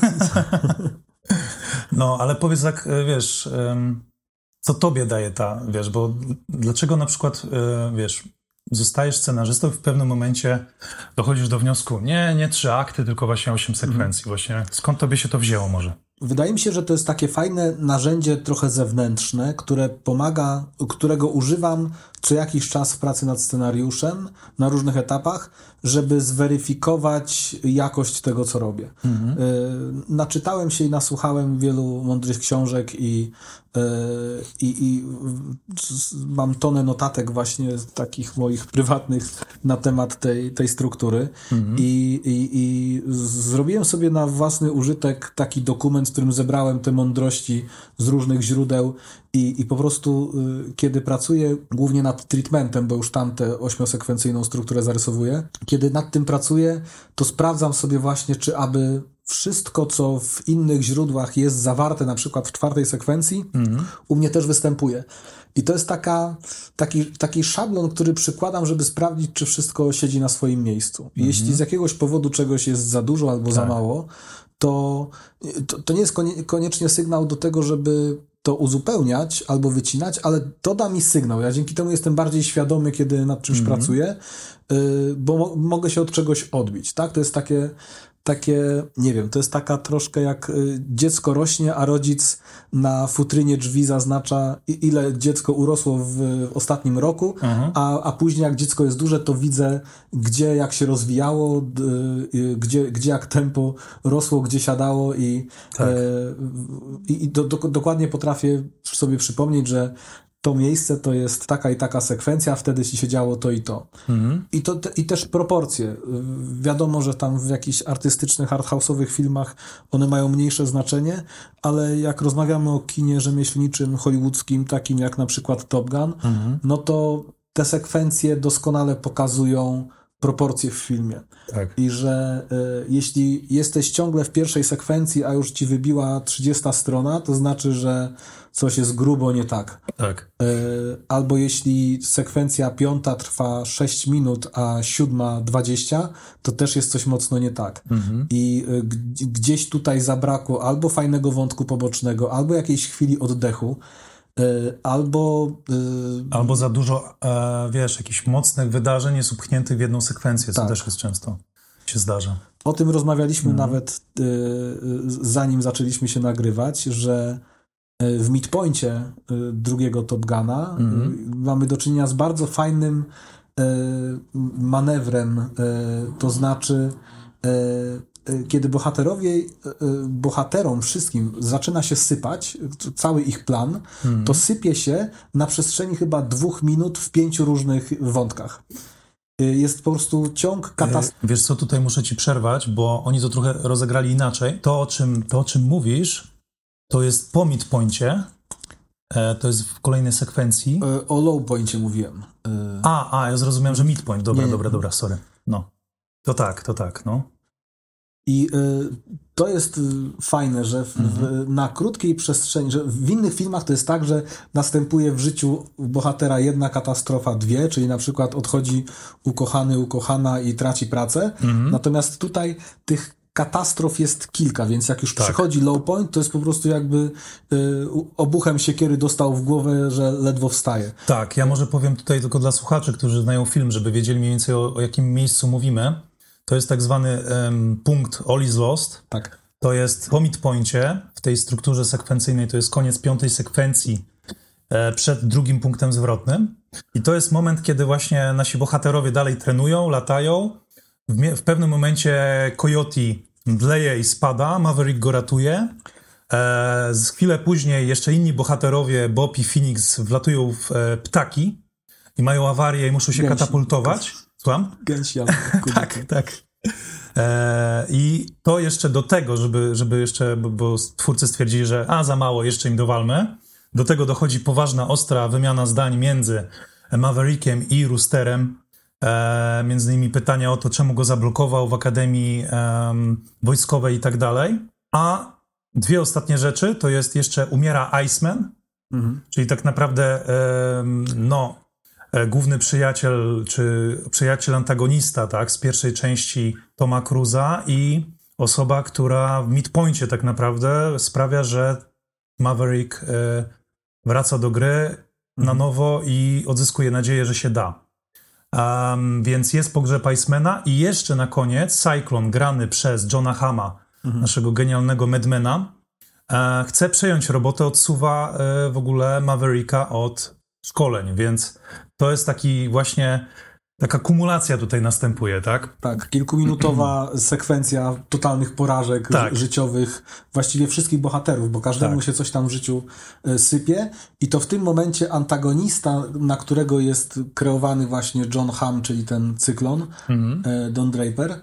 No, ale powiedz tak, wiesz, co tobie daje ta, wiesz, bo dlaczego na przykład, wiesz, zostajesz scenarzystą i w pewnym momencie dochodzisz do wniosku, nie, nie trzy akty, tylko właśnie osiem sekwencji. Mhm. Właśnie skąd tobie się to wzięło może?
Wydaje mi się, że to jest takie fajne narzędzie trochę zewnętrzne, które pomaga, którego używam co jakiś czas w pracy nad scenariuszem na różnych etapach, żeby zweryfikować jakość tego, co robię. Mhm. Y, naczytałem się i nasłuchałem wielu mądrych książek i, y, i, i mam tonę notatek właśnie takich moich prywatnych na temat tej, tej struktury. Mhm. I, i, i zrobiłem sobie na własny użytek taki dokument, w którym zebrałem te mądrości z różnych źródeł i, i po prostu y, kiedy pracuję głównie nad treatmentem, bo już tam tę ośmiosekwencyjną strukturę zarysowuję, kiedy nad tym pracuję, to sprawdzam sobie właśnie, czy aby wszystko, co w innych źródłach jest zawarte, na przykład w czwartej sekwencji, mm-hmm. u mnie też występuje. I to jest taka, taki, taki szablon, który przykładam, żeby sprawdzić, czy wszystko siedzi na swoim miejscu. Mm-hmm. Jeśli z jakiegoś powodu czegoś jest za dużo albo tak. za mało, to, to, to nie jest koniecznie sygnał do tego, żeby to uzupełniać albo wycinać, ale to da mi sygnał. Ja dzięki temu jestem bardziej świadomy, kiedy nad czymś mm-hmm. pracuję, yy, bo mo- mogę się od czegoś odbić, tak? To jest takie, takie, nie wiem, to jest taka troszkę jak y, dziecko rośnie, a rodzic na futrynie drzwi zaznacza, i, ile dziecko urosło w, w ostatnim roku, uh-huh. a, a później jak dziecko jest duże, to widzę, gdzie jak się rozwijało, y, y, gdzie, gdzie jak tempo rosło, gdzie siadało i, tak. y, i do, do, dokładnie potrafię sobie przypomnieć, że to miejsce to jest taka i taka sekwencja, wtedy ci się działo to i to. Mhm. I, to te, I też proporcje. Wiadomo, że tam w jakichś artystycznych, arthouse'owych filmach one mają mniejsze znaczenie, ale jak rozmawiamy o kinie rzemieślniczym, hollywoodzkim, takim jak na przykład Top Gun, mhm. no to te sekwencje doskonale pokazują proporcje w filmie. Tak. I że y, jeśli jesteś ciągle w pierwszej sekwencji, a już ci wybiła trzydziesta strona, to znaczy, że coś jest grubo nie tak. Tak. Y, albo jeśli sekwencja piąta trwa sześć minut, a siódma dwadzieścia, to też jest coś mocno nie tak. Mhm. I y, g- gdzieś tutaj zabrakło albo fajnego wątku pobocznego, albo jakiejś chwili oddechu, Albo... Yy...
Albo za dużo, e, wiesz, jakichś mocnych wydarzeń jest upchniętych w jedną sekwencję, co tak. też jest często się zdarza.
O tym rozmawialiśmy mm. nawet yy, zanim zaczęliśmy się nagrywać, że w midpoincie yy, drugiego Top Guna mm. yy, mamy do czynienia z bardzo fajnym yy, manewrem, yy, to znaczy yy, kiedy bohaterowie, bohaterom wszystkim zaczyna się sypać, cały ich plan, hmm. to sypie się na przestrzeni chyba dwóch minut w pięciu różnych wątkach. Jest po prostu ciąg katastrof.
Wiesz co, tutaj muszę ci przerwać, bo oni to trochę rozegrali inaczej. To, o czym, to, o czym mówisz, to jest po midpoincie, to jest w kolejnej sekwencji.
O low poincie mówiłem.
A, a, ja zrozumiałem, że midpoint. Dobra, nie, dobra, dobra, sorry. No. To tak, to tak, no.
I y, to jest y, fajne, że w, mhm. w, na krótkiej przestrzeni, że w innych filmach to jest tak, że następuje w życiu bohatera jedna katastrofa, dwie, czyli na przykład odchodzi ukochany, ukochana i traci pracę. Mhm. Natomiast tutaj tych katastrof jest kilka, więc jak już tak. przychodzi low point, to jest po prostu jakby y, obuchem siekiery dostał w głowę, że ledwo wstaje.
Tak, ja może powiem tutaj tylko dla słuchaczy, którzy znają film, żeby wiedzieli mniej więcej o, o jakim miejscu mówimy. To jest tak zwany um, punkt All is Lost. Tak. To jest po midpoincie, w tej strukturze sekwencyjnej, to jest koniec piątej sekwencji e, przed drugim punktem zwrotnym. I to jest moment, kiedy właśnie nasi bohaterowie dalej trenują, latają. W, mie- w pewnym momencie Coyote mdleje i spada, Maverick go ratuje. E, z chwilę później jeszcze inni bohaterowie, Bob i Phoenix, wlatują w e, ptaki i mają awarię i muszą się Gęsi. katapultować. Słucham?
Gęsi,
tak, tak. E, I to jeszcze do tego, żeby, żeby jeszcze, bo, bo twórcy stwierdzili, że a, za mało, jeszcze im dowalmy. Do tego dochodzi poważna, ostra wymiana zdań między Maverickiem i Roosterem. E, między innymi pytania o to, czemu go zablokował w Akademii e, Wojskowej i tak dalej. A dwie ostatnie rzeczy, to jest jeszcze umiera Iceman, mhm. czyli tak naprawdę e, no... główny przyjaciel, czy przyjaciel antagonista, tak, z pierwszej części Toma Cruise'a i osoba, która w midpoincie tak naprawdę sprawia, że Maverick y, wraca do gry na nowo i odzyskuje nadzieję, że się da. Um, więc jest pogrzeb Icemana i jeszcze na koniec Cyclone, grany przez Johna Hamma, mhm. naszego genialnego Madmana, e, chce przejąć robotę, odsuwa e, w ogóle Mavericka od szkoleń, więc to jest taki właśnie, taka kumulacja tutaj następuje, tak?
Tak, kilkuminutowa sekwencja totalnych porażek tak. ży- życiowych właściwie wszystkich bohaterów, bo każdemu tak. się coś tam w życiu y, sypie i to w tym momencie antagonista, na którego jest kreowany właśnie John Hamm, czyli ten cyklon, mhm. y, Don Draper,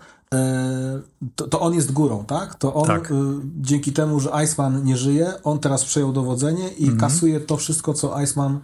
To, to on jest górą, tak? To on tak. y, dzięki temu, że Iceman nie żyje, on teraz przejął dowodzenie i mm-hmm. kasuje to wszystko, co Iceman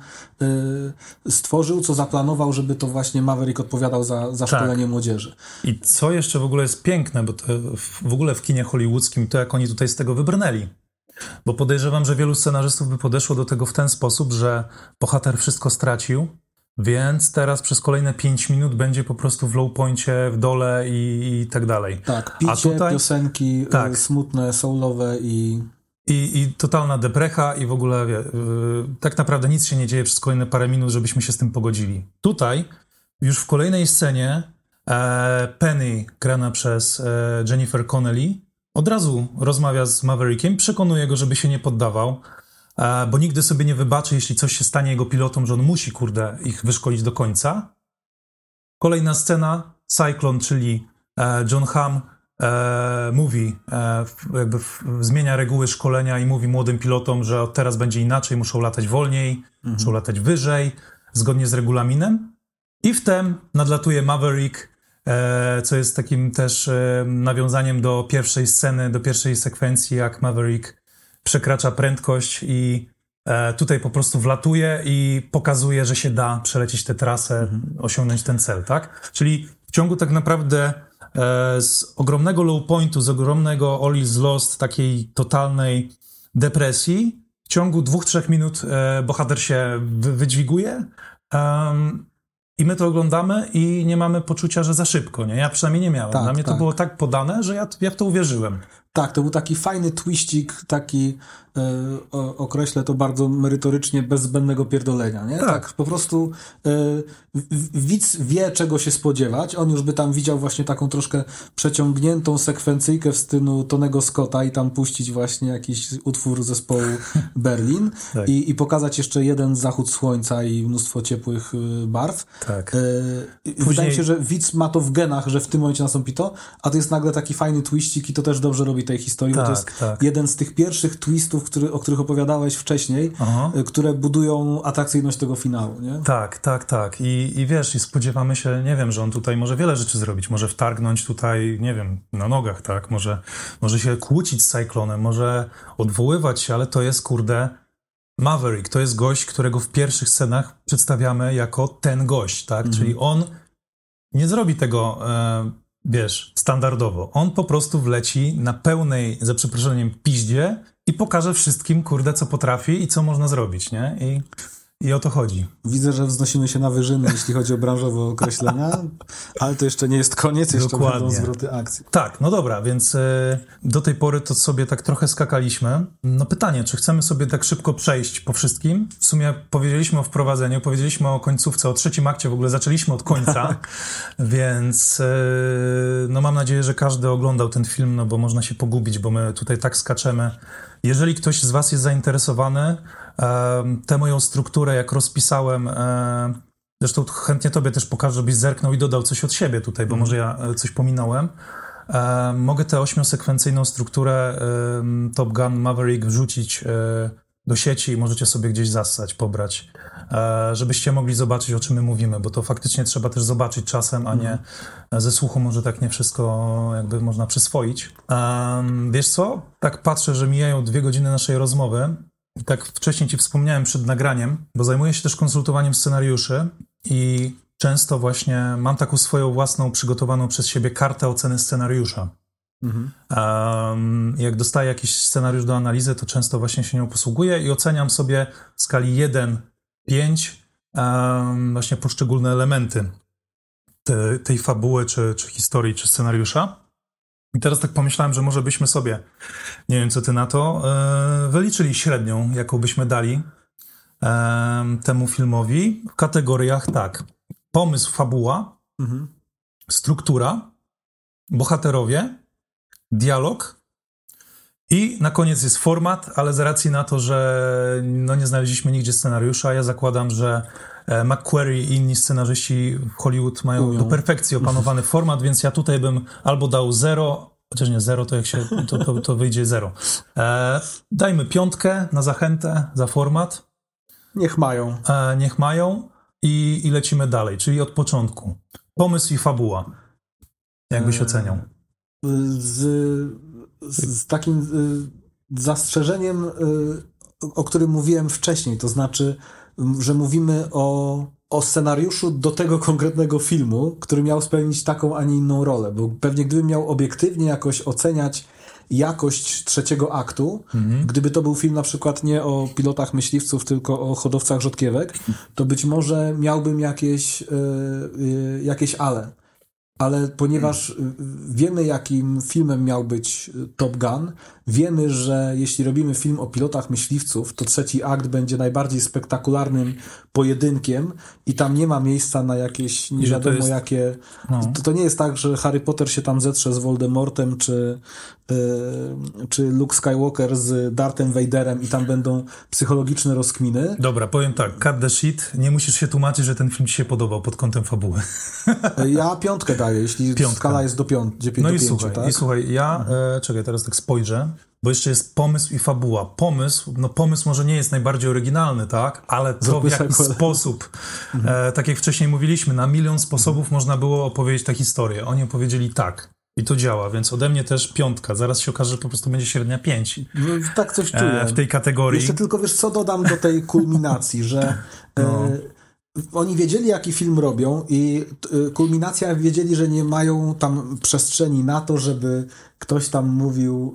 y, stworzył, co zaplanował, żeby to właśnie Maverick odpowiadał za, za szkolenie tak. młodzieży.
I co jeszcze w ogóle jest piękne, bo to w ogóle w kinie hollywoodzkim, to jak oni tutaj z tego wybrnęli. Bo podejrzewam, że wielu scenarzystów by podeszło do tego w ten sposób, że bohater wszystko stracił, więc teraz przez kolejne pięć minut będzie po prostu w low poincie, w dole i, i tak dalej.
Tak, picie, a tutaj, piosenki tak. smutne, soulowe i...
I, I totalna deprecha i w ogóle wie, yy, tak naprawdę nic się nie dzieje przez kolejne parę minut, żebyśmy się z tym pogodzili. Tutaj już w kolejnej scenie e, Penny, grana przez e, Jennifer Connelly, od razu rozmawia z Maverickiem, przekonuje go, żeby się nie poddawał, e, bo nigdy sobie nie wybaczy, jeśli coś się stanie jego pilotom, że on musi, kurde, ich wyszkolić do końca. Kolejna scena, Cyclone, czyli e, John Hamm, e, mówi, e, jakby w, zmienia reguły szkolenia i mówi młodym pilotom, że od teraz będzie inaczej, muszą latać wolniej, mhm. muszą latać wyżej, zgodnie z regulaminem. I wtem nadlatuje Maverick, e, co jest takim też e, nawiązaniem do pierwszej sceny, do pierwszej sekwencji, jak Maverick przekracza prędkość i e, tutaj po prostu wlatuje i pokazuje, że się da przelecieć tę trasę, mhm. osiągnąć ten cel, tak? Czyli w ciągu tak naprawdę e, z ogromnego low pointu, z ogromnego all is lost, takiej totalnej depresji, w ciągu dwóch, trzech minut e, bohater się wy, wydźwiguje um, i my to oglądamy i nie mamy poczucia, że za szybko, nie? Ja przynajmniej nie miałem.
Tak,
Dla mnie
tak.
to było tak podane, że ja, ja w to uwierzyłem.
Tak, to był taki fajny twiścik, taki, e, o, określę to bardzo merytorycznie, bez zbędnego pierdolenia, nie?
Tak.
Tak, po prostu e, w, widz wie, czego się spodziewać. On już by tam widział właśnie taką troszkę przeciągniętą sekwencyjkę w stylu Tonego Scotta i tam puścić właśnie jakiś utwór zespołu Berlin tak. i, i pokazać jeszcze jeden zachód słońca i mnóstwo ciepłych y, barw.
Tak.
E, Później... Wydaje mi się, że widz ma to w genach, że w tym momencie nastąpi to, a to jest nagle taki fajny twiścik i to też dobrze robi tej historii, tak, bo to jest tak. jeden z tych pierwszych twistów, który, o których opowiadałeś wcześniej, Aha. które budują atrakcyjność tego finału, nie?
Tak, tak, tak. I, i wiesz, i spodziewamy się, nie wiem, że on tutaj może wiele rzeczy zrobić, może wtargnąć tutaj, nie wiem, na nogach, tak? Może, może się kłócić z Cyclonem, może odwoływać się, ale to jest, kurde, Maverick. To jest gość, którego w pierwszych scenach przedstawiamy jako ten gość, tak? Mhm. Czyli on nie zrobi tego... E, wiesz, standardowo. On po prostu wleci na pełnej, za przeproszeniem, piździe i pokaże wszystkim, kurde, co potrafi i co można zrobić, nie? I, i o to chodzi.
Widzę, że wznosimy się na wyżyny, jeśli chodzi o branżowe określenia, ale to jeszcze nie jest koniec, jeszcze
Dokładnie.
będą zwroty akcji.
Tak, no dobra, więc y, do tej pory to sobie tak trochę skakaliśmy. No pytanie, czy chcemy sobie tak szybko przejść po wszystkim? W sumie powiedzieliśmy o wprowadzeniu, powiedzieliśmy o końcówce, o trzecim akcie, w ogóle zaczęliśmy od końca, więc y, no mam nadzieję, że każdy oglądał ten film, no bo można się pogubić, bo my tutaj tak skaczemy. Jeżeli ktoś z was jest zainteresowany, tę moją strukturę, jak rozpisałem, zresztą chętnie tobie też pokażę, żebyś zerknął i dodał coś od siebie tutaj, bo mm. może ja coś pominąłem. Mogę tę ośmiosekwencyjną strukturę Top Gun Maverick wrzucić do sieci i możecie sobie gdzieś zassać, pobrać, żebyście mogli zobaczyć, o czym my mówimy, bo to faktycznie trzeba też zobaczyć czasem, a nie ze słuchu może tak nie wszystko jakby można przyswoić. Wiesz co? Tak patrzę, że mijają dwie godziny naszej rozmowy. Tak wcześniej ci wspomniałem przed nagraniem, bo zajmuję się też konsultowaniem scenariuszy i często właśnie mam taką swoją własną przygotowaną przez siebie kartę oceny scenariusza. Mhm. Um, jak dostaję jakiś scenariusz do analizy, to często właśnie się nią posługuję i oceniam sobie w skali jeden do pięciu um, właśnie poszczególne elementy te, tej fabuły, czy, czy historii, czy scenariusza. I teraz tak pomyślałem, że może byśmy sobie, nie wiem co ty na to, e, wyliczyli średnią, jaką byśmy dali e, temu filmowi w kategoriach tak. Pomysł, fabuła, mhm. struktura, bohaterowie, dialog i na koniec jest format, ale z racji na to, że no nie znaleźliśmy nigdzie scenariusza, ja zakładam, że McQuarrie i inni scenarzyści w Hollywood mają Umią. do perfekcji opanowany format, więc ja tutaj bym albo dał zero, chociaż nie zero, to jak się, to, to, to wyjdzie zero. E, dajmy piątkę na zachętę za format.
Niech mają.
E, niech mają i, i lecimy dalej, czyli od początku. Pomysł i fabuła. Jak byś oceniał?
Z, z takim zastrzeżeniem, o którym mówiłem wcześniej, to znaczy, że mówimy o, o scenariuszu do tego konkretnego filmu, który miał spełnić taką, a nie inną rolę, bo pewnie gdybym miał obiektywnie jakoś oceniać jakość trzeciego aktu, mhm. gdyby to był film na przykład nie o pilotach myśliwców, tylko o hodowcach rzodkiewek, to być może miałbym jakieś, yy, jakieś ale. Ale ponieważ hmm. wiemy, jakim filmem miał być Top Gun, wiemy, że jeśli robimy film o pilotach myśliwców, to trzeci akt będzie najbardziej spektakularnym pojedynkiem i tam nie ma miejsca na jakieś nie wiadomo jest... jakie... No. To, to nie jest tak, że Harry Potter się tam zetrze z Voldemortem, czy, yy, czy Luke Skywalker z Darthem Vaderem i tam będą psychologiczne rozkminy.
Dobra, powiem tak, cut the shit, nie musisz się tłumaczyć, że ten film ci się podobał pod kątem fabuły.
Ja piątkę daję, jeśli Piątka. skala jest do, piąt, do pięciu.
No i
pięciu,
słuchaj,
tak?
i słuchaj, ja, e, czekaj, teraz tak spojrzę, bo jeszcze jest pomysł i fabuła. Pomysł, no pomysł może nie jest najbardziej oryginalny, tak? Ale to Zrobię w jaki sequel. sposób, e, tak jak wcześniej mówiliśmy, na milion sposobów mhm. można było opowiedzieć tę historię. Oni opowiedzieli tak. I to działa, więc ode mnie też piątka. Zaraz się okaże, że po prostu będzie średnia pięć.
No, tak coś czuję.
E, w tej kategorii.
Jeszcze tylko, wiesz, co dodam do tej kulminacji, że... No. E, Oni wiedzieli, jaki film robią i y, kulminacja wiedzieli, że nie mają tam przestrzeni na to, żeby ktoś tam mówił,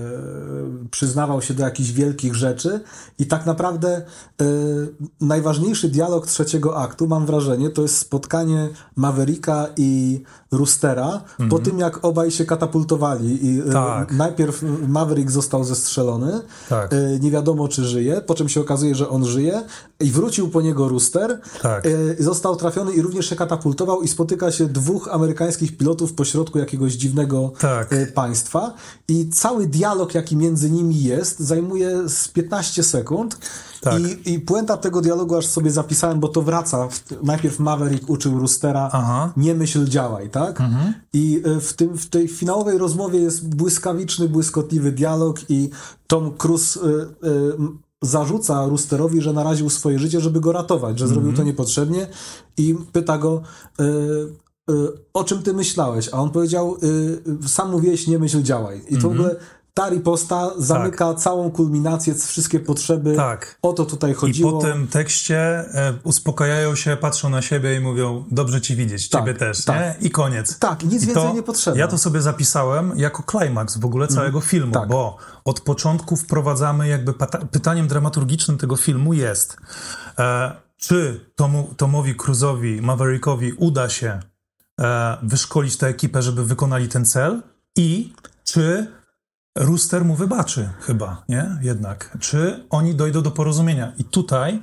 y, przyznawał się do jakichś wielkich rzeczy i tak naprawdę y, najważniejszy dialog trzeciego aktu, mam wrażenie, to jest spotkanie Mavericka i Roostera mm-hmm. po tym, jak obaj się katapultowali i tak. y, najpierw Maverick został zestrzelony, tak. y, nie wiadomo, czy żyje, po czym się okazuje, że on żyje i wrócił po niego Rooster. Tak. Został trafiony i również się katapultował i spotyka się dwóch amerykańskich pilotów pośrodku jakiegoś dziwnego tak. państwa i cały dialog, jaki między nimi jest, zajmuje z piętnaście sekund tak. I, i puenta tego dialogu aż sobie zapisałem, bo to wraca. Najpierw Maverick uczył Roostera Aha. nie myśl, działaj, tak? Mhm. I w, tym, w tej finałowej rozmowie jest błyskawiczny, błyskotliwy dialog i Tom Cruise y, y, zarzuca Roosterowi, że naraził swoje życie, żeby go ratować, że mm-hmm. zrobił to niepotrzebnie i pyta go, y, y, o czym ty myślałeś? A on powiedział, y, sam mówiłeś, nie myśl, działaj. I mm-hmm. to w ogóle ta riposta zamyka tak. całą kulminację, wszystkie potrzeby. Tak. O to tutaj chodziło.
I po tym tekście e, uspokajają się, patrzą na siebie i mówią, dobrze ci widzieć, tak, ciebie też, tak. nie? I koniec.
Tak, i nic I więcej
to,
nie potrzeba.
Ja to sobie zapisałem jako klimaks w ogóle całego mm. filmu, tak. bo od początku wprowadzamy jakby pata- pytaniem dramaturgicznym tego filmu jest, e, czy Tomu, Tomowi Cruise'owi, Maverickowi uda się e, wyszkolić tę ekipę, żeby wykonali ten cel i czy Rooster mu wybaczy chyba, nie? Jednak. Czy oni dojdą do porozumienia? I tutaj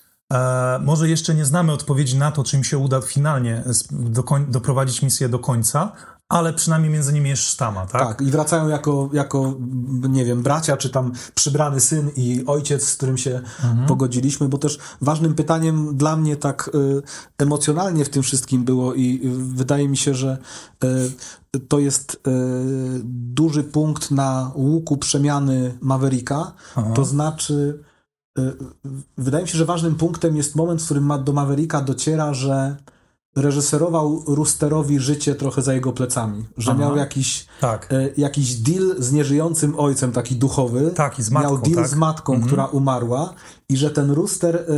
e, może jeszcze nie znamy odpowiedzi na to, czy im się uda finalnie do koń- doprowadzić misję do końca, ale przynajmniej między nimi jest sztama, tak?
Tak, i wracają jako, jako nie wiem, bracia, czy tam przybrany syn i ojciec, z którym się mhm. pogodziliśmy, bo też ważnym pytaniem dla mnie tak y, emocjonalnie w tym wszystkim było i y, wydaje mi się, że y, to jest y, duży punkt na łuku przemiany Mavericka, Aha. to znaczy y, wydaje mi się, że ważnym punktem jest moment, w którym ma, do Mavericka dociera, że reżyserował Roosterowi życie trochę za jego plecami, że Aha. miał jakiś, tak. e, jakiś deal z nieżyjącym ojcem, taki duchowy.
Tak, i z matką,
miał deal
tak?
z matką, mhm. która umarła i że ten Rooster, e,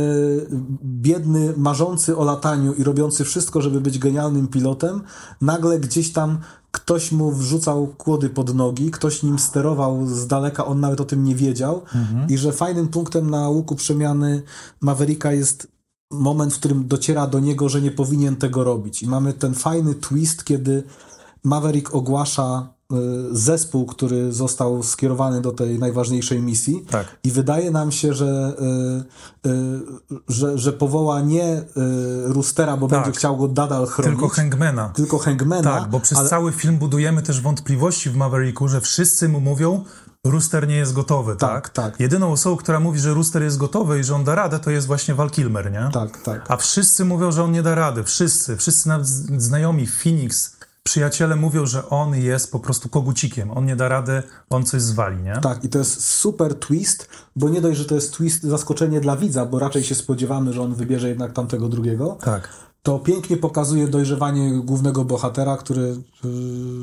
biedny, marzący o lataniu i robiący wszystko, żeby być genialnym pilotem, nagle gdzieś tam ktoś mu wrzucał kłody pod nogi, ktoś nim sterował z daleka, on nawet o tym nie wiedział mhm. i że fajnym punktem na łuku przemiany Mavericka jest moment, w którym dociera do niego, że nie powinien tego robić. I mamy ten fajny twist, kiedy Maverick ogłasza y, zespół, który został skierowany do tej najważniejszej misji. Tak. I wydaje nam się, że, y, y, że, że powoła nie y, Roostera, bo tak. będzie chciał go nadal chronić.
Tylko Hangmana.
Tylko Hangmana.
Tak, bo przez ale... cały film budujemy też wątpliwości w Mavericku, że wszyscy mu mówią, Rooster nie jest gotowy, tak?
Tak, tak.
Jedyną osobą, która mówi, że Rooster jest gotowy i że on da radę, to jest właśnie Val Kilmer, nie?
Tak, tak.
A wszyscy mówią, że on nie da rady. Wszyscy. Wszyscy nawet znajomi, Phoenix, przyjaciele mówią, że on jest po prostu kogucikiem. On nie da rady, on coś zwali, nie?
Tak, i to jest super twist, bo nie dość, że to jest twist, zaskoczenie dla widza, bo raczej się spodziewamy, że on wybierze jednak tamtego drugiego. Tak. To pięknie pokazuje dojrzewanie głównego bohatera, który... Yy...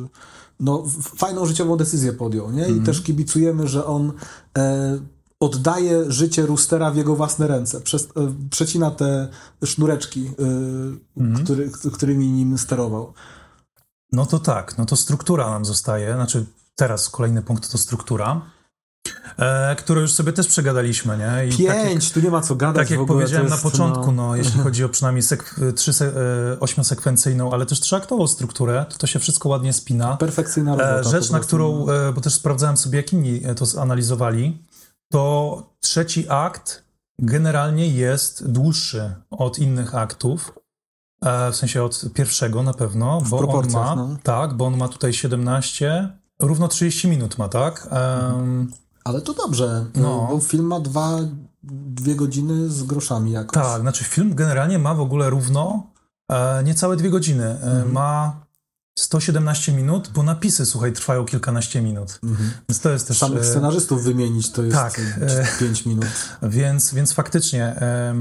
no, fajną życiową decyzję podjął, nie? I mm. też kibicujemy, że on e, oddaje życie Roostera w jego własne ręce. Przez, e, przecina te sznureczki, e, mm. który, którymi nim sterował.
No to tak, no to struktura nam zostaje. Znaczy teraz kolejny punkt to struktura. e, które już sobie też przegadaliśmy, nie? I
Pięć,
tak jak,
tu nie ma co gadać
tak jak
w ogóle,
powiedziałem
jest,
na początku, no,
no
jeśli chodzi o przynajmniej sek- trzy se- e, ośmiosekwencyjną, ale też trzyaktową strukturę, to to się wszystko ładnie spina.
Perfekcyjna robota.
E, rzecz, na którą, e, bo też sprawdzałem sobie, jak inni to zanalizowali, to trzeci akt generalnie jest dłuższy od innych aktów. W sensie od pierwszego na pewno,
w
bo on ma,
no.
tak, bo on ma tutaj siedemnaście, równo trzydzieści minut ma, tak? Um,
Ale to dobrze,
no.
bo film ma dwa, dwie godziny z groszami jakoś.
Tak, znaczy film generalnie ma w ogóle równo e, niecałe dwie godziny. E, mhm. Ma sto siedemnaście minut, bo napisy, słuchaj, trwają kilkanaście minut. Mhm. Więc to jest też...
Samych scenarzystów wymienić to jest
tak,
pięć minut.
Więc, więc faktycznie...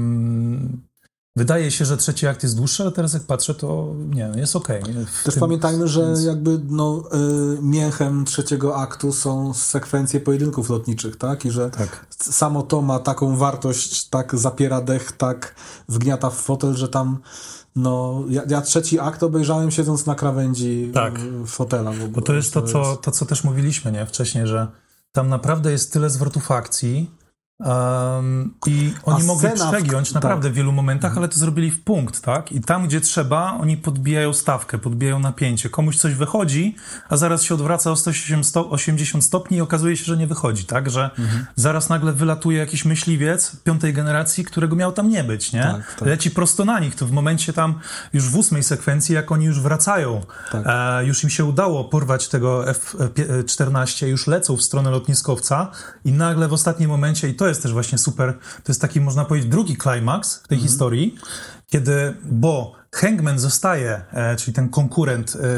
Um, Wydaje się, że trzeci akt jest dłuższy, ale teraz jak patrzę, to nie, jest okej. Okay.
Też tym... pamiętajmy, że Więc... jakby no, y, mięchem trzeciego aktu są sekwencje pojedynków lotniczych, tak? I że
tak.
samo to ma taką wartość, tak zapiera dech, tak wgniata w fotel, że tam no, ja, ja trzeci akt obejrzałem siedząc na krawędzi tak. fotela. W ogóle.
Bo to jest to, co, to, co też mówiliśmy, nie? Wcześniej, że tam naprawdę jest tyle zwrotów akcji, Um, i oni mogli przegiąć w... naprawdę tak. w wielu momentach, ale to zrobili w punkt, tak? I tam, gdzie trzeba, oni podbijają stawkę, podbijają napięcie. Komuś coś wychodzi, a zaraz się odwraca o sto osiemdziesiąt stopni i okazuje się, że nie wychodzi, tak? Że mhm. zaraz nagle wylatuje jakiś myśliwiec piątej generacji, którego miał tam nie być, nie? Tak, tak. Leci prosto na nich. To w momencie tam już w ósmej sekwencji, jak oni już wracają, tak. e, już im się udało porwać tego F czternaście, już lecą w stronę lotniskowca i nagle w ostatnim momencie, i to jest też właśnie super, to jest taki, można powiedzieć, drugi klimaks w tej mm-hmm. historii, kiedy, bo Hangman zostaje, e, czyli ten konkurent e,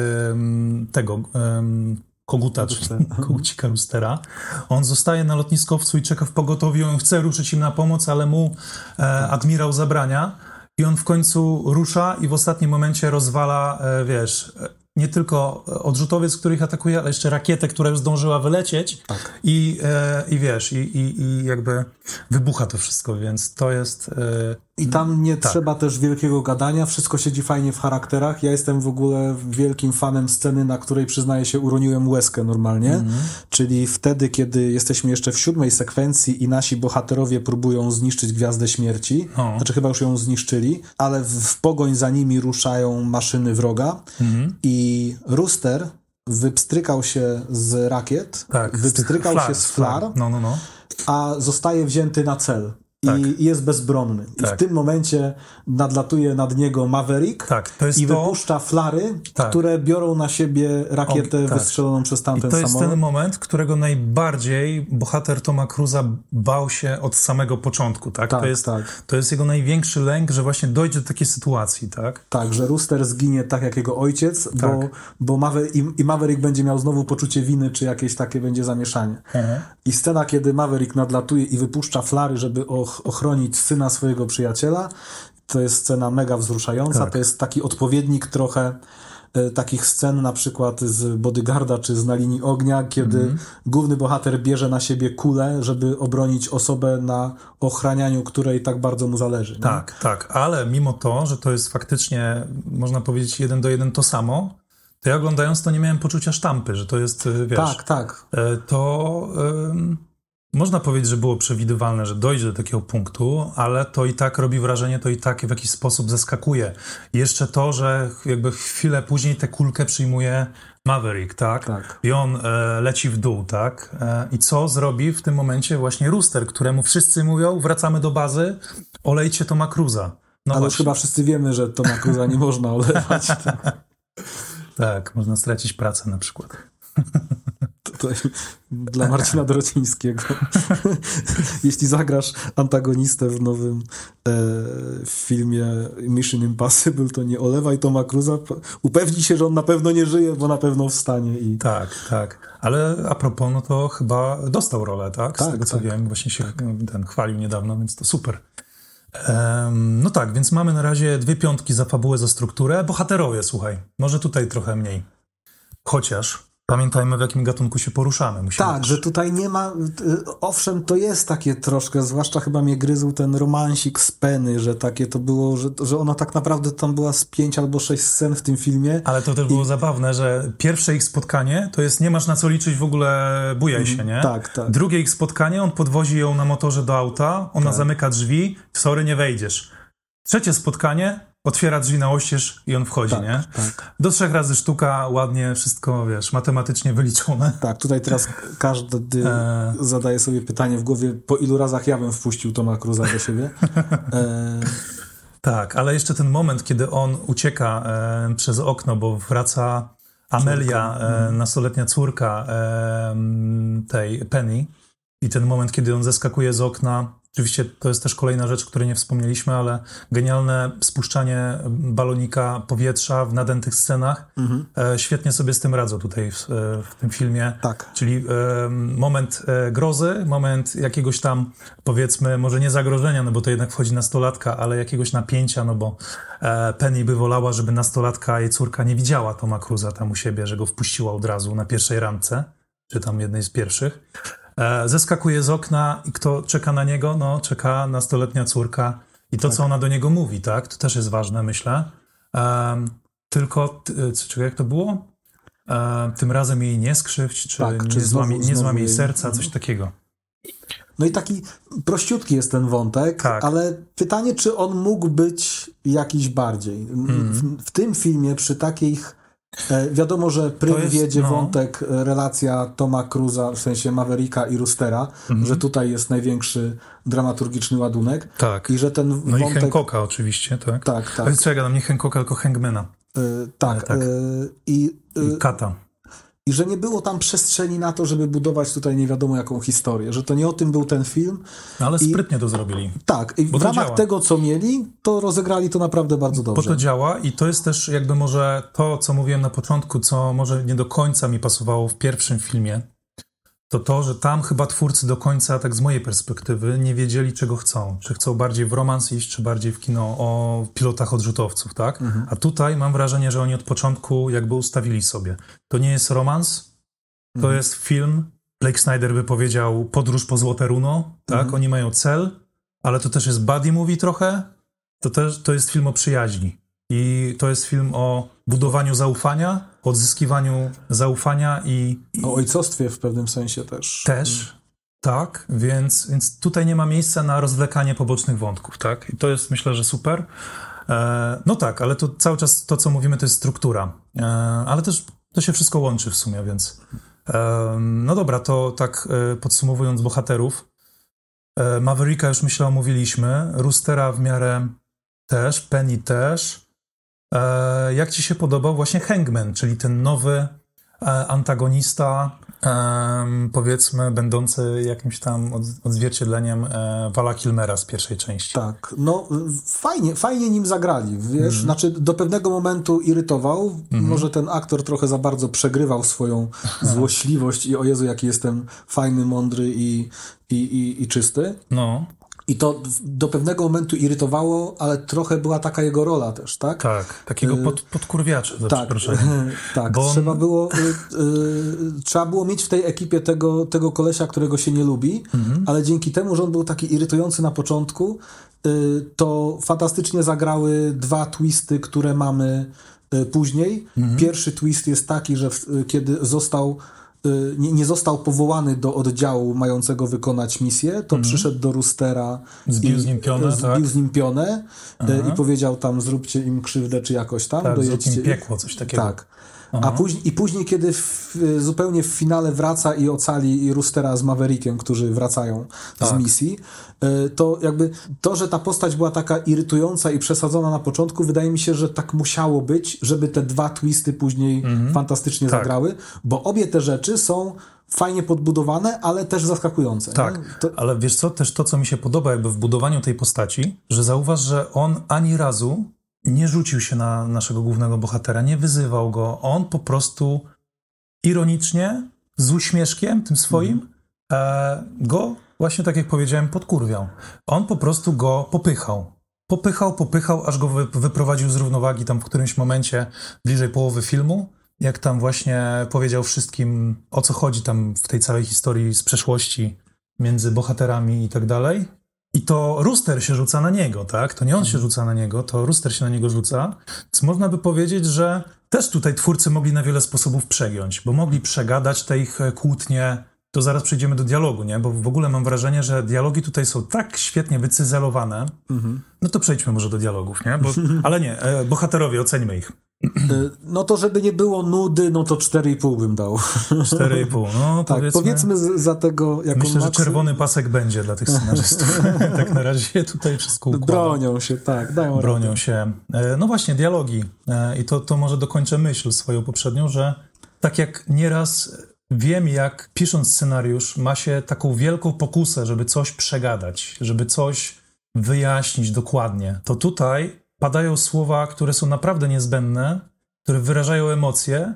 tego e, koguta, czyli kogucika Roostera, on zostaje na lotniskowcu i czeka w pogotowiu, on chce ruszyć im na pomoc, ale mu e, admirał zabrania i on w końcu rusza i w ostatnim momencie rozwala, e, wiesz... nie tylko odrzutowiec, który ich atakuje, ale jeszcze rakietę, która już zdążyła wylecieć tak. i, e, i wiesz, i, i, i jakby wybucha to wszystko, więc to jest... E,
I tam nie tak. trzeba też wielkiego gadania, wszystko siedzi fajnie w charakterach. Ja jestem w ogóle wielkim fanem sceny, na której, przyznaję się, uroniłem łezkę normalnie, mm-hmm. czyli wtedy, kiedy jesteśmy jeszcze w siódmej sekwencji i nasi bohaterowie próbują zniszczyć Gwiazdę Śmierci, o. znaczy chyba już ją zniszczyli, ale w, w pogoń za nimi ruszają maszyny wroga mm-hmm. i Rooster wypstrykał się z rakiet,
tak,
wypstrykał
flar,
się z flar,
flar. No, no, no.
a zostaje wzięty na cel. Tak. I jest bezbronny. I tak. w tym momencie nadlatuje nad niego Maverick
tak, to jest
i
to...
wypuszcza flary,
tak. które
biorą na siebie rakietę o, tak. wystrzeloną przez tamten samolot.
I to jest
samolot.
ten moment, którego najbardziej bohater Toma Cruise'a bał się od samego początku. Tak?
Tak,
to, jest,
tak.
to jest jego największy lęk, że właśnie dojdzie do takiej sytuacji. Tak,
tak że Rooster zginie tak jak jego ojciec, tak. bo, bo Maverick, i, i Maverick będzie miał znowu poczucie winy, czy jakieś takie będzie zamieszanie. Mhm. I scena, kiedy Maverick nadlatuje i wypuszcza flary, żeby och- ochronić syna swojego przyjaciela, to jest scena mega wzruszająca, tak. to jest taki odpowiednik trochę e, takich scen na przykład z Bodyguarda czy z Na linii ognia, kiedy mm-hmm. główny bohater bierze na siebie kulę, żeby obronić osobę, na ochranianiu której tak bardzo mu zależy. Nie?
Tak, tak, ale mimo to, że to jest faktycznie, można powiedzieć, jeden do jeden to samo, to ja oglądając to nie miałem poczucia sztampy, że to jest, wiesz...
Tak, tak.
E, to... E, Można powiedzieć, że było przewidywalne, że dojdzie do takiego punktu, ale to i tak robi wrażenie, to i tak w jakiś sposób zaskakuje. I jeszcze to, że jakby chwilę później tę kulkę przyjmuje Maverick, tak?
tak.
I on e, leci w dół, tak? E, I co zrobi w tym momencie właśnie Rooster, któremu wszyscy mówią, wracamy do bazy, olejcie Toma Cruise'a. No
ale już chyba wszyscy wiemy, że Toma Cruise'a nie można olewać. Tak.
tak, można stracić pracę na przykład.
To dla Marcina Dorocińskiego. Jeśli zagrasz antagonistę w nowym e, filmie Mission Impossible, to nie olewaj Toma Cruise'a. Upewnij się, że on na pewno nie żyje, bo na pewno wstanie. I...
Tak, tak. Ale a propos, no to chyba dostał rolę, tak? Z
tak,
tego co
tak.
wiem, właśnie się ten chwalił niedawno, więc to super. Um, no tak, więc mamy na razie dwie piątki za fabułę, za strukturę. Bohaterowie, słuchaj, może tutaj trochę mniej. Chociaż Pamiętajmy, w jakim gatunku się poruszamy. Musimy
tak,
też...
że tutaj nie ma... Owszem, to jest takie troszkę, zwłaszcza chyba mnie gryzł ten romansik z Penny, że takie to było, że, że ona tak naprawdę tam była z pięć albo sześć scen w tym filmie.
Ale to też było
I...
zabawne, że pierwsze ich spotkanie to jest nie masz na co liczyć, w ogóle bujaj się, nie?
Tak, tak.
Drugie ich spotkanie, on podwozi ją na motorze do auta, ona
tak.
zamyka drzwi, sorry, nie wejdziesz. Trzecie spotkanie, otwiera drzwi na oścież i on wchodzi,
tak,
nie?
Tak.
Do trzech razy sztuka, ładnie, wszystko, wiesz, matematycznie wyliczone.
Tak, tutaj teraz każdy e... zadaje sobie pytanie w głowie, po ilu razach ja bym wpuścił Toma Cruise'a do siebie. E...
Tak, ale jeszcze ten moment, kiedy on ucieka e, przez okno, bo wraca Amelia, e, nastoletnia córka e, tej Penny, i ten moment, kiedy on zeskakuje z okna. Oczywiście to jest też kolejna rzecz, o której nie wspomnieliśmy, ale genialne spuszczanie balonika powietrza w nadętych scenach. Mhm. E, świetnie sobie z tym radzą tutaj w, w tym filmie.
Tak.
Czyli e, moment e, grozy, moment jakiegoś tam, powiedzmy, może nie zagrożenia, no bo to jednak wchodzi nastolatka, ale jakiegoś napięcia, no bo e, Penny by wolała, żeby nastolatka, jej córka nie widziała Toma Cruise'a tam u siebie, że go wpuściła od razu na pierwszej randce, czy tam jednej z pierwszych. Zeskakuje z okna i kto czeka na niego? No, czeka nastoletnia córka i to, tak. co ona do niego mówi, tak? To też jest ważne, myślę. Um, tylko, czekaj, jak to było? Um, tym razem jej nie skrzywdź, czy
tak,
nie,
czy
złam,
znowu,
nie złam jej
jej...
serca, coś takiego.
No i taki prościutki jest ten wątek, tak. ale pytanie, czy on mógł być jakiś bardziej. Mm. W, w tym filmie przy takich wiadomo, że prym jest, wiedzie no. wątek, relacja Toma Cruise'a, w sensie Mavericka i Roostera, mhm. że tutaj jest największy dramaturgiczny ładunek.
Tak.
I że ten
no
wątek...
i Hancocka oczywiście, tak?
Tak, tak.
Czego, nie Hancocka, tylko Hangmana.
Yy, tak.
tak.
Yy, I, yy,
I Kata.
I że nie było tam przestrzeni na to, żeby budować tutaj nie wiadomo jaką historię, że to nie o tym był ten film.
No ale
I,
sprytnie to zrobili.
Tak, i w ramach działa. tego, co mieli, to rozegrali to naprawdę bardzo dobrze.
Bo to działa i to jest też jakby może to, co mówiłem na początku, co może nie do końca mi pasowało w pierwszym filmie, to to, że tam chyba twórcy do końca, tak z mojej perspektywy, nie wiedzieli, czego chcą. Czy chcą bardziej w romans iść, czy bardziej w kino o pilotach odrzutowców, tak? Mhm. A tutaj mam wrażenie, że oni od początku jakby ustawili sobie. To nie jest romans, to mhm. jest film, Blake Snyder by powiedział podróż po Złote Runo, tak? Mhm. Oni mają cel, ale to też jest buddy movie trochę, to też to jest film o przyjaźni. I to jest film o budowaniu zaufania, odzyskiwaniu zaufania i... i
o ojcostwie w pewnym sensie też.
Też, tak, więc, więc tutaj nie ma miejsca na rozwlekanie pobocznych wątków, tak? I to jest, myślę, że super. E, no tak, ale to cały czas to, co mówimy, to jest struktura. E, ale też to się wszystko łączy w sumie, więc... E, no dobra, to tak e, podsumowując bohaterów. E, Mavericka już, myślę, omówiliśmy. Roostera w miarę też, Penny też. E, jak ci się podobał właśnie Hangman, czyli ten nowy e, antagonista, e, powiedzmy, będący jakimś tam od, odzwierciedleniem e, Vala Kilmera z pierwszej części?
Tak, no fajnie, fajnie nim zagrali, wiesz, mm. znaczy do pewnego momentu irytował, mm. może ten aktor trochę za bardzo przegrywał swoją złośliwość i o Jezu, jaki jestem fajny, mądry i, i, i, i czysty.
No.
I to do pewnego momentu irytowało, ale trochę była taka jego rola też, tak?
Tak, takiego pod, podkurwiacza, za
tak, tak,
Bo on...
trzeba było y, y, trzeba było mieć w tej ekipie tego, tego kolesia, którego się nie lubi, mhm. ale dzięki temu, że on był taki irytujący na początku, y, to fantastycznie zagrały dwa twisty, które mamy y, później. Mhm. Pierwszy twist jest taki, że w, y, kiedy został Nie, nie został powołany do oddziału mającego wykonać misję, to mm. przyszedł do Roostera,
zbił z nim pionę,
zbił
tak?
z nim pionę i powiedział tam, zróbcie im krzywdę czy jakoś tam.
Tak, dojedźcie im piekło, coś takiego.
Tak. A później, I później, kiedy w, zupełnie w finale wraca i ocali i Roostera z Maverickiem, którzy wracają tak. z misji, to jakby to, że ta postać była taka irytująca i przesadzona na początku, wydaje mi się, że tak musiało być, żeby te dwa twisty później mm-hmm. fantastycznie tak. zagrały, bo obie te rzeczy są fajnie podbudowane, ale też zaskakujące.
Tak, to... ale wiesz co, też to, co mi się podoba jakby w budowaniu tej postaci, że zauważ, że on ani razu nie rzucił się na naszego głównego bohatera, nie wyzywał go. On po prostu ironicznie, z uśmieszkiem tym swoim, mm. e, go, właśnie tak jak powiedziałem, podkurwiał. On po prostu go popychał. Popychał, popychał, aż go wy, wyprowadził z równowagi tam w którymś momencie, bliżej połowy filmu jak tam właśnie powiedział wszystkim, o co chodzi tam w tej całej historii z przeszłości między bohaterami i tak dalej. I to Rooster się rzuca na niego, tak? To nie on się rzuca na niego, to Rooster się na niego rzuca. Więc można by powiedzieć, że też tutaj twórcy mogli na wiele sposobów przegiąć, bo mogli przegadać te ich kłótnie. To zaraz przejdziemy do dialogu, nie? Bo w ogóle mam wrażenie, że dialogi tutaj są tak świetnie wycyzelowane. Mhm. No to przejdźmy może do dialogów, nie? Bo, ale nie, e, bohaterowie, oceńmy ich.
No to żeby nie było nudy, no to cztery i pół bym dał.
cztery i pół, no
tak,
powiedzmy.
Powiedzmy z, za tego jako
Myślę,
maksy...
że czerwony pasek będzie dla tych scenarzystów. Tak na razie się tutaj wszystko układa.
Bronią się, tak, dają
Bronią
radę.
się. No właśnie, dialogi. I to, to może dokończę myśl swoją poprzednią, że tak jak nieraz wiem, jak pisząc scenariusz ma się taką wielką pokusę, żeby coś przegadać, żeby coś wyjaśnić dokładnie, to tutaj padają słowa, które są naprawdę niezbędne, które wyrażają emocje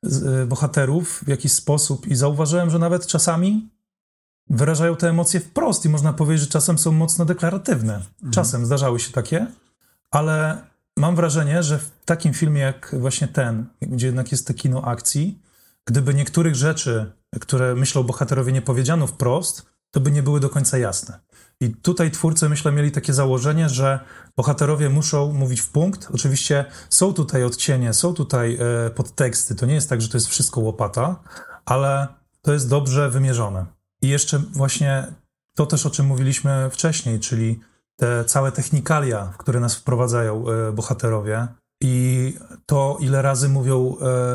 bohaterów w jakiś sposób i zauważyłem, że nawet czasami wyrażają te emocje wprost i można powiedzieć, że czasem są mocno deklaratywne. Mhm. Czasem zdarzały się takie, ale mam wrażenie, że w takim filmie jak właśnie ten, gdzie jednak jest to kino akcji, gdyby niektórych rzeczy, które myślą bohaterowie, nie powiedziano wprost, to by nie były do końca jasne. I tutaj twórcy, myślę, mieli takie założenie, że bohaterowie muszą mówić w punkt. Oczywiście są tutaj odcienie, są tutaj e, podteksty. To nie jest tak, że to jest wszystko łopata, ale to jest dobrze wymierzone. I jeszcze właśnie to też, o czym mówiliśmy wcześniej, czyli te całe technikalia, w które nas wprowadzają e, bohaterowie i to, ile razy mówią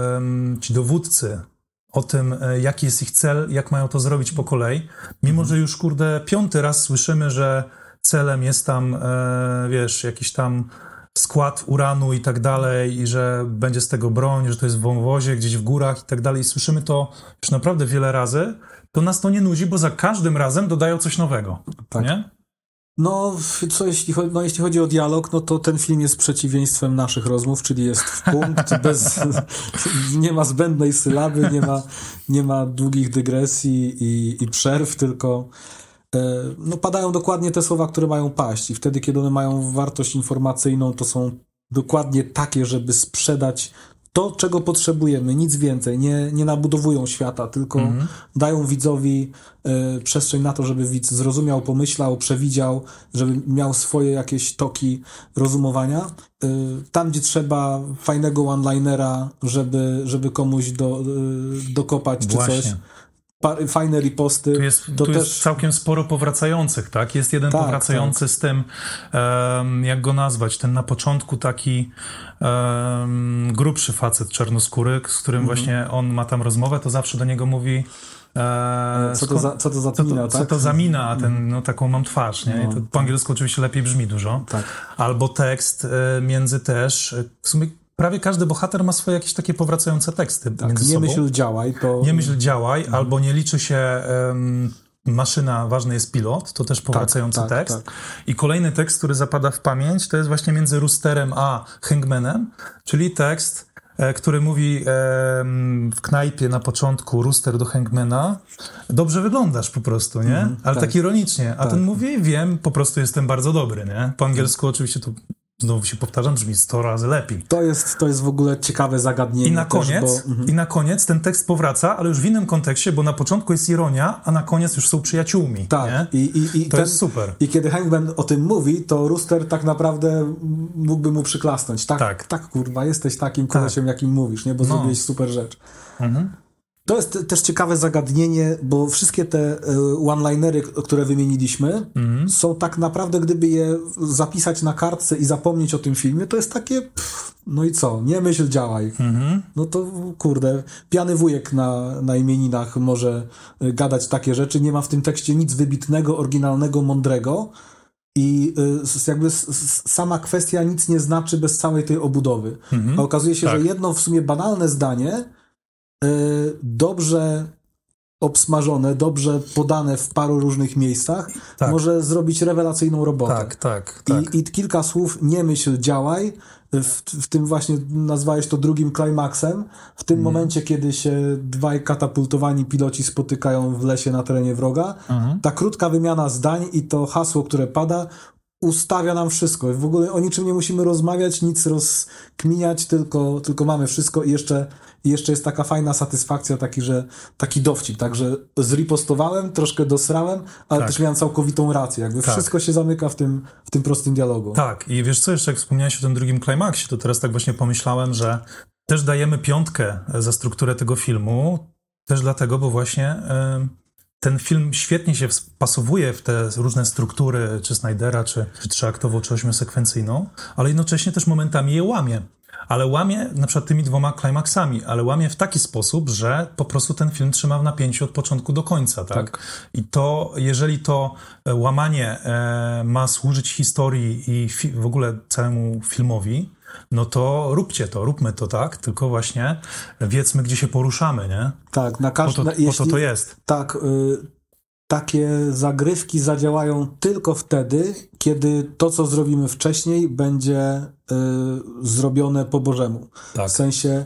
e, ci dowódcy o tym, jaki jest ich cel, jak mają to zrobić po kolei. Mimo, że już, kurde, piąty raz słyszymy, że celem jest tam, e, wiesz, jakiś tam skład uranu i tak dalej i że będzie z tego broń, że to jest w wąwozie, gdzieś w górach i tak dalej. I słyszymy to już naprawdę wiele razy. To nas to nie nudzi, bo za każdym razem dodają coś nowego. Tak. Nie?
No, co jeśli, chodzi, no, jeśli chodzi o dialog, no to ten film jest przeciwieństwem naszych rozmów, czyli jest w punkt, bez, nie ma zbędnej sylaby, nie ma, nie ma długich dygresji i, i przerw, tylko e, no, padają dokładnie te słowa, które mają paść i wtedy, kiedy one mają wartość informacyjną, to są dokładnie takie, żeby sprzedać to, czego potrzebujemy, nic więcej. Nie, nie nabudowują świata, tylko mm-hmm. dają widzowi y, przestrzeń na to, żeby widz zrozumiał, pomyślał, przewidział, żeby miał swoje jakieś toki rozumowania. Y, tam, gdzie trzeba fajnego one-linera, żeby, żeby komuś do, y, dokopać czy
Właśnie.
coś. Fajne riposty.
Tu jest,
to
tu
też...
jest całkiem sporo powracających, tak? Jest jeden
tak,
powracający tak. z tym, um, jak go nazwać, ten na początku taki um, grubszy facet czarnoskóry, z którym mm-hmm. właśnie on ma tam rozmowę, to zawsze do niego mówi e,
co, to za, co to za
co
mina,
to,
tak?
Co to za mina, a ten, no taką mam twarz, nie? No, I to po angielsku oczywiście lepiej brzmi dużo.
Tak.
Albo tekst e, między też, w sumie prawie każdy bohater ma swoje jakieś takie powracające teksty tak, między
nie
sobą.
Myśl, działaj. To...
Nie myśl, działaj, mhm. albo nie liczy się um, maszyna, ważny jest pilot, to też powracający tak, tak, tekst. Tak. I kolejny tekst, który zapada w pamięć, to jest właśnie między Roosterem a Hangmanem, czyli tekst, e, który mówi e, w knajpie na początku Rooster do Hangmana, dobrze wyglądasz po prostu, nie? Mhm, ale tak, tak ironicznie. A tak. ten mówi, wiem, po prostu jestem bardzo dobry, nie? Po angielsku oczywiście to znowu się powtarzam, brzmi sto razy lepiej.
To jest, to jest w ogóle ciekawe zagadnienie.
I na,
też,
koniec,
bo... mhm.
I na koniec ten tekst powraca, ale już w innym kontekście, bo na początku jest ironia, a na koniec już są przyjaciółmi.
Tak.
Nie?
I, i, i
to
ten,
jest super.
I kiedy Hangman o tym mówi, to Rooster tak naprawdę mógłby mu przyklasnąć. Tak, tak. tak kurwa, jesteś takim kolesiem, tak. jakim mówisz, nie? Bo no. zrobiłeś super rzecz. Mhm. To jest też ciekawe zagadnienie, bo wszystkie te one-linery, które wymieniliśmy, mm. są tak naprawdę, gdyby je zapisać na kartce i zapomnieć o tym filmie, to jest takie, pff, no i co, nie myśl, działaj. Mm-hmm. No to kurde, pijany wujek na, na imieninach może gadać takie rzeczy, nie ma w tym tekście nic wybitnego, oryginalnego, mądrego i y, jakby s, s, sama kwestia nic nie znaczy bez całej tej obudowy. Mm-hmm. A okazuje się, tak. że jedno w sumie banalne zdanie dobrze obsmażone, dobrze podane w paru różnych miejscach, tak. może zrobić rewelacyjną robotę.
Tak, tak, tak.
I, i kilka słów, nie myśl, działaj, w, w tym właśnie nazwałeś to drugim klimaksem, w tym mm. momencie, kiedy się dwaj katapultowani piloci spotykają w lesie na terenie wroga, mm. ta krótka wymiana zdań i to hasło, które pada, ustawia nam wszystko. W ogóle o niczym nie musimy rozmawiać, nic rozkminiać, tylko, tylko mamy wszystko i jeszcze, i jeszcze jest taka fajna satysfakcja, taki, że, taki dowcip, także zripostowałem, troszkę dosrałem, ale
tak.
też miałem całkowitą rację. Jakby
tak.
wszystko się zamyka w tym, w tym prostym dialogu.
Tak, i wiesz co, jeszcze jak wspomniałeś o tym drugim klimaksie, to teraz tak właśnie pomyślałem, że też dajemy piątkę za strukturę tego filmu, też dlatego, bo właśnie y, ten film świetnie się wpasowuje w te różne struktury, czy Snydera, czy, czy trzyaktową, czy ośmiosekwencyjną, ale jednocześnie też momentami je łamie. Ale łamie na przykład tymi dwoma klimaksami, ale łamie w taki sposób, że po prostu ten film trzyma w napięciu od początku do końca, tak? tak. I to, jeżeli to łamanie e, ma służyć historii i fi- w ogóle całemu filmowi, no to róbcie to, róbmy to, tak? Tylko właśnie wiedzmy, gdzie się poruszamy, nie?
Tak, na każdym...
Po to, po to to jest.
Tak, y- takie zagrywki zadziałają tylko wtedy, kiedy to, co zrobimy wcześniej, będzie y, zrobione po Bożemu.
Tak.
W sensie,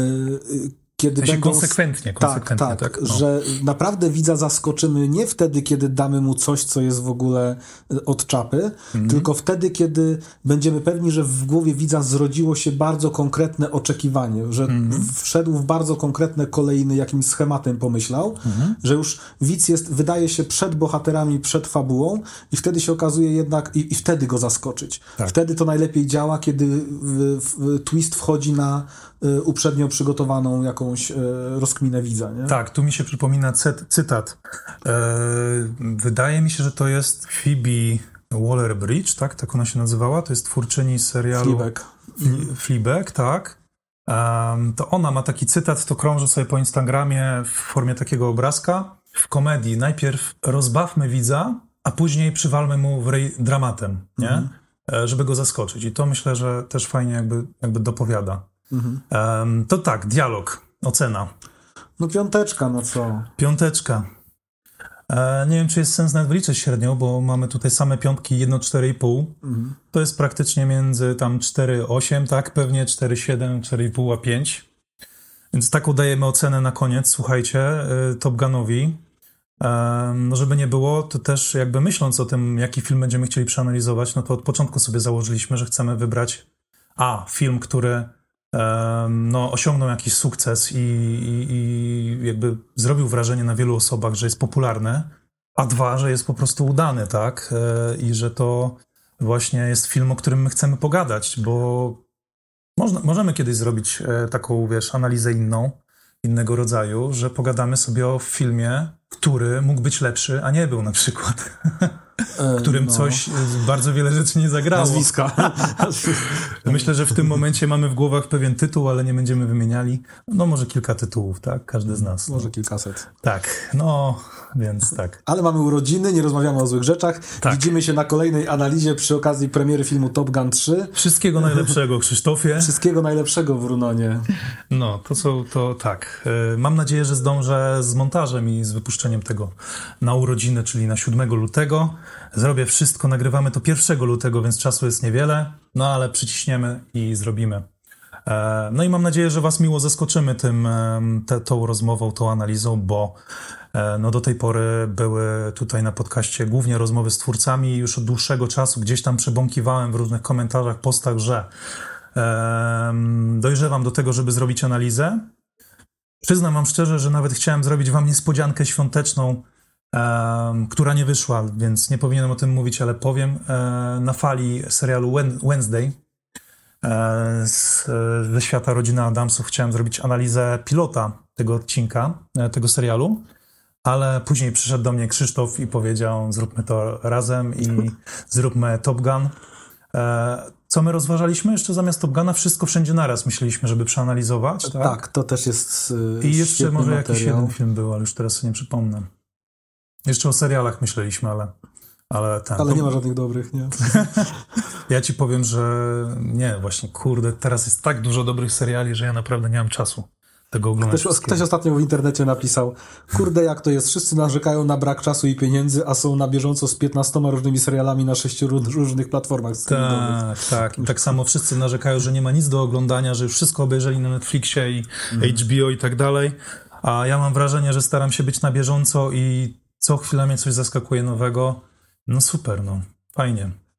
y, kiedy
w sensie
będą...
konsekwentnie, konsekwentnie,
tak, tak,
tak? No.
że naprawdę widza zaskoczymy nie wtedy, kiedy damy mu coś, co jest w ogóle od czapy, mm. tylko wtedy, kiedy będziemy pewni, że w głowie widza zrodziło się bardzo konkretne oczekiwanie, że mm. wszedł w bardzo konkretne kolejny, jakimś schematem pomyślał, mm. że już widz jest, wydaje się, przed bohaterami, przed fabułą i wtedy się okazuje jednak, i, i wtedy go zaskoczyć. Tak. Wtedy to najlepiej działa, kiedy w, w, twist wchodzi na y, uprzednio przygotowaną jakąś rozkminę widza, nie?
Tak, tu mi się przypomina cy- cytat. E, wydaje mi się, że to jest Phoebe Waller-Bridge, tak? Tak ona się nazywała. To jest twórczyni serialu
Fleabag.
Fle- Fleabag, tak. Um, to ona ma taki cytat, to krąży sobie po Instagramie w formie takiego obrazka. W komedii najpierw rozbawmy widza, a później przywalmy mu w rej dramatem, nie? Mhm. E, żeby go zaskoczyć. I to myślę, że też fajnie jakby, jakby dopowiada. Mhm. Um, to tak, dialog. Ocena.
No piąteczka, no co?
Piąteczka. E, nie wiem, czy jest sens nawet wyliczyć średnią, bo mamy tutaj same piątki, jedno cztery i pół. Mhm. To jest praktycznie między tam cztery osiem, tak? Pewnie cztery siedem, cztery i pół a pięć. Więc taką dajemy ocenę na koniec, słuchajcie, y, Top Gunowi. E, no żeby nie było, to też jakby myśląc o tym, jaki film będziemy chcieli przeanalizować, no to od początku sobie założyliśmy, że chcemy wybrać a, film, który no, osiągnął jakiś sukces i, i, i jakby zrobił wrażenie na wielu osobach, że jest popularny, a dwa, że jest po prostu udany, tak? I że to właśnie jest film, o którym my chcemy pogadać, bo można, możemy kiedyś zrobić taką, wiesz, analizę inną, innego rodzaju, że pogadamy sobie o filmie, który mógł być lepszy, a nie był na przykład. W którym no. coś, bardzo wiele rzeczy nie zagrało.
Nazwiska.
Myślę, że w tym momencie mamy w głowach pewien tytuł, ale nie będziemy wymieniali. No może kilka tytułów, tak? Każdy z nas.
Może
no.
kilkaset.
Tak, no więc tak.
Ale mamy urodziny, nie rozmawiamy o złych rzeczach.
Tak.
Widzimy się na kolejnej analizie przy okazji premiery filmu Top Gun trzy.
Wszystkiego najlepszego, Krzysztofie.
Wszystkiego najlepszego, Brunonie.
No, to są, to tak. Mam nadzieję, że zdążę z montażem i z wypuszczeniem tego na urodziny, czyli na siódmego lutego. Zrobię wszystko, nagrywamy to pierwszego lutego, więc czasu jest niewiele, no ale przyciśniemy i zrobimy. No i mam nadzieję, że was miło zaskoczymy tym, te, tą rozmową, tą analizą, bo no do tej pory były tutaj na podcaście głównie rozmowy z twórcami i już od dłuższego czasu gdzieś tam przebąkiwałem w różnych komentarzach, postach, że um, dojrzewam do tego, żeby zrobić analizę. Przyznam wam szczerze, że nawet chciałem zrobić wam niespodziankę świąteczną, Um, która nie wyszła, więc nie powinienem o tym mówić, ale powiem. Um, na fali serialu Wednesday um, z, ze świata rodziny Adamsów chciałem zrobić analizę pilota tego odcinka, tego serialu, ale później przyszedł do mnie Krzysztof i powiedział, zróbmy to razem i zróbmy Top Gun. Um, co my rozważaliśmy jeszcze zamiast Top Guna? Wszystko wszędzie naraz myśleliśmy, żeby przeanalizować. Tak,
tak to też jest yy,
I jeszcze może
materiał.
Jakiś jeden film był, ale już teraz sobie nie przypomnę. Jeszcze o serialach myśleliśmy, ale... Ale, ten,
ale nie ma żadnych dobrych, nie?
Ja ci powiem, że nie, właśnie, kurde, teraz jest tak dużo dobrych seriali, że ja naprawdę nie mam czasu tego oglądać.
Ktoś, ktoś ostatnio w internecie napisał, kurde, jak to jest, wszyscy narzekają na brak czasu i pieniędzy, a są na bieżąco z piętnastoma różnymi serialami na sześciu różnych platformach.
Tak, tak. I tak samo wszyscy narzekają, że nie ma nic do oglądania, że już wszystko obejrzeli na Netflixie i mm. H B O i tak dalej, a ja mam wrażenie, że staram się być na bieżąco i co chwilę mnie coś zaskakuje nowego. No super, no. Fajnie.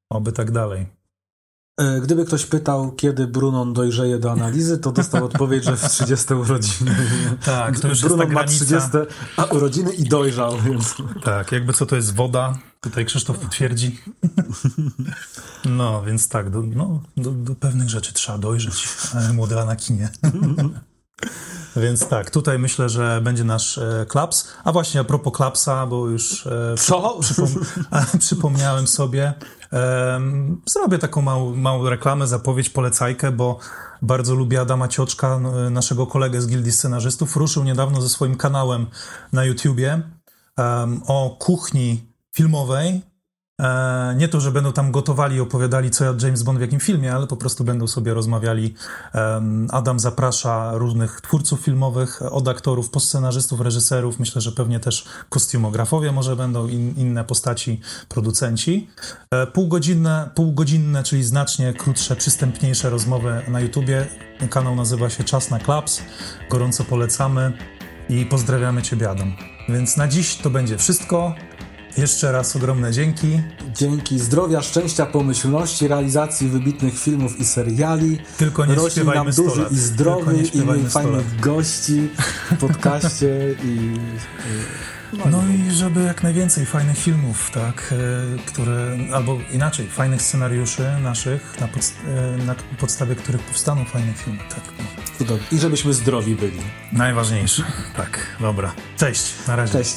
Oby tak dalej.
Gdyby ktoś pytał, kiedy Brunon dojrzeje do analizy, to dostał odpowiedź, że w trzydzieste urodziny.
Tak, to już
Brunon
jest ta
ma
granica.
trzydzieste urodziny i dojrzał, więc...
Tak, jakby co to jest woda, tutaj Krzysztof potwierdzi. No, więc tak, do, no, do, do pewnych rzeczy trzeba dojrzeć, młody Anakinie. Więc tak, tutaj myślę, że będzie nasz e, klaps. A właśnie a propos klapsa, bo już e,
Co?
Przypom- a, przypomniałem sobie, e, zrobię taką małą, małą reklamę, zapowiedź, polecajkę, bo bardzo lubię Adama Cioczka, naszego kolegę z Gildii Scenarzystów. Ruszył niedawno ze swoim kanałem na YouTubie um, o kuchni filmowej. E, nie to, że będą tam gotowali i opowiadali, co jadł James Bond w jakim filmie, ale po prostu będą sobie rozmawiali. Um, Adam zaprasza różnych twórców filmowych, od aktorów, po scenarzystów, reżyserów. Myślę, że pewnie też kostiumografowie może będą, in, inne postaci, producenci. E, półgodzinne, półgodzinne, czyli znacznie krótsze, przystępniejsze rozmowy na YouTubie. Kanał nazywa się Czas na Klaps. Gorąco polecamy i pozdrawiamy Ciebie, Adam. Więc na dziś to będzie wszystko. Jeszcze raz ogromne dzięki.
Dzięki, zdrowia, szczęścia, pomyślności, realizacji wybitnych filmów i seriali.
Tylko nie
Rośli nam
śpiewajmy
duży
sto lat.
i zdrowy,
nie
i miej fajnych gości w podcaście i... i...
No, no i żeby jak najwięcej fajnych filmów, tak, które, albo inaczej, fajnych scenariuszy naszych, na, podst- na podstawie których powstaną fajne filmy, tak.
I żebyśmy zdrowi byli.
Najważniejsze, tak, dobra. Cześć, na razie.
Cześć.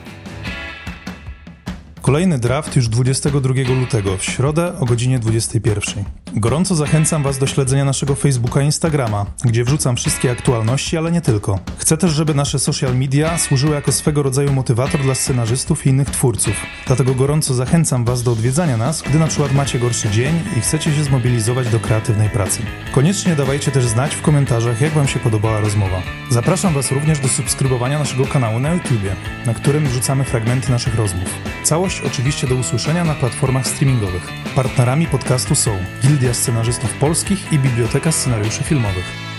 Kolejny draft już dwudziestego drugiego lutego, w środę o godzinie dwudziestej pierwszej. Gorąco zachęcam Was do śledzenia naszego Facebooka i Instagrama, gdzie wrzucam wszystkie aktualności, ale nie tylko. Chcę też, żeby nasze social media służyły jako swego rodzaju motywator dla scenarzystów i innych twórców. Dlatego gorąco zachęcam Was do odwiedzania nas, gdy na przykład macie gorszy dzień i chcecie się zmobilizować do kreatywnej pracy. Koniecznie dawajcie też znać w komentarzach, jak Wam się podobała rozmowa. Zapraszam Was również do subskrybowania naszego kanału na YouTubie, na którym wrzucamy fragmenty naszych rozmów. Całość oczywiście do usłyszenia na platformach streamingowych. Partnerami podcastu są Gildia Scenarzystów Polskich i Biblioteka Scenariuszy Filmowych.